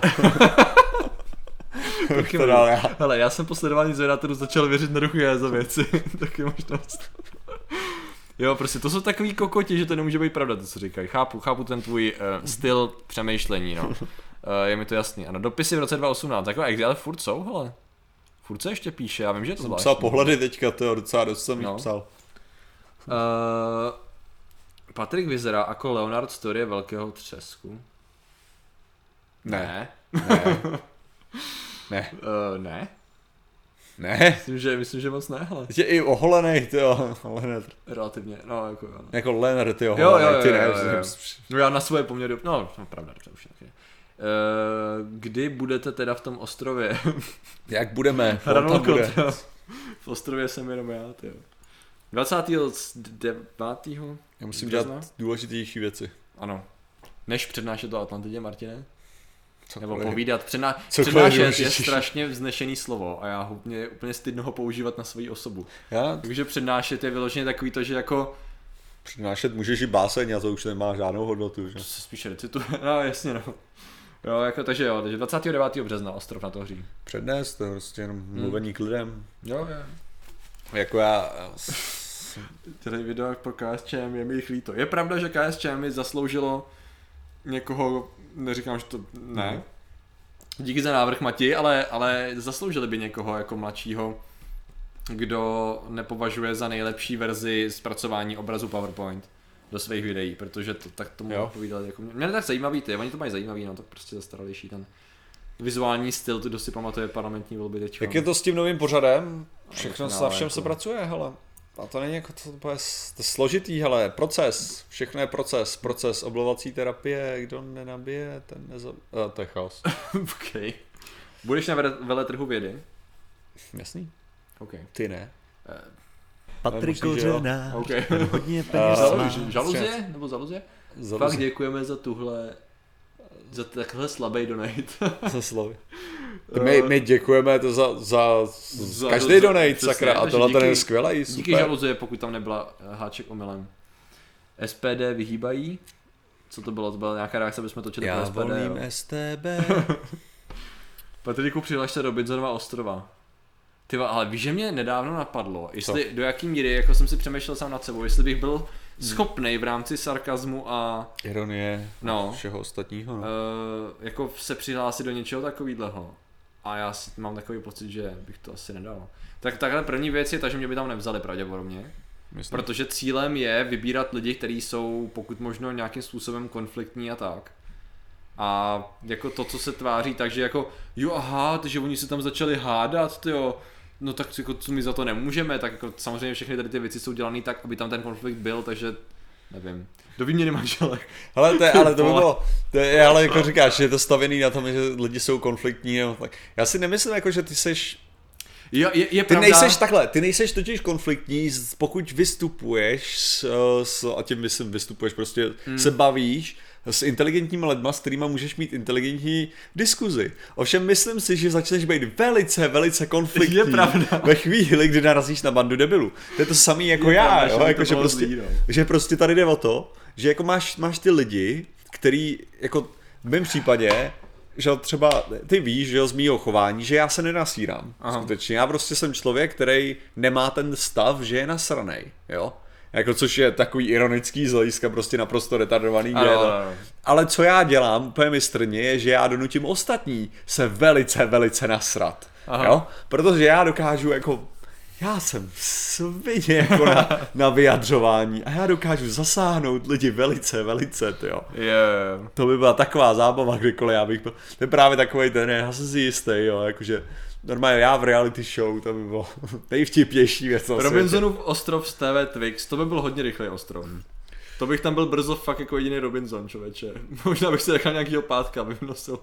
Hele, já jsem po sledování zvědátorů začal věřit na duchu za věci, taky možnost. Jo, prostě to jsou takový kokoti, že to nemůže být pravda, to co říkají. Chápu ten tvůj styl přemýšlení, no. Je mi to jasný. Ano, dopisy v roce 2018, takové, ale furt jsou, hele. Furt se ještě píše, já vím, že je to zvláštní. Psal pohledy teďka, to je docela dost jsem jich psal. Patrik vyzerá jako Leonard z teorie velkého třesku. Ne. Myslím, že moc ne, hele. Je i oholenej, tyjo, Leonard. Relativně, no jako jo. Jako Leonard, tyjo, oholenej, ty ne. No já na svoje poměry, no pravda, dobře, už taky. Kdy budete teda v tom ostrově? Jak budeme? Hranolko, v ostrově jsem jenom já, tyjo. 29. Já musím dělat důležitější věci. Ano. Než přednášet do Atlantidě, Martine? Nebo povídat. Přednášet je strašně vznešený slovo a já úplně stydno ho používat na svou osobu. Takže přednášet je vyloženě takový to, že jako... Přednášet můžeš i báseň a to už nemá žádnou hodnotu, že? To se spíš recituje, no jasně no. Jo, jako, takže 29. března ostrov na to hří. Přednést, to je prostě jenom mluvení k lidem. Jo. Jako já... Tady video pro KSČM je mi jich líto. Je pravda, že KSČM mi zasloužilo někoho, neříkám, že to ne. Díky za návrh, Mati, ale zasloužili by někoho jako mladšího, kdo nepovažuje za nejlepší verzi zpracování obrazu PowerPoint do svých videí, protože to tak tomu povídali jako mě tak zajímavý oni to mají zajímavý, no tak prostě zastaralejší ten vizuální styl, kdo si pamatuje parlamentní volby teďka. Jak je to s tím novým pořadem? Všechno na všem se pracuje, hele. A to není jako to je složitý, hele, proces, všechno je proces oblovací terapie, kdo nenabije, ten to je chaos. OK. Budeš na veletrhu vědy? Jasný. OK. Ty ne. Patrik Kořenář, okay. hodně peněz má. Žaluzie? Nebo zaluzie? Fakt děkujeme za za takhle slabý donate. Za slovy. My děkujeme to za každý donate, sakra, a tohle ten je skvělý, super. Díky žaluzie, pokud tam nebyla háček omylem. SPD vyhýbají. Co to bylo? To byla nějaká reakce, aby jsme točili pro SPD. Já volím STB. Patriku, přihlaš se Robinsonova ostrova. Tyva, ale víš, že mě nedávno napadlo, jestli do jaký míry, jako jsem si přemýšlel sám nad sebou, jestli bych byl schopnej v rámci sarkazmu a ironie všeho ostatního. No. Jako se přihlásit do něčeho takovýhleho. A já mám takový pocit, že bych to asi nedal. Tak takhle první věc je ta, že mě by tam nevzali pravděpodobně. Myslím. Protože cílem je vybírat lidi, kteří jsou pokud možno nějakým způsobem konfliktní a tak. A jako to, co se tváří, takže jako jo aha, takže oni se tam začali hádat, tyjo. No tak jako, co my za to nemůžeme, tak jako samozřejmě všechny tady ty věci jsou dělané tak, aby tam ten konflikt byl, takže nevím. Do výměny manželek. Ale to by bylo, ale jako říkáš, že je to stavěný na tom, že lidi jsou konfliktní, no, tak já si nemyslím jako, že ty seš je ty nejseš takhle, ty nejseš totiž konfliktní, pokud vystupuješ a tím myslím vystupuješ, prostě se bavíš s inteligentními lidma, s kterýma můžeš mít inteligentní diskuzi. Ovšem myslím si, že začneš být velice konfliktní ve chvíli, kdy narazíš na bandu debilů. To je to samý jako já, jo? Jako, že prostě tady jde o to, že jako máš ty lidi, který jako v mém případě, že třeba ty víš, že z mýho chování, že já se nenasírám. Skutečně, já prostě jsem člověk, který nemá ten stav, že je nasranej, jo. Jako což je takový ironický z hlediska prostě naprosto retardovaný. Ale co já dělám úplně mistrně je, že já donutím ostatní se velice nasrat. Jo? Protože já dokážu jako já jsem svině jako na vyjadřování a já dokážu zasáhnout lidi velice, tyjo. Yeah. To by byla taková zábava, kdykoliv já bych byl. To je právě takovej ten, já jsem si jistý, jo, jakože normálně já v reality show, to by bylo nejvtipnější věc. Robinsonův ostrov z TV Twix, to by byl hodně rychlej ostrov. To bych tam byl brzo fakt jako jediný Robinson, člověče. Možná bych si nechal nějakýho pátka, aby mi nosil.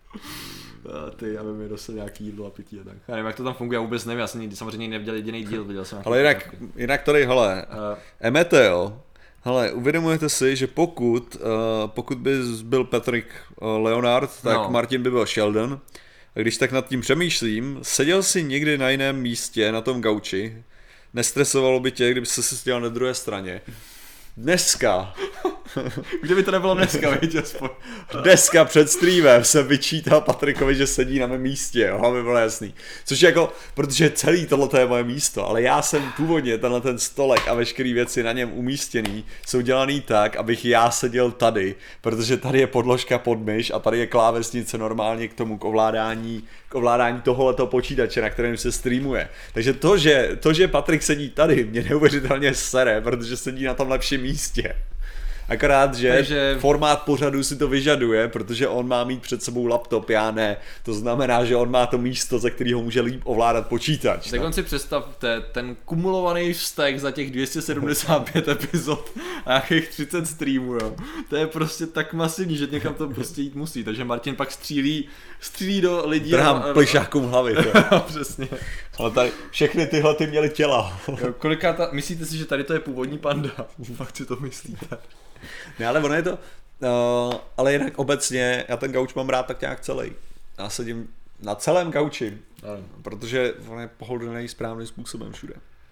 Aby mi nosil nějaký jídlo a pití a tak. Já nevím, jak to tam funguje, já vůbec nevím, já jsem nikdy samozřejmě neviděl jediný díl, viděl jsem. Ale jinak tady, hele, Emmeteo, hele, uvědomujete si, že pokud by byl Patrick Leonard, tak Martin by byl Sheldon. A když tak nad tím přemýšlím, seděl si někdy na jiném místě, na tom gauči, nestresovalo by tě, kdyby se seděl na druhé straně. Dneska. Kdyby to nebylo dneska, víte, aspoň. Dneska před streamem se vyčítá Patrikovi, že sedí na mém místě, jo, aby bylo jasný. Což jako, protože celý tohle je moje místo, ale já jsem původně tenhle ten stolek a veškeré věci na něm umístěný jsou dělaný tak, abych já seděl tady, protože tady je podložka pod myš a tady je klávesnice normálně k tomu k ovládání tohoto počítače, na kterém se streamuje. Takže to, že Patrik sedí tady, mě neuvěřitelně sere, protože sedí na tom lepším místě. Akorát, že formát pořadu si to vyžaduje, protože on má mít před sebou laptop, já ne. To znamená, že on má to místo, ze kterého může líp ovládat počítač. Tak on si představte, ten kumulovaný vztek za těch 275 epizod a nějakých 30 streamů, jo. To je prostě tak masivní, že někam to prostě jít musí. Takže Martin pak střílí do lidí. Trhám plišákům hlavy. Přesně. Ale tady všechny tyhle ty měly těla. Myslíte si, že tady to je původní panda? Fakt si to myslíte? Ne, ale ono je to, ale jinak obecně, já ten gauč mám rád tak nějak celý. Já sedím na celém gauči, protože on je pohodlný správným způsobem všude.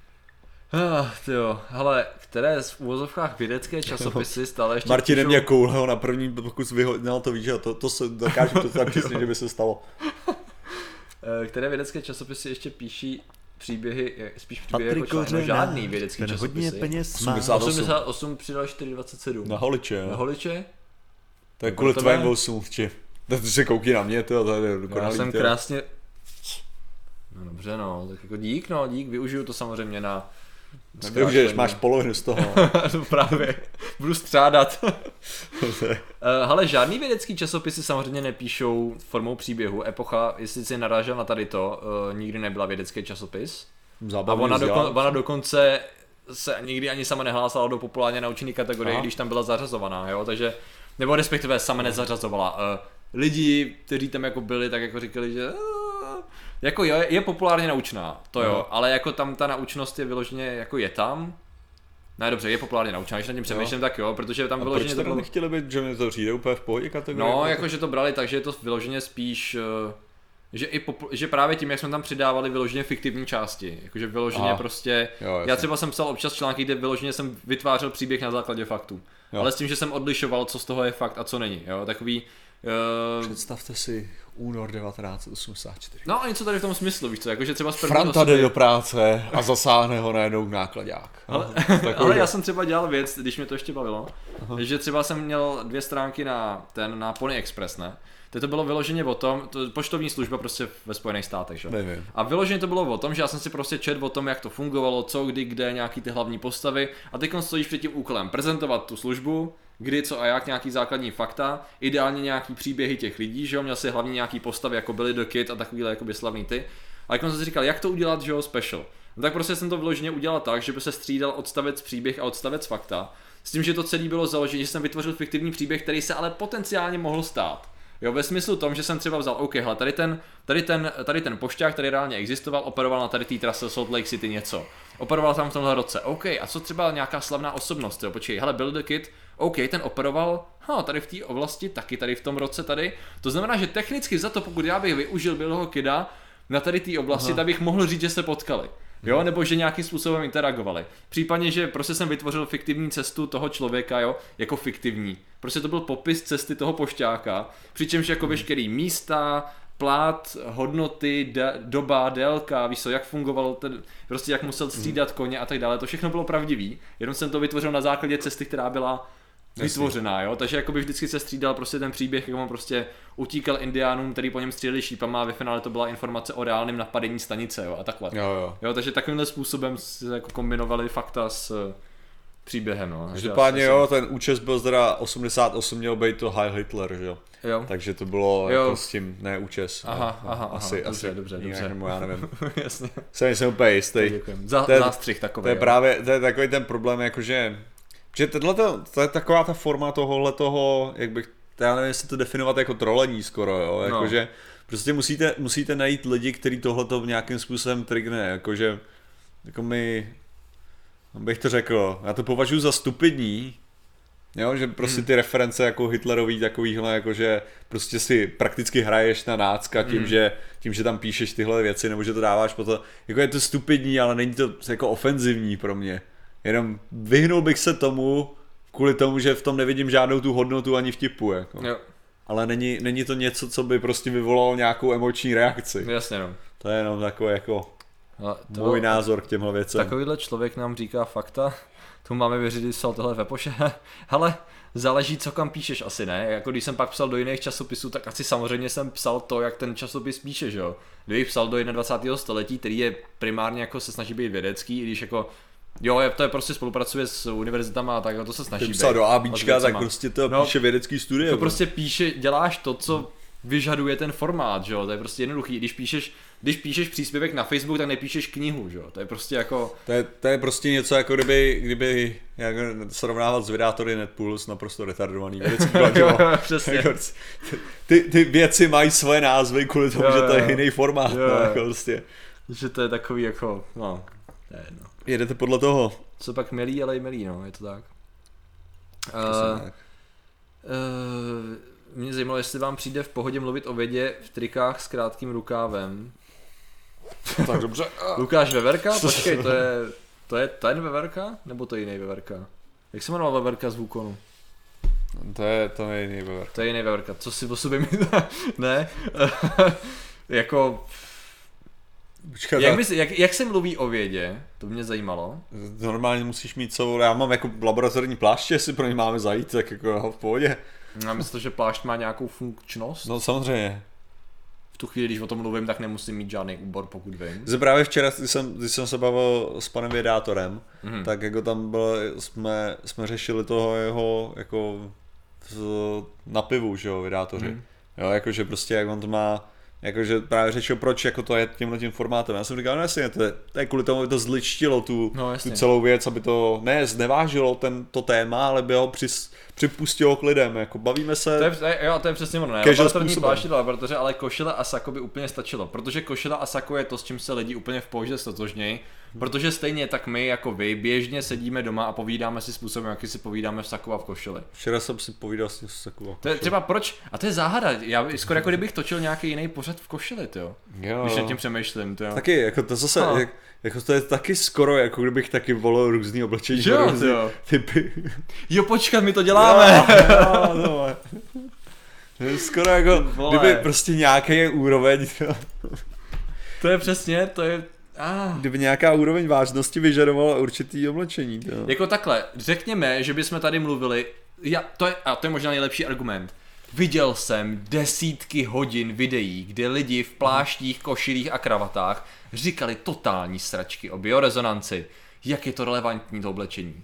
Tyjo, hele, které v uvozovkách vědecké časopisy stále ještě Martine mě koulel na první pokus vyhodnil, to víš, že to se dokážu to tak přesně, že by se stalo. Které vědecké časopisy ještě píší příběhy, spíš příběhy jako žádný vědecký časopisy. Hodně peněz má. 88 přidal 4,27. Na holiče. Na holiče? To je kvůli tvém vousům, či. Ty se koukni na mě, to je dokonalý. Já jsem krásně... No dobře, no, tak jako dík, využiju to samozřejmě na... Využiješ, máš polovinu z toho. To právě, budu střádat. Hele, žádný vědecký časopisy samozřejmě nepíšou formou příběhu. Epocha, jestli si narážel na tady to, nikdy nebyla vědecký časopis. Zábavný a ona dokonce se nikdy ani sama nehlásala do populárně naučený kategorie, když tam byla zařazovaná, jo, takže, nebo respektive sama nezařazovala. Lidi, kteří tam jako byli, tak jako říkali, že jako je populárně naučná, to jo, ale jako tam ta naučnost je vyloženě, jako je tam. Ne, dobře, je populárně naučná, když nad tím přemýšlím, tak jo, protože tam vyloženě to bylo... nechtěli být, že mi to přijde úplně v pohodě kategorie? No, jakože to brali tak, že je to vyloženě spíš, že právě tím, jak jsme tam přidávali vyloženě fiktivní části, jakože vyloženě prostě, já třeba jsem psal občas články, kde vyloženě jsem vytvářel příběh na základě faktů, ale s tím, že jsem odlišoval, co z toho je fakt a co není, jo, takový... Představte si únor 1984. No a něco tady v tom smyslu, víš co, jakože třeba z první Franta jde do práce a zasáhne ho najednou náklaďák. Ale já jsem třeba dělal věc, když mě to ještě bavilo, že třeba jsem měl 2 stránky na Pony Express, ne? To bylo vyloženě o tom, poštovní služba prostě ve Spojených státech, že? Nevím. A vyloženě to bylo o tom, že já jsem si prostě četl o tom, jak to fungovalo, co, kdy, kde, nějaký ty hlavní postavy a teď stojíš před tím úkolem prezentovat tu službu, kdy, co a jak, nějaký základní fakta, ideálně nějaký příběhy těch lidí, že jo, měl si hlavně nějaký postavy, jako byly The Kid a takovýhle jakoby slavný ty. A jak jsem si říkal, jak to udělat, že jo, special. No tak prostě jsem to vyloženě udělal tak, že by se střídal odstavec příběh a odstavec fakta, s tím, že to celé bylo založené, že jsem vytvořil fiktivní příběh, který se ale potenciálně mohl stát. Jo, ve smyslu tom, že jsem třeba vzal, OK, hele, tady ten pošťák, který reálně existoval, operoval na tady té trase Salt Lake City něco. Operoval tam v tomhle roce, OK, a co třeba nějaká slavná osobnost, jo, počkej, hele, Bill the Kid, OK, ten operoval, tady v té oblasti, taky tady v tom roce tady. To znamená, že technicky za to, pokud já bych využil Billyho Kida na tady té oblasti, tak bych mohl říct, že se potkali. Jo, nebo že nějakým způsobem interagovali. Případně, že prostě jsem vytvořil fiktivní cestu toho člověka, jo, jako fiktivní. Prostě to byl popis cesty toho pošťáka, přičemž jako veškerý místa, plát, hodnoty, doba, délka, víš co, jak fungoval prostě jak musel střídat koně a tak dále, to všechno bylo pravdivý, jenom jsem to vytvořil na základě cesty, která byla vytvořená, jo, takže jakoby vždycky se střídal prostě ten příběh, jak on prostě utíkal indiánům, který po něm stříleli šípama a ve finále to byla informace o reálném napadení stanice, jo, a takhle. Jo, takže takovýmhle způsobem se jako kombinovali fakta s příběhem, no. Každopádně jo, ten účes byl teda 88, měl být to Heil Hitler, že jo. Takže to bylo jako s tím, ne účes. Asi, dobře. Nebo já nevím. Jasně. Jsem úplně jistý. Zástřih takový. To je právě, to je takový ten problém, jakože že to je taková ta forma toho, jak bych, já nevím, jestli to definovat jako trolení skoro, jo, jakože prostě musíte najít lidi, kteří tohleto nějakým způsobem trigne, jakože, jako bych to řekl, já to považuji za stupidní, jo, že prostě ty reference jako Hitlerový takovýhle, jakože prostě si prakticky hraješ na nácka tím, že tam píšeš tyhle věci, nebo že to dáváš potom, jako je to stupidní, ale není to jako ofenzivní pro mě. Jenom vyhnul bych se tomu, kvůli tomu, že v tom nevidím žádnou tu hodnotu ani vtipu, jako. Jo. Ale není to něco, co by prostě vyvolalo nějakou emoční reakci. Jasně, no. To je jenom takový jako můj názor k těmhle věcem. Takovýhle člověk nám říká fakta, tomu máme věřit, když psal tohle v Epoše. Hele, záleží, co kam píšeš asi, ne? Jako když jsem pak psal do jiných časopisů, tak asi samozřejmě jsem psal to, jak ten časopis píše, že jo? Kdybych psal do 21. století, který je primárně jako se snaží být vědecký, i když jako jo, to je prostě spolupracuje s univerzitama a tak, to se snaží být. Do ABčka, tak prostě to píše vědecký studie. To prostě děláš to, co vyžaduje ten formát, že jo, to je prostě jednoduchý. Když píšeš příspěvek na Facebook, tak nepíšeš knihu, že jo, to je prostě jako... To je prostě něco jako kdyby jak srovnávat s vydátory NetPulse naprosto retardovaný vědecký plagiat. Přesně. Ty věci mají svoje názvy kvůli tomu, že to je jiný formát, jako prostě. Že to je takový jako, Jedete podle toho. Co pak milý, ale i milý, no, je to tak. Mě zajímalo, jestli vám přijde v pohodě mluvit o vědě v trikách s krátkým rukávem. Tak dobře. Lukáš Veverka? Počkej, to je ten Veverka? Nebo to je jiný Veverka? Jak se jmenoval Veverka z Wukonu? To je jiný Veverka. To je jiný Veverka. Co si o sobě ne? Jako... Jak se mluví o vědě? To mě zajímalo. Normálně musíš mít já mám jako laboratorní pláště, jestli pro ně máme zajít, tak jako v pohodě. Já myslím, že plášť má nějakou funkčnost. No samozřejmě. V tu chvíli, když o tom mluvím, tak nemusím mít žádný úbor, pokud vím. Právě včera, když jsem se bavil s panem vědátorem, tak jako tam jsme řešili toho jeho jako na pivu, že jo, vědátoři. Jo, jakože prostě jak on to má, jakože právě řečil, proč jako to je tímhle formátem. Já jsem říkal, no jasně, to je kvůli tomu, aby to zličtilo tu celou věc, aby to znevážilo to téma, ale by ho připustilo k lidem, jako bavíme se. To je přesně ono, ne? Laboratorní pláště do laboratoře, ale košile a sako by úplně stačilo, protože košile a sako je to, s čím se lidi úplně v pohodě stotožnějí, protože stejně tak my jako vy běžně sedíme doma a povídáme si způsobem, jaký si povídáme v saku a v košili. Včera jsem si povídal s saku. To je třeba proč, a to je záhada, já skoro jako kdybych točil nějaký jiný pořad v košili, jo. Když nad tím přemýšlím, jo. Taky, jako to zase, jako to je taky skoro, jako kdybych taky volil různý oblečení, různý typy. Jo, počkat, my to děláme. Skoro jako, kdyby prostě nějaký úroveň. To je přesně, to je... Kdyby nějaká úroveň vážnosti vyžadovala určitý oblečení. To. Jako takhle, řekněme, že bychom tady mluvili, to je možná nejlepší argument. Viděl jsem desítky hodin videí, kde lidi v pláštích, košilích a kravatách říkali totální sračky o biorezonanci. Jak je to relevantní to oblečení?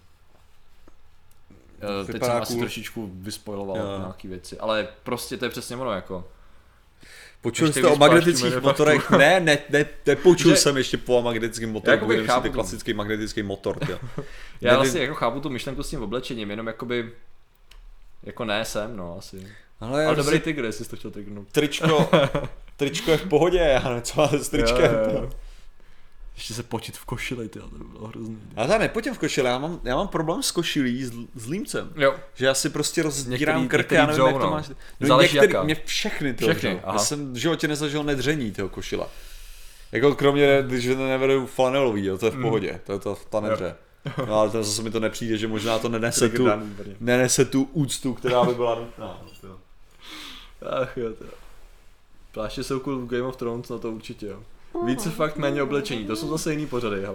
Teď jsem asi trošičku vyspoiloval nějaký věci, ale prostě to je přesně ono jako. Počul jste o magnetických motorech? Nepočul jsem ještě po magnetickém motoru, budeme si klasický magnetický motor. Já vlastně jako chápu tu myšlenku s tím oblečením, jenom jakoby, jako ne jsem, no asi. Ale dobrý tygr, jestli jsi to chtěl tygrnout. Tričko je v pohodě, já nevím, co máte s tričkem. Jo. Ještě se potit v košili, to by bylo hrozný. Já tady nepotím v košili, já mám problém s košilí, s límcem. Jo. Že já si prostě rozdírám krk, já nevím, jak to máš. Záleží jaká. Mě všechny. Já jsem v životě nezažil nedření toho košila. Jako kromě, když nevedu flanelový, jo, to je v pohodě, to nedře. No ale to zase mi to nepřijde, že možná to nenese tu úctu, která by byla nutná. Ach jo, to. Pláště jsou cool v Game of Thrones, no to určitě jo. Více fakt, méně oblečení, to jsou zase jiný pořady, hele.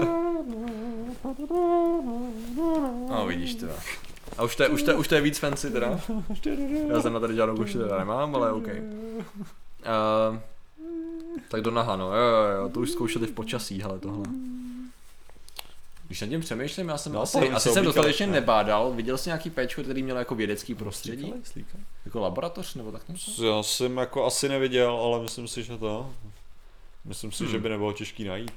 No vidíš teda. A už to je víc fancy teda. Já jsem na tady žádnou košili teda nemám, ale OK. Tak do naha, no jo, to už zkoušeli v počasí, hele tohle. Když nad tím přemýšlím, já jsem asi jsem dostatečně nebádal, viděl jsi nějaký péčko, který měl jako vědecký prostředí? Jako laboratoř nebo tak něco? Já jsem jako asi neviděl, ale myslím si, že to. Myslím si, že by nebylo těžký najít.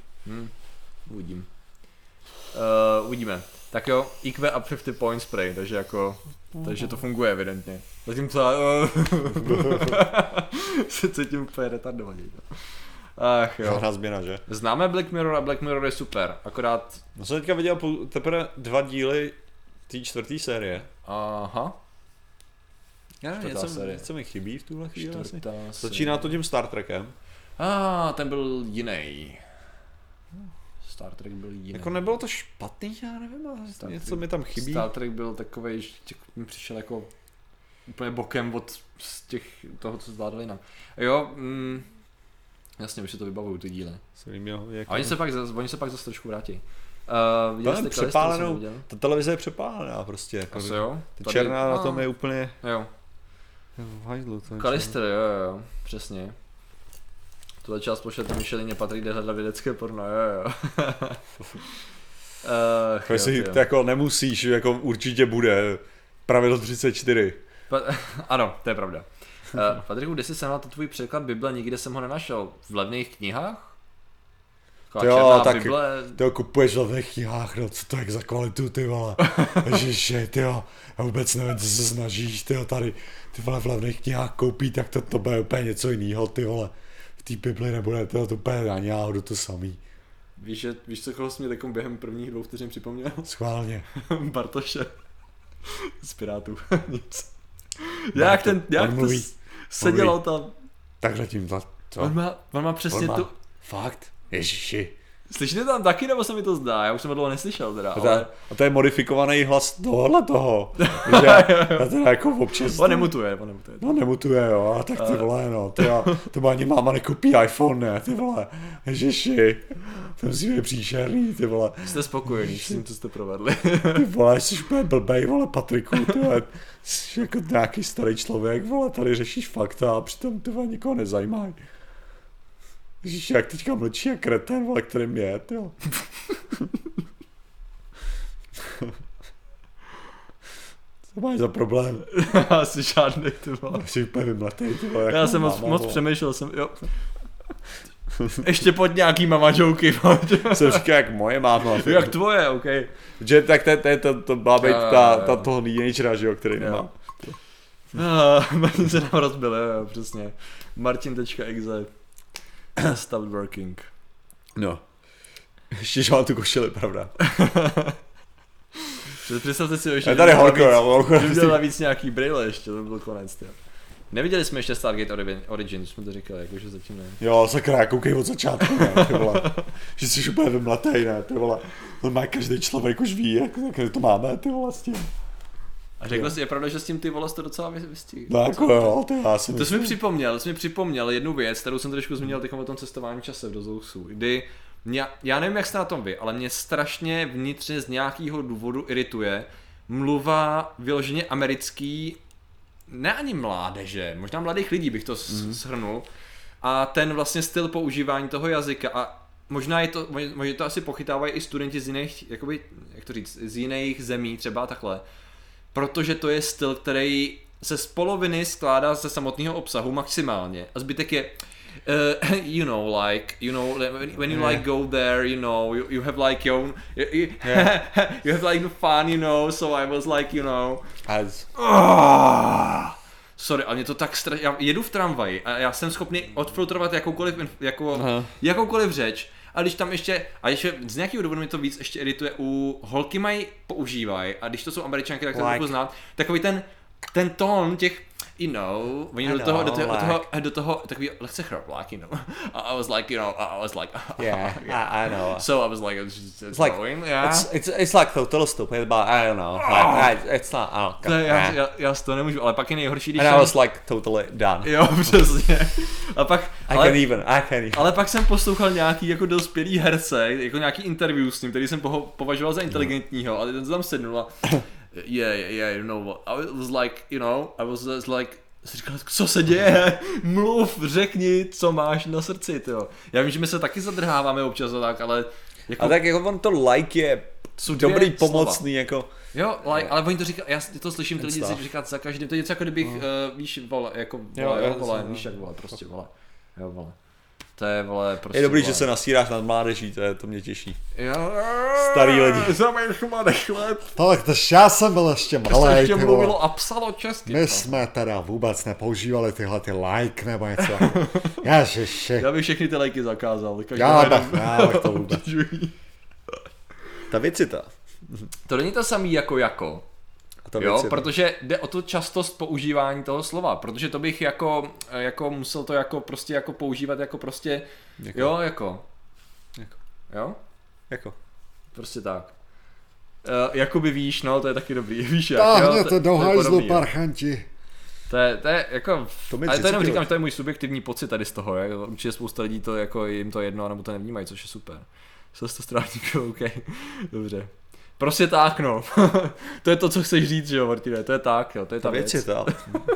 Uvidíme. Tak jo, IQ up 50 points spray, takže to funguje evidentně. Zatím se cítím úplně retardovaně. Ach jo. Žádná změna, že? Známe Black Mirror a Black Mirror je super, akorát... No jsem teďka viděl teprve 2 díly té 4. série. Aha. Já nevím, něco mi chybí v tuhle chvíli asi. Začíná to tím Star Trekem. Ten byl jiný. Star Trek byl jiný. Jako nebylo to špatný, já nevím, něco mi tam chybí. Star Trek byl takovej, že mi přišel jako úplně bokem od toho, co zvládali nám. Jo, jasně, už si to vybavuju, ty díly. A oni se pak zase trošku vrátí. Ta televize je přepálená prostě. Jako, asi jo? Ta černá na tom je úplně... Jo. Kalister, jo, přesně. Tuhle část pošle Michelině patří, kde hledat vědecké porno, jo. Ty jako nemusíš, jako určitě bude. Pravidlo 34. Ano, to je pravda. Patriku, kde jsi sehnal tvůj překlad Bible, nikde jsem ho nenašel. V levných knihách? Jo, tak Bible... Ty ho kupuješ v levných knihách, no co to je za kvalitu, ty vole. Ježiši, ty jo, já vůbec nevím, co se snažíš, ty jo, tady ty vole v levných knihách koupí, tak to bude úplně něco jiného, ty vole. V té Bibli nebude to úplně ani náhodou to samý. Víš, co koho jsi mě takom během prvních 2 vteřin připomněl? Schválně. Bartoše. Z Pirátů. Nic. Jak to sedělo tam. Takhle tím to. On má přesně tu... Fakt? Ježiši. Slyšíte tam taky, nebo se mi to zdá? Já už jsem to dlouho neslyšel teda, A to je modifikovaný hlas tohohle toho. Že já teda jako občas... On nemutuje. No nemutuje, jo, a tak ty vole, no, to ani máma nekopí iPhone, ne, ty vole, ježiši, to musí být příšerný, ty vole. Jste spokojený s tím, co jste provedli. Ty vole, jsi úplně blbej, vole, Patriku, ty vole, jsi jako nějaký starý člověk, vole, tady řešíš fakta a přitom ty vole nikoho nezajímají. Ježiši, jak teďka mlčí jak kreten, vole, kterým je, ty jo. Co máš za problém? Asi žádný, ty vole. Jsi úplně vymletej, ty vole. Já jsem moc přemýšlel, jo. Ještě pod nějaký mama joky, jsem říkal, jak moje máma. Jak tvoje, OK. Že tak to má být ta toho teenagera, že jo, který nemá. Martin se nám rozbil, jo, přesně. Martin.exe stopped working. No. Ještě, že mám tu košili, pravda. Představte si, že tady horko, že udělala víc nějaký brýle ještě, to byl konec, tyjo. Neviděli jsme ještě Stargate Origins, jsme to říkali, jakože zatím ne. Jo, sakra, koukej od začátku, ne, ty vole. Že jsi úplně vymletej, ne, ty vole. To má každý člověk už ví, jak to máme, ty vole, s tím. A řekl jsi, je pravda, že s tím ty vole to docela vystihl. No jako jo, ty já si to jsi mi připomněl jednu věc, kterou jsem trošku zmínil teď o tom cestování čase v Dozousu, kdy já nevím, jak jste na tom vy, ale mě strašně vnitřně z nějakého důvodu irituje mluva vyloženě americký, ne ani mládeže, možná mladých lidí bych to shrnul, a ten vlastně styl používání toho jazyka a možná to asi pochytávají i studenti z jiných, jakoby, jak to říct, z jiných zemí třeba takhle, protože to je styl, který se z poloviny skládá ze samotného obsahu maximálně a zbytek je you know, when you like go there, you know, you have like your own, you have like the fun, you know, so I was like, you know. Sorry, ale mě to tak já jedu v tramvaji a já jsem schopný odfiltrovat jakoukoliv řeč. A když tam ještě z nějakého důvodu mi to víc ještě irituje, u holky mají používají a když to jsou Američanky, tak to like. Znát, takový ten tón těch, you know, oni do toho takový lehce chraplák, you know. I was like, you know, yeah, I know. So I was like, it's like, going, yeah. It's like total stupid, but I don't know. Like, it's not, já z toho nemůžu, ale pak je nejhorší, když I was like totally done. Jo, přesně. A pak, I can't even. Ale pak jsem poslouchal nějaký jako dospělý herce, jako nějaký interview s ním, který jsem považoval za inteligentního, ale ten tam sednul a yeah, you know what, I was like, you know, I was like, říkal, co se děje, mluv, řekni, co máš na srdci, tyjo. Já vím, že my se taky zadrháváme občas a tak, ale jako... A tak jako on to like je dobrý, pomocný, jako... Jo, like, ale oni to říkají, já to slyším ty lidi říkat za každým, to je něco jako kdybych, víš, vole, jako vole, víš jak vole, prostě vole, jo vole. To je, vole, prostě, je dobrý, vole. Že se nasíráš nad mládeží, to mě těší. Jo. Starý lidi. Za mých mladých let. Tak to já jsem byl ještě malej. Ještě mluvilo a psalo česky. My jsme teda vůbec nepoužívali tyhle ty like nebo něco. Ježiši. Já bych všechny ty lajky zakázal. Já bych to vůbec. Ta věcita. To není to samý jako. Jo, protože jde o tu častost používání toho slova, protože to bych jako musel to jako prostě jako používat jako prostě, jo, jako. Jo? Jako. Prostě tak. Jakoby víš, no, to je taky dobrý, víš jak, táhněte do hajzlu, parchanti. To je jako, ale to jenom říkám, že to je můj subjektivní pocit tady z toho, jako, určitě spousta lidí to jako jim to jedno, nebo to nevnímají, což je super. Jsou to strávníků, OK, dobře. Prostě tak, no. To je to, co chceš říct, že jo, Martine, to je tak, jo, to je ta věc. Je to.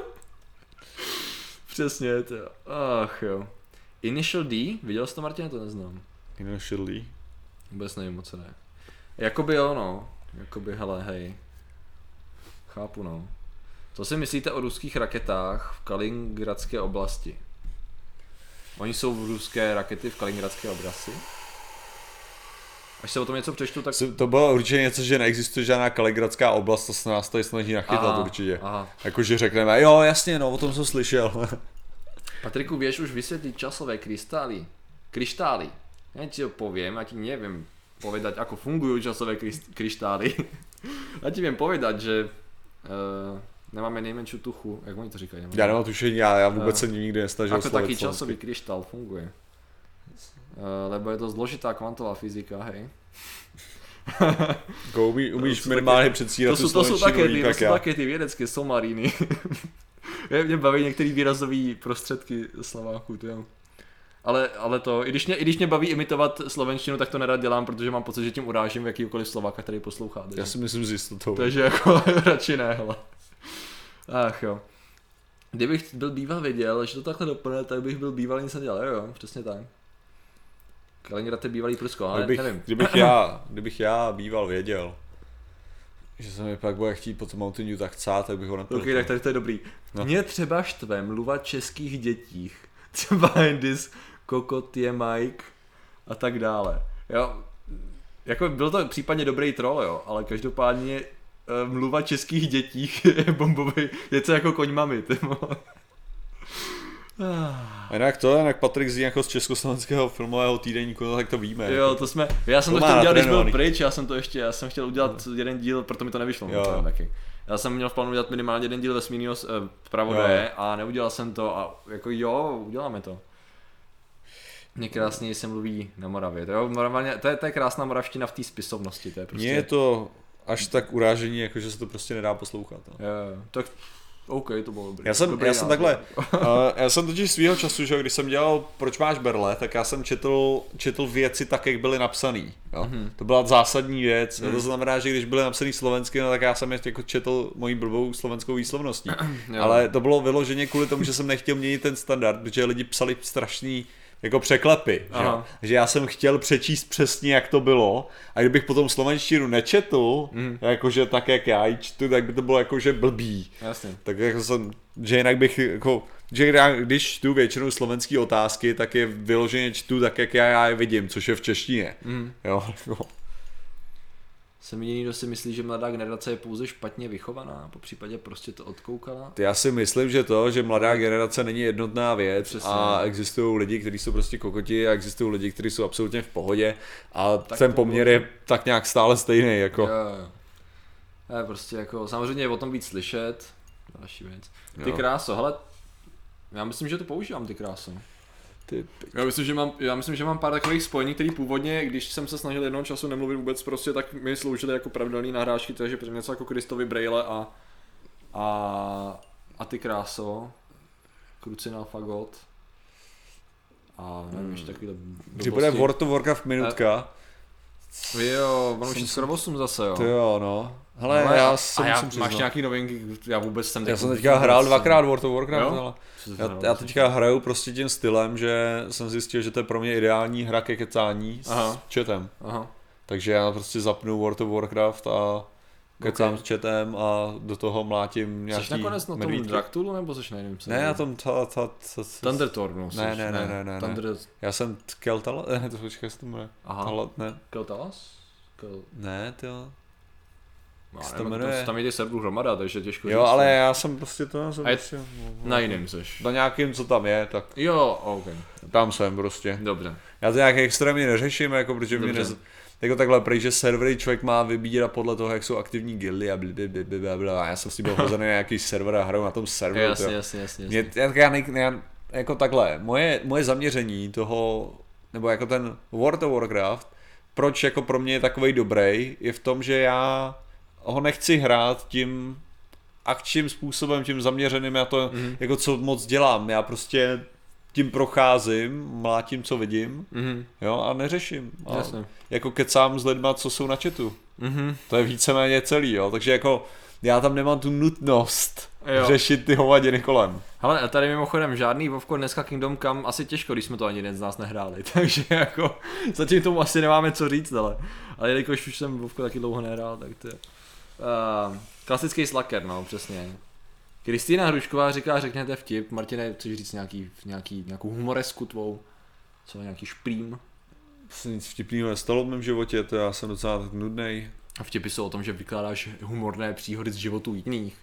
Přesně, to jo. Ach jo. Initial D, viděl jsi to, Martine, to neznám. Initial D? Vůbec nevím, moc ne. Jakoby jo, no. Jakoby, hele, hej. Chápu, no. Co si myslíte o ruských raketách v Kaliningradské oblasti? Oni jsou v ruské rakety v Kaliningradské oblasti? Až se o tom něco přečtu, tak... To bylo určitě něco, že neexistuje žádná Kaliningradská oblast, to se nás tady snaží nachytat určitě. Jakože řekneme, jo jasně, no o tom jsem slyšel. Patriku, vieš už vysvětlit časové kryštály? Ja ti ho poviem, ja ti neviem povedať, ako fungujú časové kryštály. Ja ti viem povedať, že nemáme nejmenšiu tuchu, jak oni to říkají. Já nemám tušení, já vůbec se nikdy nesnažil. Ako taký časový kryštál funguje? Lebo je to zložitá kvantová fyzika, hej. Jako umíš minimálně předstírat to jsou také ty vědecké somaríny. Mě baví některý výrazový prostředky Slováků, to jo. Ale to, i když mě baví imitovat slovenštinu, tak to nerad dělám, protože mám pocit, že tím urážím jakýkoliv Slováka, který poslouchá. Takže. Já si myslím s jistotou. Takže jako radši ne, hele. Ach jo. Kdybych byl býval věděl, že to takhle dopadne, tak bych byl bývalý nic nedělal, jo, přesně tak. Kaliningrad je bývalý Prusko, ale nevím. Kdybych já býval věděl, že se mi pak bude chtít po tom Mountain Dew tak chcát, tak bych ho nepil. Ok, tak tady to je dobrý. No. Mě třeba štve mluva českých dětích. Třeba Endis, Kokot je Mike a tak dále. Jo, jako byl to případně dobrý troll, jo, ale každopádně mluva českých dětích je bombový, je to jako koň mami, ty vole. A jinak Patrik zní jako z československého filmového týdeníku, no, tak to víme. Jo, jako. Já jsem to chtěl udělat, když byl pryč, já jsem chtěl udělat jeden díl, proto mi to nevyšlo. Taky. Já jsem měl v plánu udělat minimálně jeden díl vesmírného pravodaje a neudělal jsem to a jako jo, uděláme to. Nejkrásněji se mluví na Moravě, to je krásná moravština v té spisovnosti, to je prostě... Mně je to až tak urážení, jako že se to prostě nedá poslouchat. No. Jo, tak OK, to bylo dobrý. Já jsem takhle, já jsem totiž svýho času, že když jsem dělal Proč máš berle, tak já jsem četl věci tak, jak byly napsaný. Jo? Mm-hmm. To byla zásadní věc, to znamená, že když byly napsaný slovensky, no, tak já jsem ještě jako četl mojí blbou slovenskou výslovností. Ale to bylo vyloženě kvůli tomu, že jsem nechtěl měnit ten standard, protože lidi psali strašný jako překlepy, že já jsem chtěl přečíst přesně, jak to bylo, a kdybych potom slovenštinu nečetl, jakože tak, jak já ji čtu, tak by to bylo jakože blbý. Jasně. Tak jako že jinak bych jako, že když čtu většinou slovenské otázky, tak je vyloženě čtu tak, jak já je vidím, což je v češtině. Jo, jako. Jsem jediný, kdo si myslí, že mladá generace je pouze špatně vychovaná, po případě prostě to odkoukala. Já si myslím, že mladá generace není jednotná věc. Přesně. A existují lidi, kteří jsou prostě kokoti, a existují lidi, kteří jsou absolutně v pohodě a tak ten poměr je tak nějak stále stejný. Jako. Jo. Je prostě jako, samozřejmě je o tom víc slyšet, další věc. Ty kráso, hele, já myslím, že to používám, ty kráso. Já myslím, že mám pár takových spojení, který původně, když jsem se snažil jednoho času nemluvit vůbec prostě, tak mi sloužily jako pravidelný nahrášky, takže něco jako Kristovi Braille a ty kráso, Krucinál fagot a nevím, ještě takovýhle blbosti. Kdy bude World of Warcraft minutka. Jo, on už je skoro 8 zase, jo. To jo, no. Hele, já se musím přiznat. Máš nějaký novinky, já vůbec jsem... Já jsem teďka hrál dvakrát World of Warcraft, ale já teďka hraju prostě tím stylem, že jsem zjistil, že to je pro mě ideální hra ke kecání s chatem. Aha. Takže já prostě zapnu World of Warcraft a kecám s chatem a do toho mlátím nějaký... Jsi nakonec na tom Draktulu, nebo jsi na jiném? Ne, na tom Thundertornu. Ne. Já jsem Keltalas, to počkej, se to jmenuje. Keltalas? Ne, to tam je serveru hromada, takže těžko říct. Jo, ale já jsem prostě to... Na jiném seš. Na nějakým, co tam je, tak... Jo, ok. Tam jsem prostě. Dobře. Já to nějak extrémně neřeším, jako protože mě jako takhle, protože servery člověk má vybírat podle toho, jak jsou aktivní guildy a blablabla. A já jsem si byl hozený na nějaký server a hraju na tom serveru. Jasně. Já jako takhle, moje zaměření toho, nebo jako ten World of Warcraft, proč jako pro mě je takovej dobrý, je v tom, že já ho nechci hrát tím akčním způsobem, tím zaměřeným na to, jako co moc dělám. Já prostě tím procházím, mlátím, co vidím, jo, a neřeším. A jako kecám s lidma, co jsou na chatu. To je víceméně celý, jo, takže jako já tam nemám tu nutnost řešit ty hovadiny kolem. Hele, a tady mimochodem žádný Vovko dneska Kingdom Come asi těžko, když jsme to ani jeden z nás nehráli, takže jako zatím tomu asi nemáme co říct, ale jelikož už jsem Vovko taky dlouho nehrál, tak to je klasický slacker, no, přesně. Kristýna Hrušková říká, řekněte vtip. Martine, chceš říct nějakou humoresku tvou? Co, nějaký šprým? Se nic vtipného nestalo v mém životě, to já jsem docela tak nudnej. A vtipy jsou o tom, že vykládáš humorné příhody z životů jiných.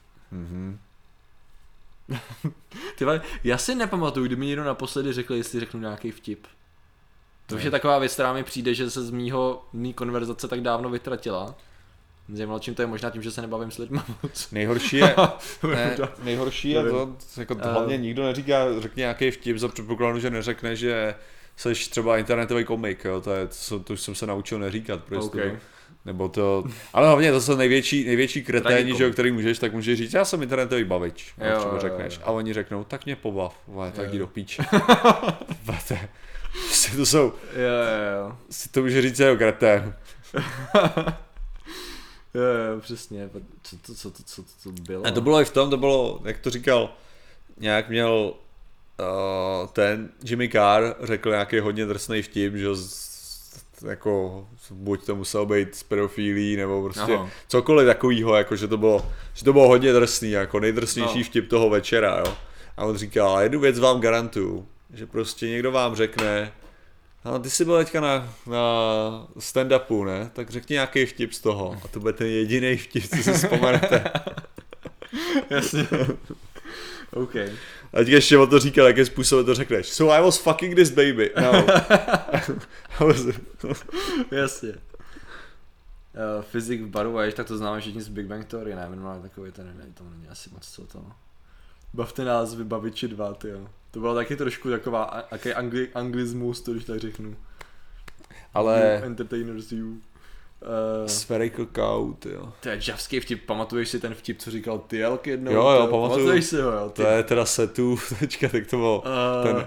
Ty vole, já si nepamatuju, kdy mi někdo naposledy řekl, jestli řeknu nějaký vtip. To už je taková věc, která mi přijde, že se z mý konverzace tak dávno vytratila. Zajímalo, čím to je, možná tím, že se nebavím s lidmi moc. Nejhorší je to, jako hlavně nikdo neříká, řekni nějaký vtip za předpokladu, že neřekne, že seš třeba internetový komik, jo, to už jsem se naučil neříkat pro jistotu. Okay. Nebo to, ale hlavně to jsou největší kreténi, Tragikom. že jo, který můžeš, tak můžeš říct, já jsem internetový bavič, Jo, třeba jo, řekneš. jo. A oni řeknou, tak mě pobav, vole, tak Jo. jdi do píče. To jsou, Jo. si to může říct jako kretén. Jo, přesně. Co to bylo? A to bylo i v tom, to bylo, jak to říkal, nějak měl ten Jimmy Carr řekl nějaký hodně drsný vtip, že jako buď to muselo být z pedofilí, nebo prostě cokoliv takovýho, jako že to bylo hodně drsný, jako nejdrsnější vtip toho večera, jo. A on říkal, jednu věc vám garantuju, že prostě někdo vám řekne, no, ty jsi byl teďka na stand-upu, ne? Tak řekni nějaký vtip z toho. A to bude ten jediný vtip, co si vzpomenete. Jasně. OK. A teď ještě o to říkal, jakým způsobem to řekneš. So I was fucking this baby. No. Jasně. Fyzik v baru, a tak to známe všichni z Big Bang Theory, ne? Minimálně takový ten, nevím, to není asi moc co to. Bavte nás, vy babiči 2, tyjo. To bylo taky trošku taková, jaký anglismus, to když tak řeknu. Ale... You entertainers, you. Spherical cow, tyjo. To je džavský vtip, pamatuješ si ten vtip, co říkal Tyelk jednou? Jo, pamatuju. Pamatuješ si ho, jo? To je teda setu, teďka, tak to bylo ten...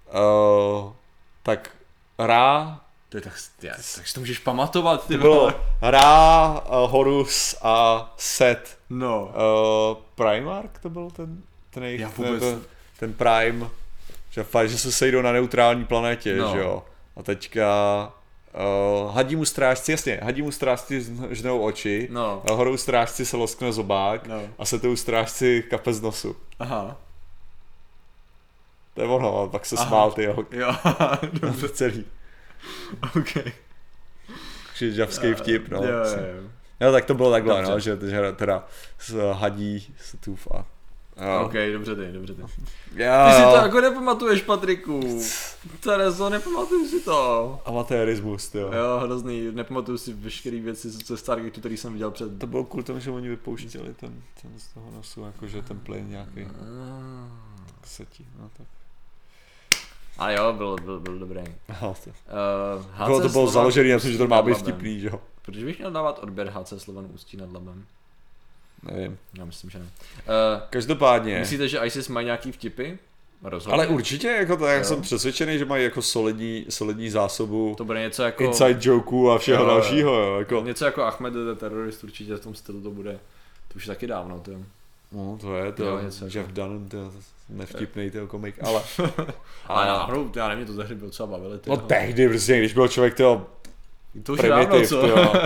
tak Ra... To je tak si to můžeš pamatovat, ty to bylo Ra, Horus a Set. No. Primarch to byl ten jejich... Já vůbec... Ten Prime, že fakt, že se sejdou na neutrální planetě, že jo. A teďka hadímu strážci žnou oči, a horou strážci se loskne zobák a setou strážci kape z nosu. Aha. To je ono, a pak se smál ty jo. Dobře. Celý. OK. Takže žavský vtip, no. Jo. No tak to bylo takhle, dobře. no, že teda hadí setův a... OK, dobře ty. Já... Ty si to jako nepamatuješ, Patriku. Terezo, nepamatuju si to. Amatérismus, jo. Jo, hrozný, nepamatuju si veškeré věci ze Stargate'u, který jsem viděl před... To bylo kvůli tomu, že oni vypouštěli ten z toho nosu, jakože ten plyn nějaký. Tak setí, no tak. A jo, byl dobrý. To bylo založený na tom, že to má být vtipný, že jo. Proč bych měl dávat odběr HC Slovan Ústí nad Labem? Nevím. Já myslím, že ne. Každopádně. Myslíte, že ISIS mají nějaký vtipy? Rozhodně. Ale určitě, jako to, já jsem přesvědčený, že mají jako solidní zásobu. To bude něco jako... Inside joků a všeho dalšího, jo. Jako... Něco jako Ahmed the Terrorist, určitě v tom stylu to bude. To už taky dávno, to. No, to je to. Jo, Jeff jako... Dunham, to nevtipnej ten komik, ale... ale náhodou, já nevím, to ze hry byl třeba bavili, no tehdy, prostě, když byl člověk toho to už dávno, co?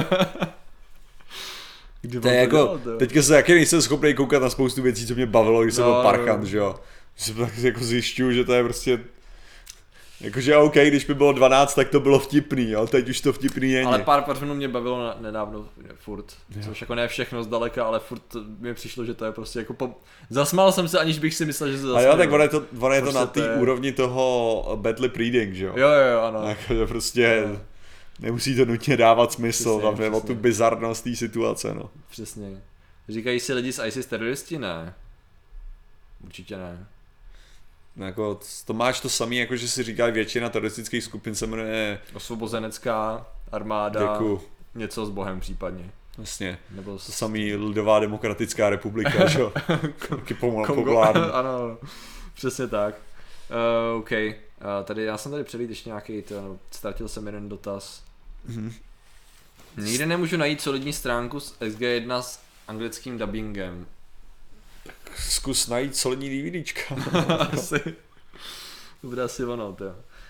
To je jako, teďka se taky nejsem schopný koukat na spoustu věcí, co mě bavilo, když jsem byl parchant, že jo. Že tak jako zjišťuju, že to je prostě... Jakože OK, když by bylo 12, tak to bylo vtipný, jo, teď už to vtipný není. Ale pár parfumů mě bavilo nedávno, furt, což jako ne všechno zdaleka, ale furt mi přišlo, že to je prostě jako zasmál jsem se, aniž bych si myslel, že se zasmál. A jo, tak ono je to na té úrovni toho bad lip reading, že jo. Jo, ano. Jakože prostě nemusí to nutně dávat smysl, tam je o tu bizarnost té situace, no. Přesně. Říkají si lidi z ISIS teroristi? Ne. Určitě ne. Jako, to máš to samý, jako že si říká většina teroristických skupin se jmenuje... Osvobozenecká armáda, Děkuju. Něco s Bohem případně. Jasně, nebo to samý Lidová demokratická republika, že jo? Taky populární. Ano, přesně tak. OK, tady, já jsem tady přelít ještě nějaký, ztratil jsem jeden dotaz. Nikde nemůžu najít solidní stránku z XG1 s anglickým dubbingem. Zkus najít solidní DVDčka. Asi. To bude asi ono, to.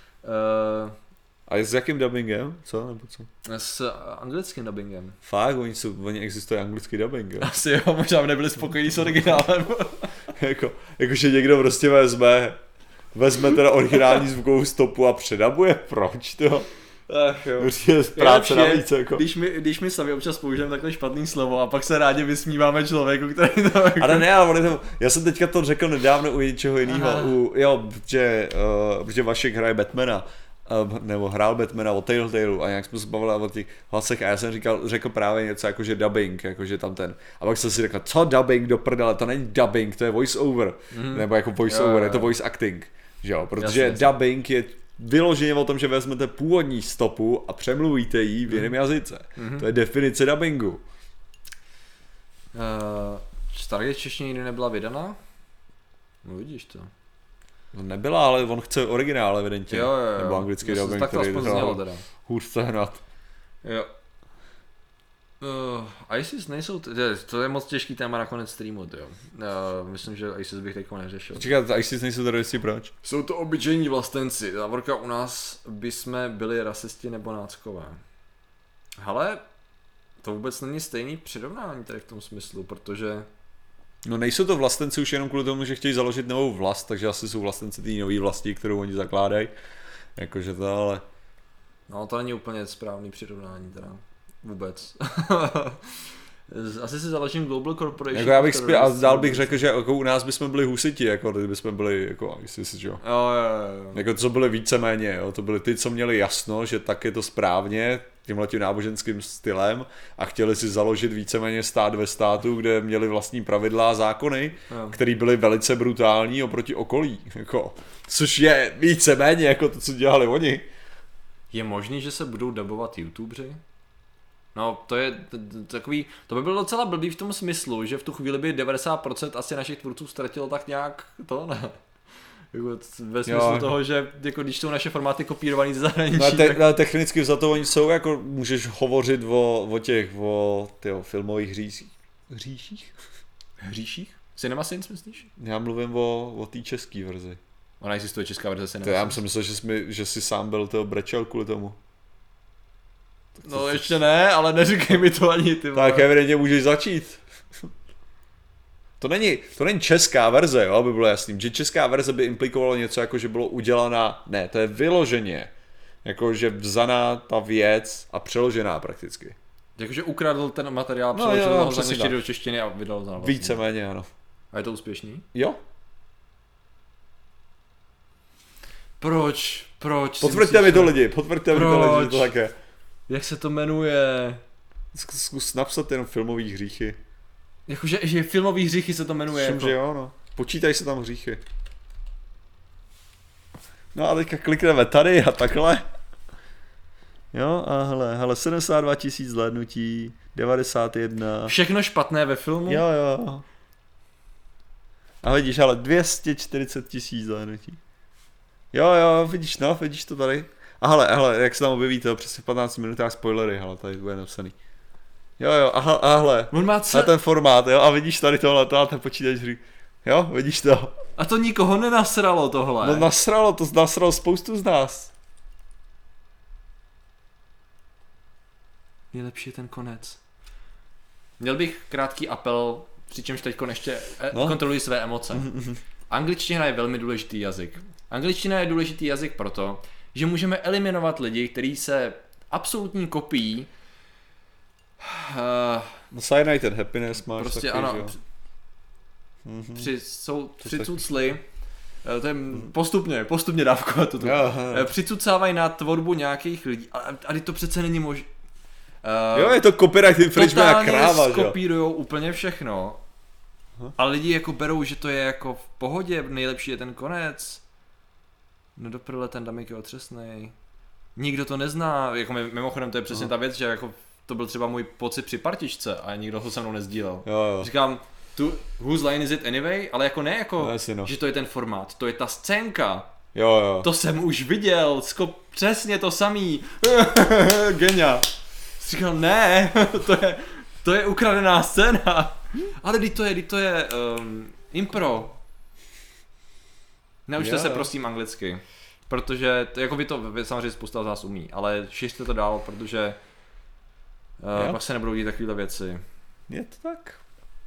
A s jakým dubbingem? Co? Nebo co? S anglickým dubbingem. Fakt? Oni existuje anglický dubbing, jo? Asi jo, možná nebyli spokojení s originálem. Jakože někdo prostě vezme teda originální zvukovou stopu a předabuje, proč to? Ach jo. Práce navíc, jako. Když my sami občas použijeme takhle špatný slovo a pak se rádi vysmíváme člověku, který to... Jako... Ale ne, já jsem teďka to řekl nedávno u něčeho jiného, protože Vašek hraje Batmana, nebo hrál Batmana o Telltale a nějak jsme se bavili o těch hlasech a já jsem řekl právě něco jako, že dubbing, jakože tam ten. A pak jsem si řekl, co dubbing do prdele, to není dubbing, to je voice over, nebo jako voice over, je to voice acting, že jo, protože dubbing je vyloženě o tom, že vezmete původní stopu a přemluvíte ji v jiném jazyce. To je definice dubbingu. Staré češtině nikdy nebyla vydaná? No vidíš to. No nebyla, ale on chce originál evidentně. Jo. Nebo anglický dubbing, tak to který aspoň znělo teda. hůř sehnat. Jo. ISIS nejsou, to je moc těžký téma nakonec streamu, jo. Myslím, že ISIS bych teďko neřešil. Říkáte, ISIS nejsou teroristi, proč? Jsou to obyčejní vlastenci, závorka u nás by jsme byli rasisti nebo náckové. Hele, to vůbec není stejný přirovnání tady v tom smyslu, protože... No nejsou to vlastenci už jenom kvůli tomu, že chtějí založit novou vlast, takže asi jsou vlastenci té nové vlasti, kterou oni zakládají. Jakože to, ale... No to není úplně správný přirovnání teda. Vůbec. Asi si založím Global Corporation. Jako já bych a dál bych řekl, že jako u nás bychom byli husiti, jako kdybychom byli jako ISIS, jo. Jo. Jako co byli víceméně, jo. To byli ty, co měli jasno, že tak je to správně, tímhletím náboženským stylem a chtěli si založit víceméně stát ve státu, kde měli vlastní pravidla a zákony, které byly velice brutální oproti okolí, jako, což je víceméně jako to, co dělali oni. Je možný, že se budou dabovat YouTubeři? No, to je takový, to by bylo docela blbý v tom smyslu, že v tu chvíli by 90% asi našich tvůrců ztratilo tak nějak to, ne? Jako ve smyslu toho, že jako když jsou naše formáty kopírovaný ze zahraničí. No, ale technicky vzato oni jsou, jako můžeš hovořit o těch filmových hříších? Cinema Sins myslíš? Já mluvím o té české verzi. Ona existuje česká verze Cinema Sins. Já jsem myslel, že jsi sám byl toho brečel kvůli tomu. No ještě ne, ale neříkej mi to ani ty. Tak evidentně můžeš začít. To není česká verze, jo, aby bylo jasný, že česká verze by implikovalo něco jako, že bylo udělaná, ne, to je vyloženě, jako, že vzaná ta věc a přeložená prakticky. Jakože ukradl ten materiál, přeložil ho z angličtiny do češtiny a vydal za vlastně. Víceméně, ano. A je to úspěšný? Jo. Proč? Potvrďte mi to lidi, že to tak je. Jak se to jmenuje? Zkus napsat jenom filmový hříchy. Jakože že filmový hříchy se to jmenuje. Myslím, jako... že jo, no. Počítají se tam hříchy. No a teďka klikneme tady a takhle. Jo, a hele, 72 000 zhlédnutí, 91. Všechno špatné ve filmu? Jo. A vidíš, ale 240 000 zhlédnutí. Jo, vidíš to tady. A hele, jak se tam objeví to přesně v 15 minutách spoilery, hele, tady bude napsaný. Jo, a hele, on má ten formát, jo, a vidíš tady tohle, a ten počítač hry. Jo, vidíš to. A to nikoho nenasralo tohle. No nasralo spoustu z nás. Nejlepší je ten konec. Měl bych krátký apel, přičemž teďko ještě kontroluji své emoce. Angličtina je velmi důležitý jazyk. Angličtina je důležitý jazyk proto, že můžeme eliminovat lidi, kteří se absolutní kopií Cyanide and Happiness máš prostě taky, ano, přicucli, to je postupně dávkovat to. Přicucávají na tvorbu nějakých lidí, ale to přece není možné. Jo, je to copyright infringement a kráva, že jo. Skopírujou úplně všechno. A lidi jako berou, že to je jako v pohodě, nejlepší je ten konec. No do prle, ten Damek je otřesnej. Nikdo to nezná, jako mimochodem to je přesně ta věc, že jako to byl třeba můj pocit při partičce a nikdo ho se mnou nezdílel. Jo. Říkám, whose line is it anyway? Ale jako ne jako, že to je ten formát, to je ta scénka. Jo. To jsem už viděl, přesně to samý. Genia. Říkal, ne, to je ukradená scéna. Ale to je impro. Neučte se prosím anglicky. Protože, jako vy samozřejmě spousta z vás umí, ale šiřte to dál, protože pak se nebudou dít takovéhle věci. Je to tak.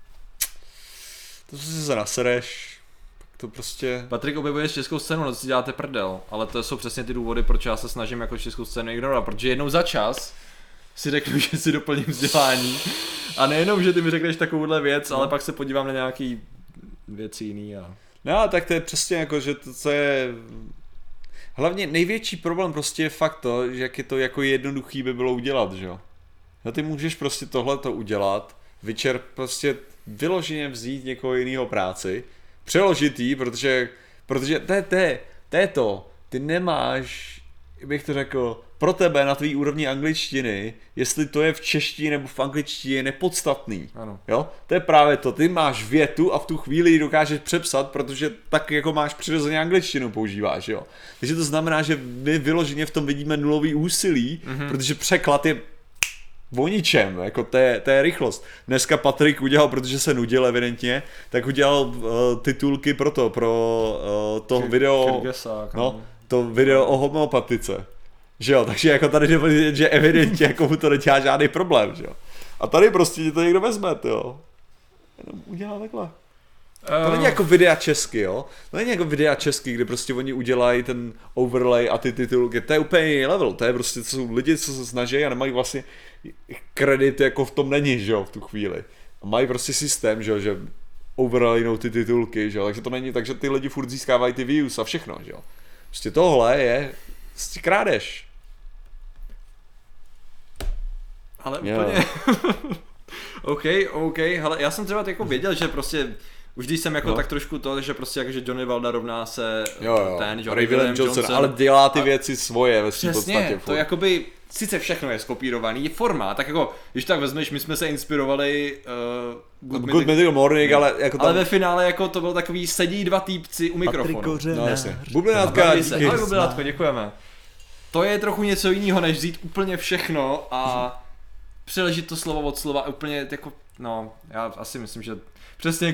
To si se nasereš, to prostě... Patrik objevuje českou scénu, no to si děláte prdel, ale to jsou přesně ty důvody, proč já se snažím jako českou scénu ignorovat, protože jednou za čas si řeknu, že si doplním vzdělání a nejenom, že ty mi řekneš takovouhle věc, ale pak se podívám na nějaký věci jiný a... No, tak to je přesně jako, že to je... Hlavně největší problém prostě je fakt to, že jak je to jako jednoduchý by bylo udělat, že jo. No ty můžeš prostě tohleto udělat, prostě vyloženě vzít někoho jiného práci, přeložit jí, protože to je to. ty nemáš, bych to řekl, pro tebe na tvý úrovni angličtiny, jestli to je v češtině nebo v angličtině, je nepodstatný. Ano. Jo? To je právě to, ty máš větu a v tu chvíli ji dokážeš přepsat, protože tak jako máš přirozeně angličtinu používáš, jo. Takže to znamená, že my vyloženě v tom vidíme nulový úsilí, protože překlad je o ničem, jako to je rychlost. Dneska Patrik udělal, protože se nudil evidentně, tak udělal titulky pro to video, Kyrgyzsák, no, to video o homeopatice. Že jo, takže jako tady jde vidět, že evidentně jako mu to nedělá žádný problém, že jo. A tady prostě ti to někdo vezme, jo. Jenom udělá takhle. To není jako videa česky, jo. To není jako videa česky, kde prostě oni udělají ten overlay a ty titulky. To je úplně jiný level, to je prostě, to jsou lidi, co se snaží a nemají vlastně kredit jako v tom není, že jo, v tu chvíli. A mají prostě systém, že jo, že overlaynou ty titulky, že jo, takže to není, takže ty lidi furt získávají ty views a všechno, že jo. Prostě tohle je prostě krádež. Ale úplně... OK, hele, já jsem třeba jako věděl, že prostě už když jsem jako tak trošku to, že prostě jako, že Johnny Wilder rovná se ten Ray William Johnson, ale dělá ty věci svoje ve svým podstatě. Přesně, to jakoby, sice všechno je skopírovaný, je forma, tak jako, když tak vezmeš, my jsme se inspirovali Good Mythical Morning, ale jako tam... Ale ve finále jako to byl takový, sedí dva týpci u mikrofonu. No jasně. Bublinátko, děkujeme. To je trochu něco jiného, než vzít úplně všechno a přeložit to slovo od slova úplně jako, no, já asi myslím, že přesně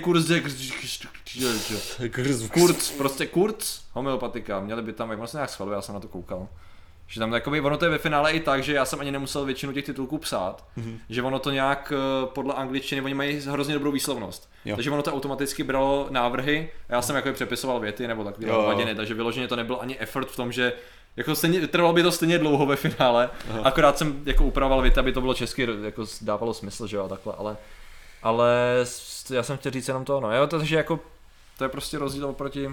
kurz, homeopatika, měli by tam, jak vlastně nějak schvaluje, já jsem na to koukal. Že tam takový, ono to je ve finále i tak, že já jsem ani nemusel většinu těch titulků psát, že ono to nějak podle angličtiny, oni mají hrozně dobrou výslovnost. Jo. Takže ono to automaticky bralo návrhy a já jsem jako přepisoval věty nebo takové hovadiny, takže vyloženě to nebyl ani effort v tom, že jako stejně, trvalo by to stejně dlouho ve finále, akorát jsem jako upravoval věty, aby to bylo česky, jako dávalo smysl, že jo, takhle, ale já jsem chtěl říct jenom to, no jo, takže jako to je prostě rozdíl oproti.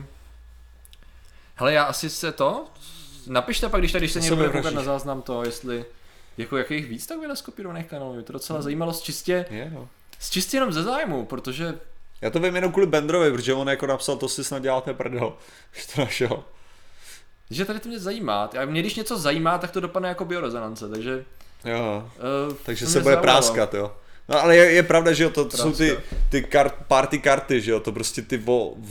Hele, já asi se to napište pak, když se někdo bude koukat na záznam to, jestli jako jakých víc takových skopírovaných kanálů, je to docela zajímalo z čistě jenom ze zájmu, protože já to vím jenom kvůli Bendrovi, protože on jako napsal, to si snad děláte prdel, že to našel. Že tady to mě zajímá, a mě když něco zajímá, tak to dopadne jako biorezonance, takže takže se bude práskat, jo. No ale je pravda, že jo, to jsou ty party karty, že jo, to prostě ty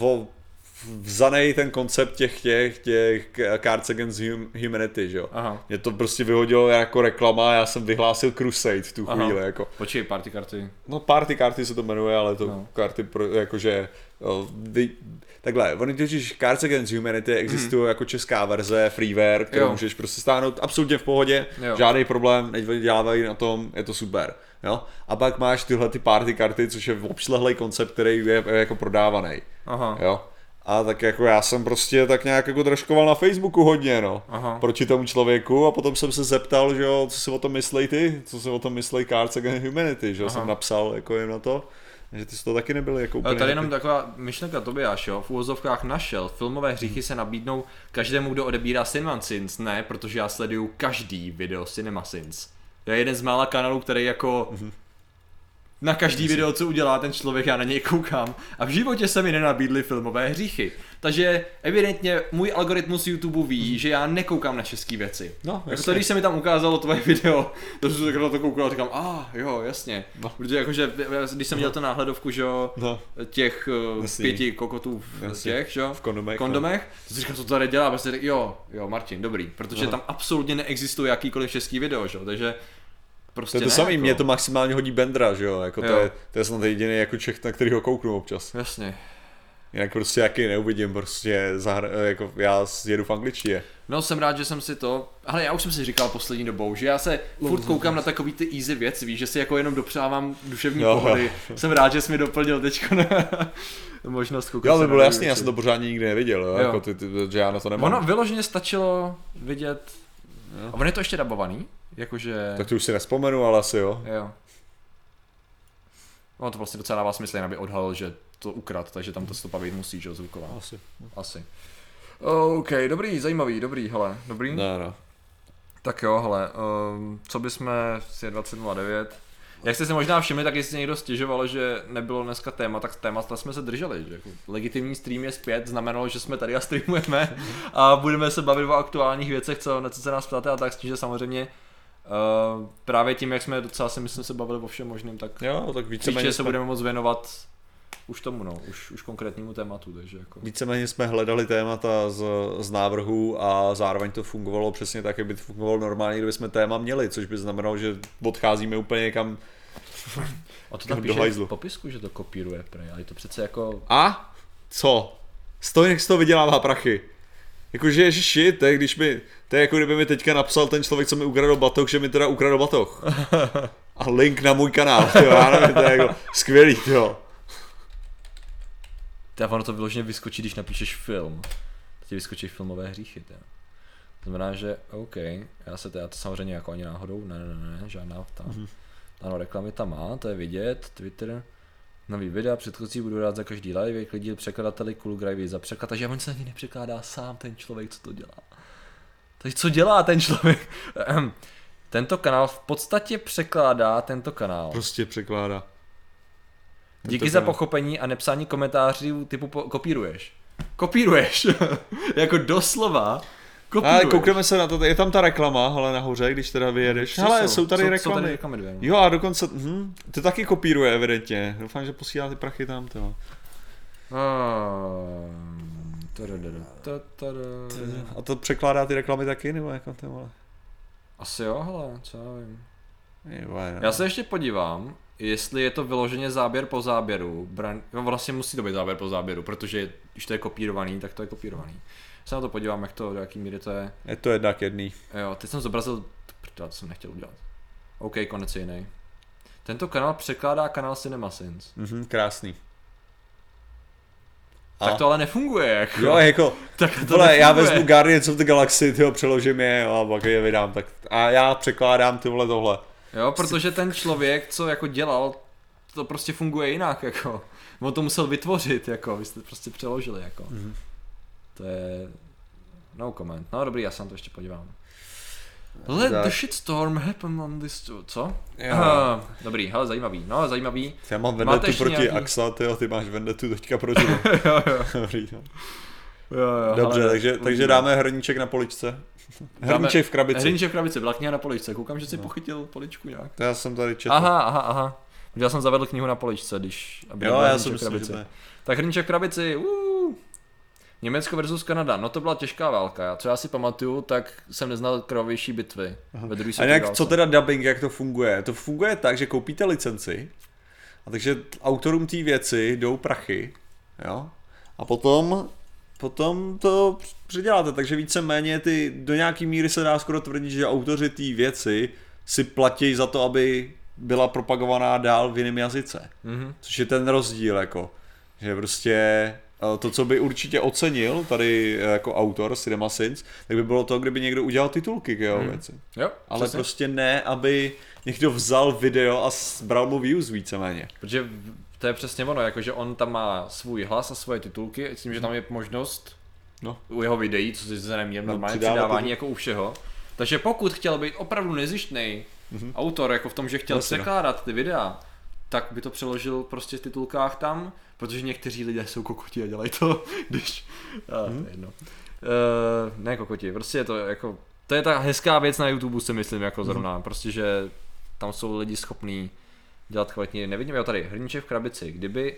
vzanej ten koncept těch Cards Against Humanity, že jo. Mě to prostě vyhodilo jako reklama a já jsem vyhlásil Crusade v tu chvíli, jako. Počkej, party karty. No party karty se to jmenuje, ale to karty jakože takhle, oni totiž Cards Against Humanity existují jako česká verze, freeware, kterou můžeš prostě stáhnout absolutně v pohodě, žádný problém, nedělávají na tom, je to super. Jo? A pak máš tyhle ty party karty, což je obšlehlej koncept, který je jako prodávaný. Jo? A tak jako já jsem prostě tak nějak jako dražkoval na Facebooku hodně, no. Proti tomu člověku a potom jsem se zeptal, že jo, co si o tom myslej ty, co si o tom myslej Cards Against Humanity, že jo, jsem napsal jako jim na to. Že ty jsi to taky nebyly jako úplně... Tady jenom taková myšlenka Tobiáš, jo, v úvozovkách našel, filmové hříchy se nabídnou každému, kdo odebírá CinemaSins, ne, protože já sleduju každý video CinemaSins. Já jeden z mála kanálů, který jako na každý video, co udělá ten člověk, já na něj koukám a v životě se mi nenabídly filmové hříchy. Takže evidentně můj algoritmus YouTube ví, že já nekoukám na české věci. No, jako to, když se mi tam ukázalo tvoje video, to jsem na to koukal a říkám, jo, jasně. No. Protože jakože, když jsem měl to náhledovku, že jo, těch 5 kokotů v těch, že jo, v kondomech, to si říkám, co to tady dělá, prostě jo, Martin, dobrý, protože tam absolutně neexistuje jakýkoliv český video, že jo, takže prostě to je to samé, jako... mě to maximálně hodí Bendra, že jo, jako to je snad jediný jako Čech, na kterýho kouknu občas. Jasně. Jinak prostě jaký neuvidím, prostě jako já jedu v angličtině. No jsem rád, že jsem si to, ale já už jsem si říkal poslední dobou, že já se furt koukám na takový ty easy věci, víš, že si jako jenom dopřávám duševní pohody. Jsem rád, že jsi mi doplnil teďko na možnost koukat. Jo, to bylo jasný, já jsem to pořádně nikdy neviděl, jo. Jako že já na to nemám. Ono vyloženě stačilo vidět, a on je to ještě dabovaný, jakože... Tak to už si nespomenu, ale asi jo. Jo. No to vlastně docela dává smysl, jen aby odhalil, že to ukrad, takže tam to stopa být musí, že zvuková. Asi. OK, dobrý, zajímavý, hele, dobrý? No. Tak jo, hele, co bychom, je 20.09. Jak jste si možná všimli, tak jestli někdo stěžoval, že nebylo dneska téma, tak témata jsme se drželi. Že? Jako legitimní stream je zpět, znamenalo, že jsme tady a streamujeme a budeme se bavit o aktuálních věcech, co se nás ptáte a tak, s tím, že samozřejmě právě tím, jak jsme docela si myslím se bavili o všem možným, tak Jo, tak víceméně se budeme moc věnovat už tomu, no, už konkrétnímu tématu, takže jako. Víceméně jsme hledali témata z návrhu a zároveň to fungovalo přesně tak, jak by to fungovalo normálně, kdyby jsme téma měli, což by znamenalo, že odcházíme úplně někam. A to tam píše v popisku, že to kopíruje, prej, ale je to přece jako. A? Co? Nech z toho vydělává prachy. Jakože ježiši, to je jako kdyby mi teďka napsal ten člověk, co mi ukradl batoh, že mi teda ukradl batoh. A link na můj kanál, jo, já nevím, to je jako skvělý, jo. Ono to vyloženě vyskočí, když napíšeš film. Ti vyskočí filmové hříchy, to znamená, že OK, já to samozřejmě jako ani náhodou, ne, žádná tam. Ano, reklamy tam má, to je vidět, Twitter, nový videa, předchozí budu rád za každý live, jak lidi překladateli Cool Gravy za překlad, takže on se ani nepřekládá sám ten člověk, co to dělá. Takže co dělá ten člověk? Tento kanál v podstatě překládá tento kanál. Prostě překládá. Díky za pochopení a nepsání komentářů typu kopíruješ. Kopíruješ. Jako doslova kopíruješ. Ale koukneme se na to, je tam ta reklama, ale nahoře, když teda vyjedeš. Hele, jsou tady reklamy. Tady reklamy dvě, no. Jo a dokonce, to taky kopíruje evidentně. Doufám, že posílá ty prachy tam, to. A to překládá ty reklamy taky, nebo jako to, vole? Asi jo, hele, co já vím. Jo. Já se ještě podívám, jestli je to vyloženě záběr po záběru. Vlastně musí to být záběr po záběru, protože když to je kopírovaný, tak to je kopírovaný. Se na to podívám, jak to, do jaký míry to je. Je to jednak jedný. Jo, teď jsem zobrazil, to jsem nechtěl udělat. OK, konec je jiný. Tento kanál překládá kanál CinemaSins. Krásný. Tak to ale nefunguje, jako. Jo, jako, tak to vole, nefunguje. já vezmu Guardians of the Galaxy, tyho přeložím je a pak je vydám, tak a já překládám tyhle tohle. Jo, protože ten člověk, co jako dělal, to prostě funguje jinak, jako. On to musel vytvořit, jako, vy jste prostě přeložili, jako. To je no comment. No dobrý, já se na to ještě podívám. Let the shitstorm happen on this... Co? Dobrý, hele, zajímavý. No, zajímavý. Já mám vendetu proti nějaký... Axa, ty máš vendetu teďka proti. jo. Dobrý, no. Jo, dobře, hele, takže dáme hrníček na poličce. Hrníček v krabici. Hrníček v krabici, byla kniha na poličce. Koukám, že jsi pochytil poličku nějak. To já jsem tady četl. Aha. Já jsem zavedl knihu na poličce, když... Jo, já jsem myslím, že tak hrníček v krabici, Německo versus Kanada, no to byla těžká válka. Co já si pamatuju, tak jsem neznal krvavější bitvy ve druhé světové válce. A válce. co teda dubbing, jak to funguje? To funguje tak, že koupíte licenci, a takže autorům té věci jdou prachy, jo? A potom to předěláte, takže víceméně do nějaký míry se dá skoro tvrdit, že autoři té věci si platí za to, aby byla propagovaná dál v jiném jazyce. Což je ten rozdíl, jako, že prostě... To, co by určitě ocenil tady jako autor CinemaSins, tak by bylo to, kdyby někdo udělal titulky k jeho věci. Jo, ale přesně. Prostě ne, aby někdo vzal video a bral mu views víceméně. Protože to je přesně ono, jakože on tam má svůj hlas a svoje titulky, myslím, že tam je možnost u jeho videí, co si se neměl normálně přidávání jako u všeho. Takže pokud chtěl být opravdu nezištnej autor, jako v tom, že chtěl překládat ty videa, tak by to přeložil prostě v titulkách tam, protože někteří lidé jsou kokoti a dělají to, když... jedno. Ne kokoti, prostě je to jako... To je ta hezká věc na YouTube, si myslím, jako zrovna, prostě, že tam jsou lidi schopní dělat kvalitně. Nevidím, jo tady, hrníček v krabici.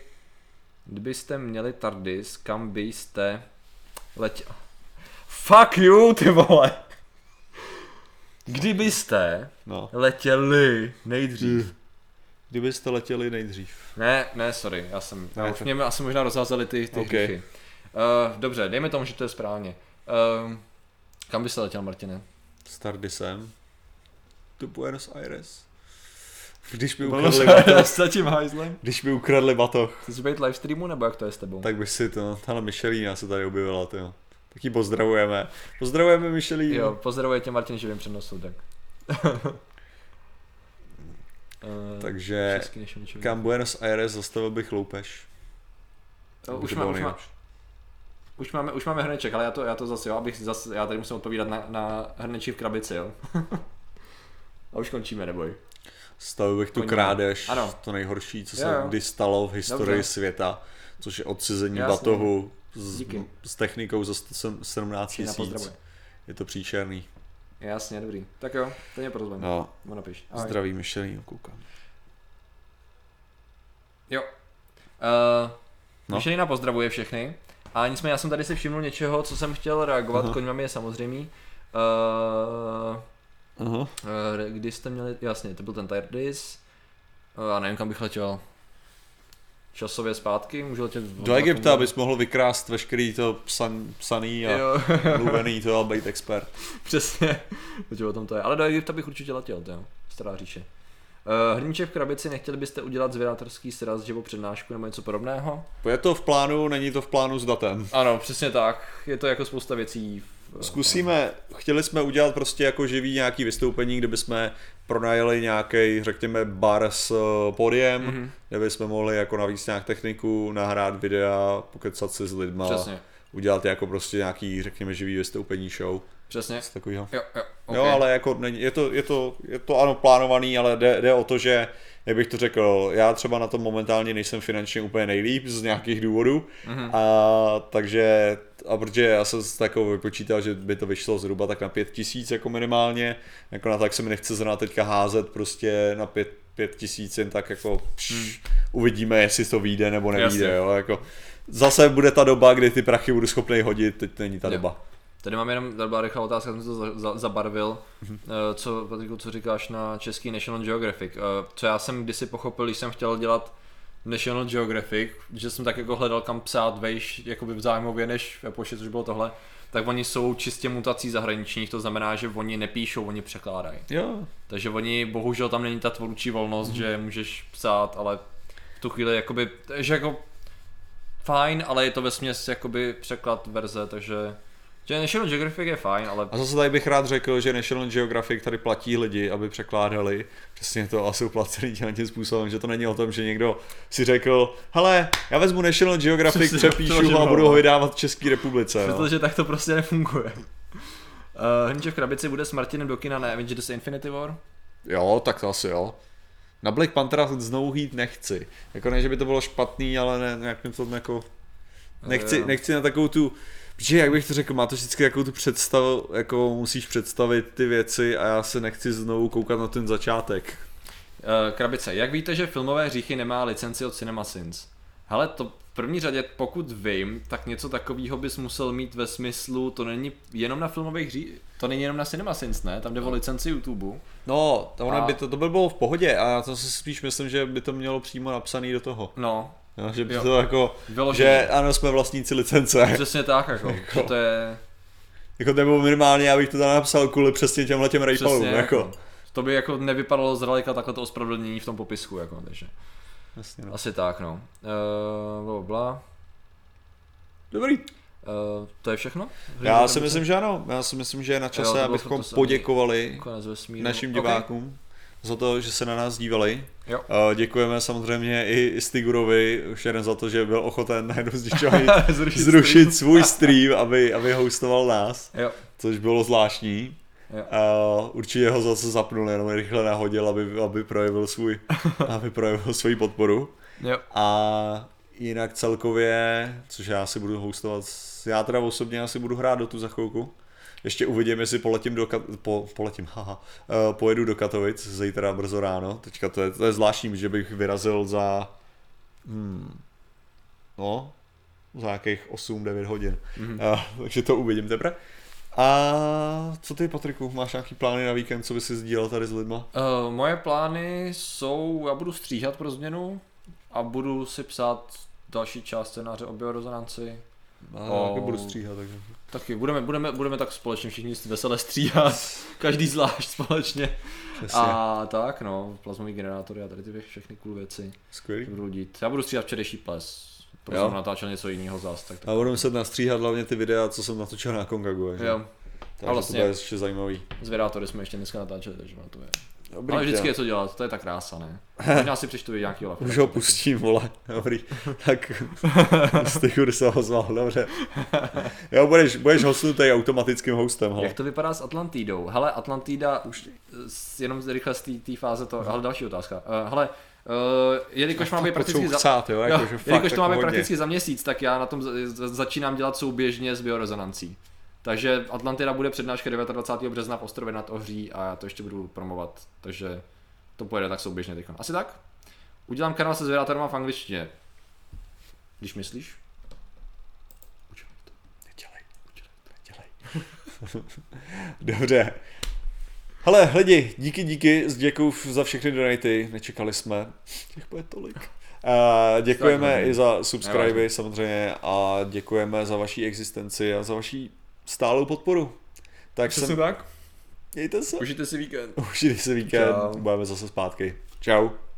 Kdybyste měli TARDIS, kam byste letěli... Fuck you, ty vole! Kdybyste letěli nejdřív. Kdybyste letěli nejdřív. Ne, sorry, už mě asi možná rozházeli ty hříchy. Dobře, dejme tomu, že to je správně. Kam byste letěl, Martine? S TARDISem. Do Buenos Aires. Když by ukradli batoh. Když by ukradli batoh. Chceš být live streamu, nebo jak to je s tebou? Tak bych si to, tahle Michelína se tady objevila, tyjo. Taky pozdravujeme. Pozdravujeme Michelínu. Jo, pozdravuje tě Martin živým přenosu, tak. Takže kam Buenos Aires zastavil bych loupež. Už máme hrneček, ale já to zase, jo, já tady musím odpovídat na hrneči v krabici, jo. A už končíme, neboj. stavil bych tu Koně. krádež, Ano. to nejhorší, co se Jo. kdy stalo v historii Dobře. světa, což je odcizení Jasně. batohu Díky. s technikou za 17 Všichni 000. pozdravuje. Je to příšerný. Jasně, dobrý. Tak jo, to mě porozvem. No, Mu napiš. Ahoj. zdraví Michelin, koukám. Jo. No. Michelina pozdravuje všechny. A nicméně já jsem tady si všiml něčeho, co jsem chtěl reagovat, Aha. koňmami je samozřejmý. Aha. Kdy jste měli, jasně, to byl ten TARDIS. A nevím, kam bych letěl. Časově zpátky, můžu letět Do Egypta bys mohl vykrást veškerý to psaný a Jo, mluvený to a být expert. přesně. Protože o tom to je. Ale do Egypta bych určitě letěl, to jo. Stará říše. Hrníček v krabici, nechtěli byste udělat zvědátorský sraz, živou přednášku nebo něco podobného? Je to v plánu, není to v plánu s datem. Ano, přesně tak. Je to jako spousta věcí. Zkusíme, chtěli jsme udělat prostě jako živý nějaký vystoupení, kde bychom pronajeli nějaký, řekněme, bar s pódiem, kde bychom mohli jako navíc nějak techniku, nahrát videa, pokecat si s lidma, Přesně. udělat jako prostě nějaký, řekněme, živý vystoupení show. Přesně. Něco takového. Jo, Jo, ale jako není, je to ano plánovaný, ale jde o to, že, jak bych to řekl, já třeba na tom momentálně nejsem finančně úplně nejlíp z nějakých důvodů, takže protože já jsem jako vypočítal, že by to vyšlo zhruba tak na 5 000 jako minimálně, jako na tak se mi nechce zrovna teďka házet prostě na 5 000 jen tak jako uvidíme, jestli to vyjde nebo nevyjde, Jasně. jo, jako zase bude ta doba, kdy ty prachy budu schopný hodit, teď není ta Jo. doba. Tady mám jenom, tady byla rychlá otázka, jsem to zabarvil. Co, Patriku, co říkáš na český National Geographic? Co já jsem kdysi pochopil, když jsem chtěl dělat National Geographic, že jsem tak jako hledal kam psát vejš, jakoby v zájmově než v Epoši, což bylo tohle, tak oni jsou čistě mutací zahraničních, to znamená, že oni nepíšou, oni překládají. Jo, Takže oni, bohužel tam není ta tvůrčí volnost, že můžeš psát, ale v tu chvíli jakoby, že jako fajn, ale je to vesměs jakoby překlad verze, takže že National Geographic je fajn, ale a zase tady bych rád řekl, že National Geographic tady platí lidi, aby překládali přesně to a jsou placený tím způsobem, že to není o tom, že někdo si řekl, hele, já vezmu National Geographic, Přesně, přepíšu a budu ho vydávat v České republice. No. protože tak to prostě nefunguje. Hrníček v krabici bude s Martinem do kina na Avengers Infinity War? Jo, tak to asi jo. Na Black Panthera znovu jít nechci. Jako ne, že by to bylo špatný, ale ne, nějak mi to jako... Nechci na takovou tu... Protože jak bych to řekl, má to vždycky takovou tu představu, jako musíš představit ty věci a já se nechci znovu koukat na ten začátek. Krabice, jak víte, že filmové hříchy nemá licenci od CinemaSins? Hele, to v první řadě, pokud vím, tak něco takového bys musel mít ve smyslu, to není jenom na filmových hřích, to není jenom na CinemaSins, ne? Tam jde o licenci YouTube. No, A- by to by bylo v pohodě a já to si spíš myslím, že by to mělo přímo napsaný do toho. No, Jo, že by Jo. to jako, vyloženě. že ano, jsme vlastníci licence. Přesně tak, jako, že to je... Jako nebo minimálně, já bych to tam napsal kvůli přesně těmhletěm rejpalům, Přesně, jako. To by jako nevypadalo zdaleka takhle to ospravedlnění v tom popisku, jako, takže Jasně, no. asi tak, no. Bla. Dobrý. To je všechno? Já si myslím, že ano. Já si myslím, že je na Jo, to čase, bylo abychom to samý. poděkovali Konec vesmíru. našim Ok. divákům za to, že se na nás dívali. Jo. Děkujeme samozřejmě i Stigurovi, už jeden za to, že byl ochoten najednou z ničeho nic Zrušit zrušit svůj stream, aby hostoval nás, Jo. což bylo zvláštní. Jo. Určitě ho zase zapnul, jenom rychle nahodil, aby projevil svoji podporu. Jo. A jinak celkově, což já si budu hostovat, já teda osobně asi budu hrát Dotu za chvilku. Ještě uvidím, jestli pojedu do Katovic zítra brzo ráno. Teďka to je zvláštní, že bych vyrazil za za nějakých 8-9 hodin. Takže to uvidím teprve. A co ty, Patriku, máš nějaký plány na víkend, co bys si sdílel tady s lidma? Moje plány jsou, já budu stříhat pro změnu a budu si psát další část scénáře o biorezonanci. Taky budu stříhat, takže. Taky budeme tak společně všichni veselé stříhat, každý zvlášť společně. Přesně. A tak no, plazmový generátory a tady ty všechny cool věci Skvělý. se budou dít. Já budu stříhat včerejší ples, protože Jo. jsem natáčel něco jiného zas. Tak A budu muset nastříhat hlavně ty videa, co jsem natočil na Kongagu, takže. jo, Takže vlastně- to bude ještě zajímavý. z generátory jsme ještě dneska natáčeli, takže na to je. Dobrý, Ale vždycky jo. je co dělat, to je ta krása, ne? Možná si přečtu i nějaký levko. Už ho pustím, vole, dobrý. Tak Stychur se ozval, dobře. Jo, budeš hostnutý automatickým hostem, hele. Jak to vypadá s Atlantidou? Hele, Atlantida už jenom rychle z té fáze to, hele, další otázka. Hele, jelikož máme prakticky jelikož to máme prakticky za měsíc, tak já na tom začínám dělat souběžně s biorezonancí. Takže Atlantida bude přednáška 29. března v Ostrově nad Ohří a já to ještě budu promovat, takže to pojede tak souběžně teď. Asi tak? Udělám kanál se zvědátorama v angličtině. Když myslíš? Nedělej. Dobře. Hele, lidi, díky, děkuju za všechny donaty, nečekali jsme, těch bude tolik. Děkujeme i za subscriby samozřejmě a děkujeme za vaši existenci a za vaši stálou podporu. Tak tak? Mějte se. Užijte si víkend. Budeme zase zpátky. Čau.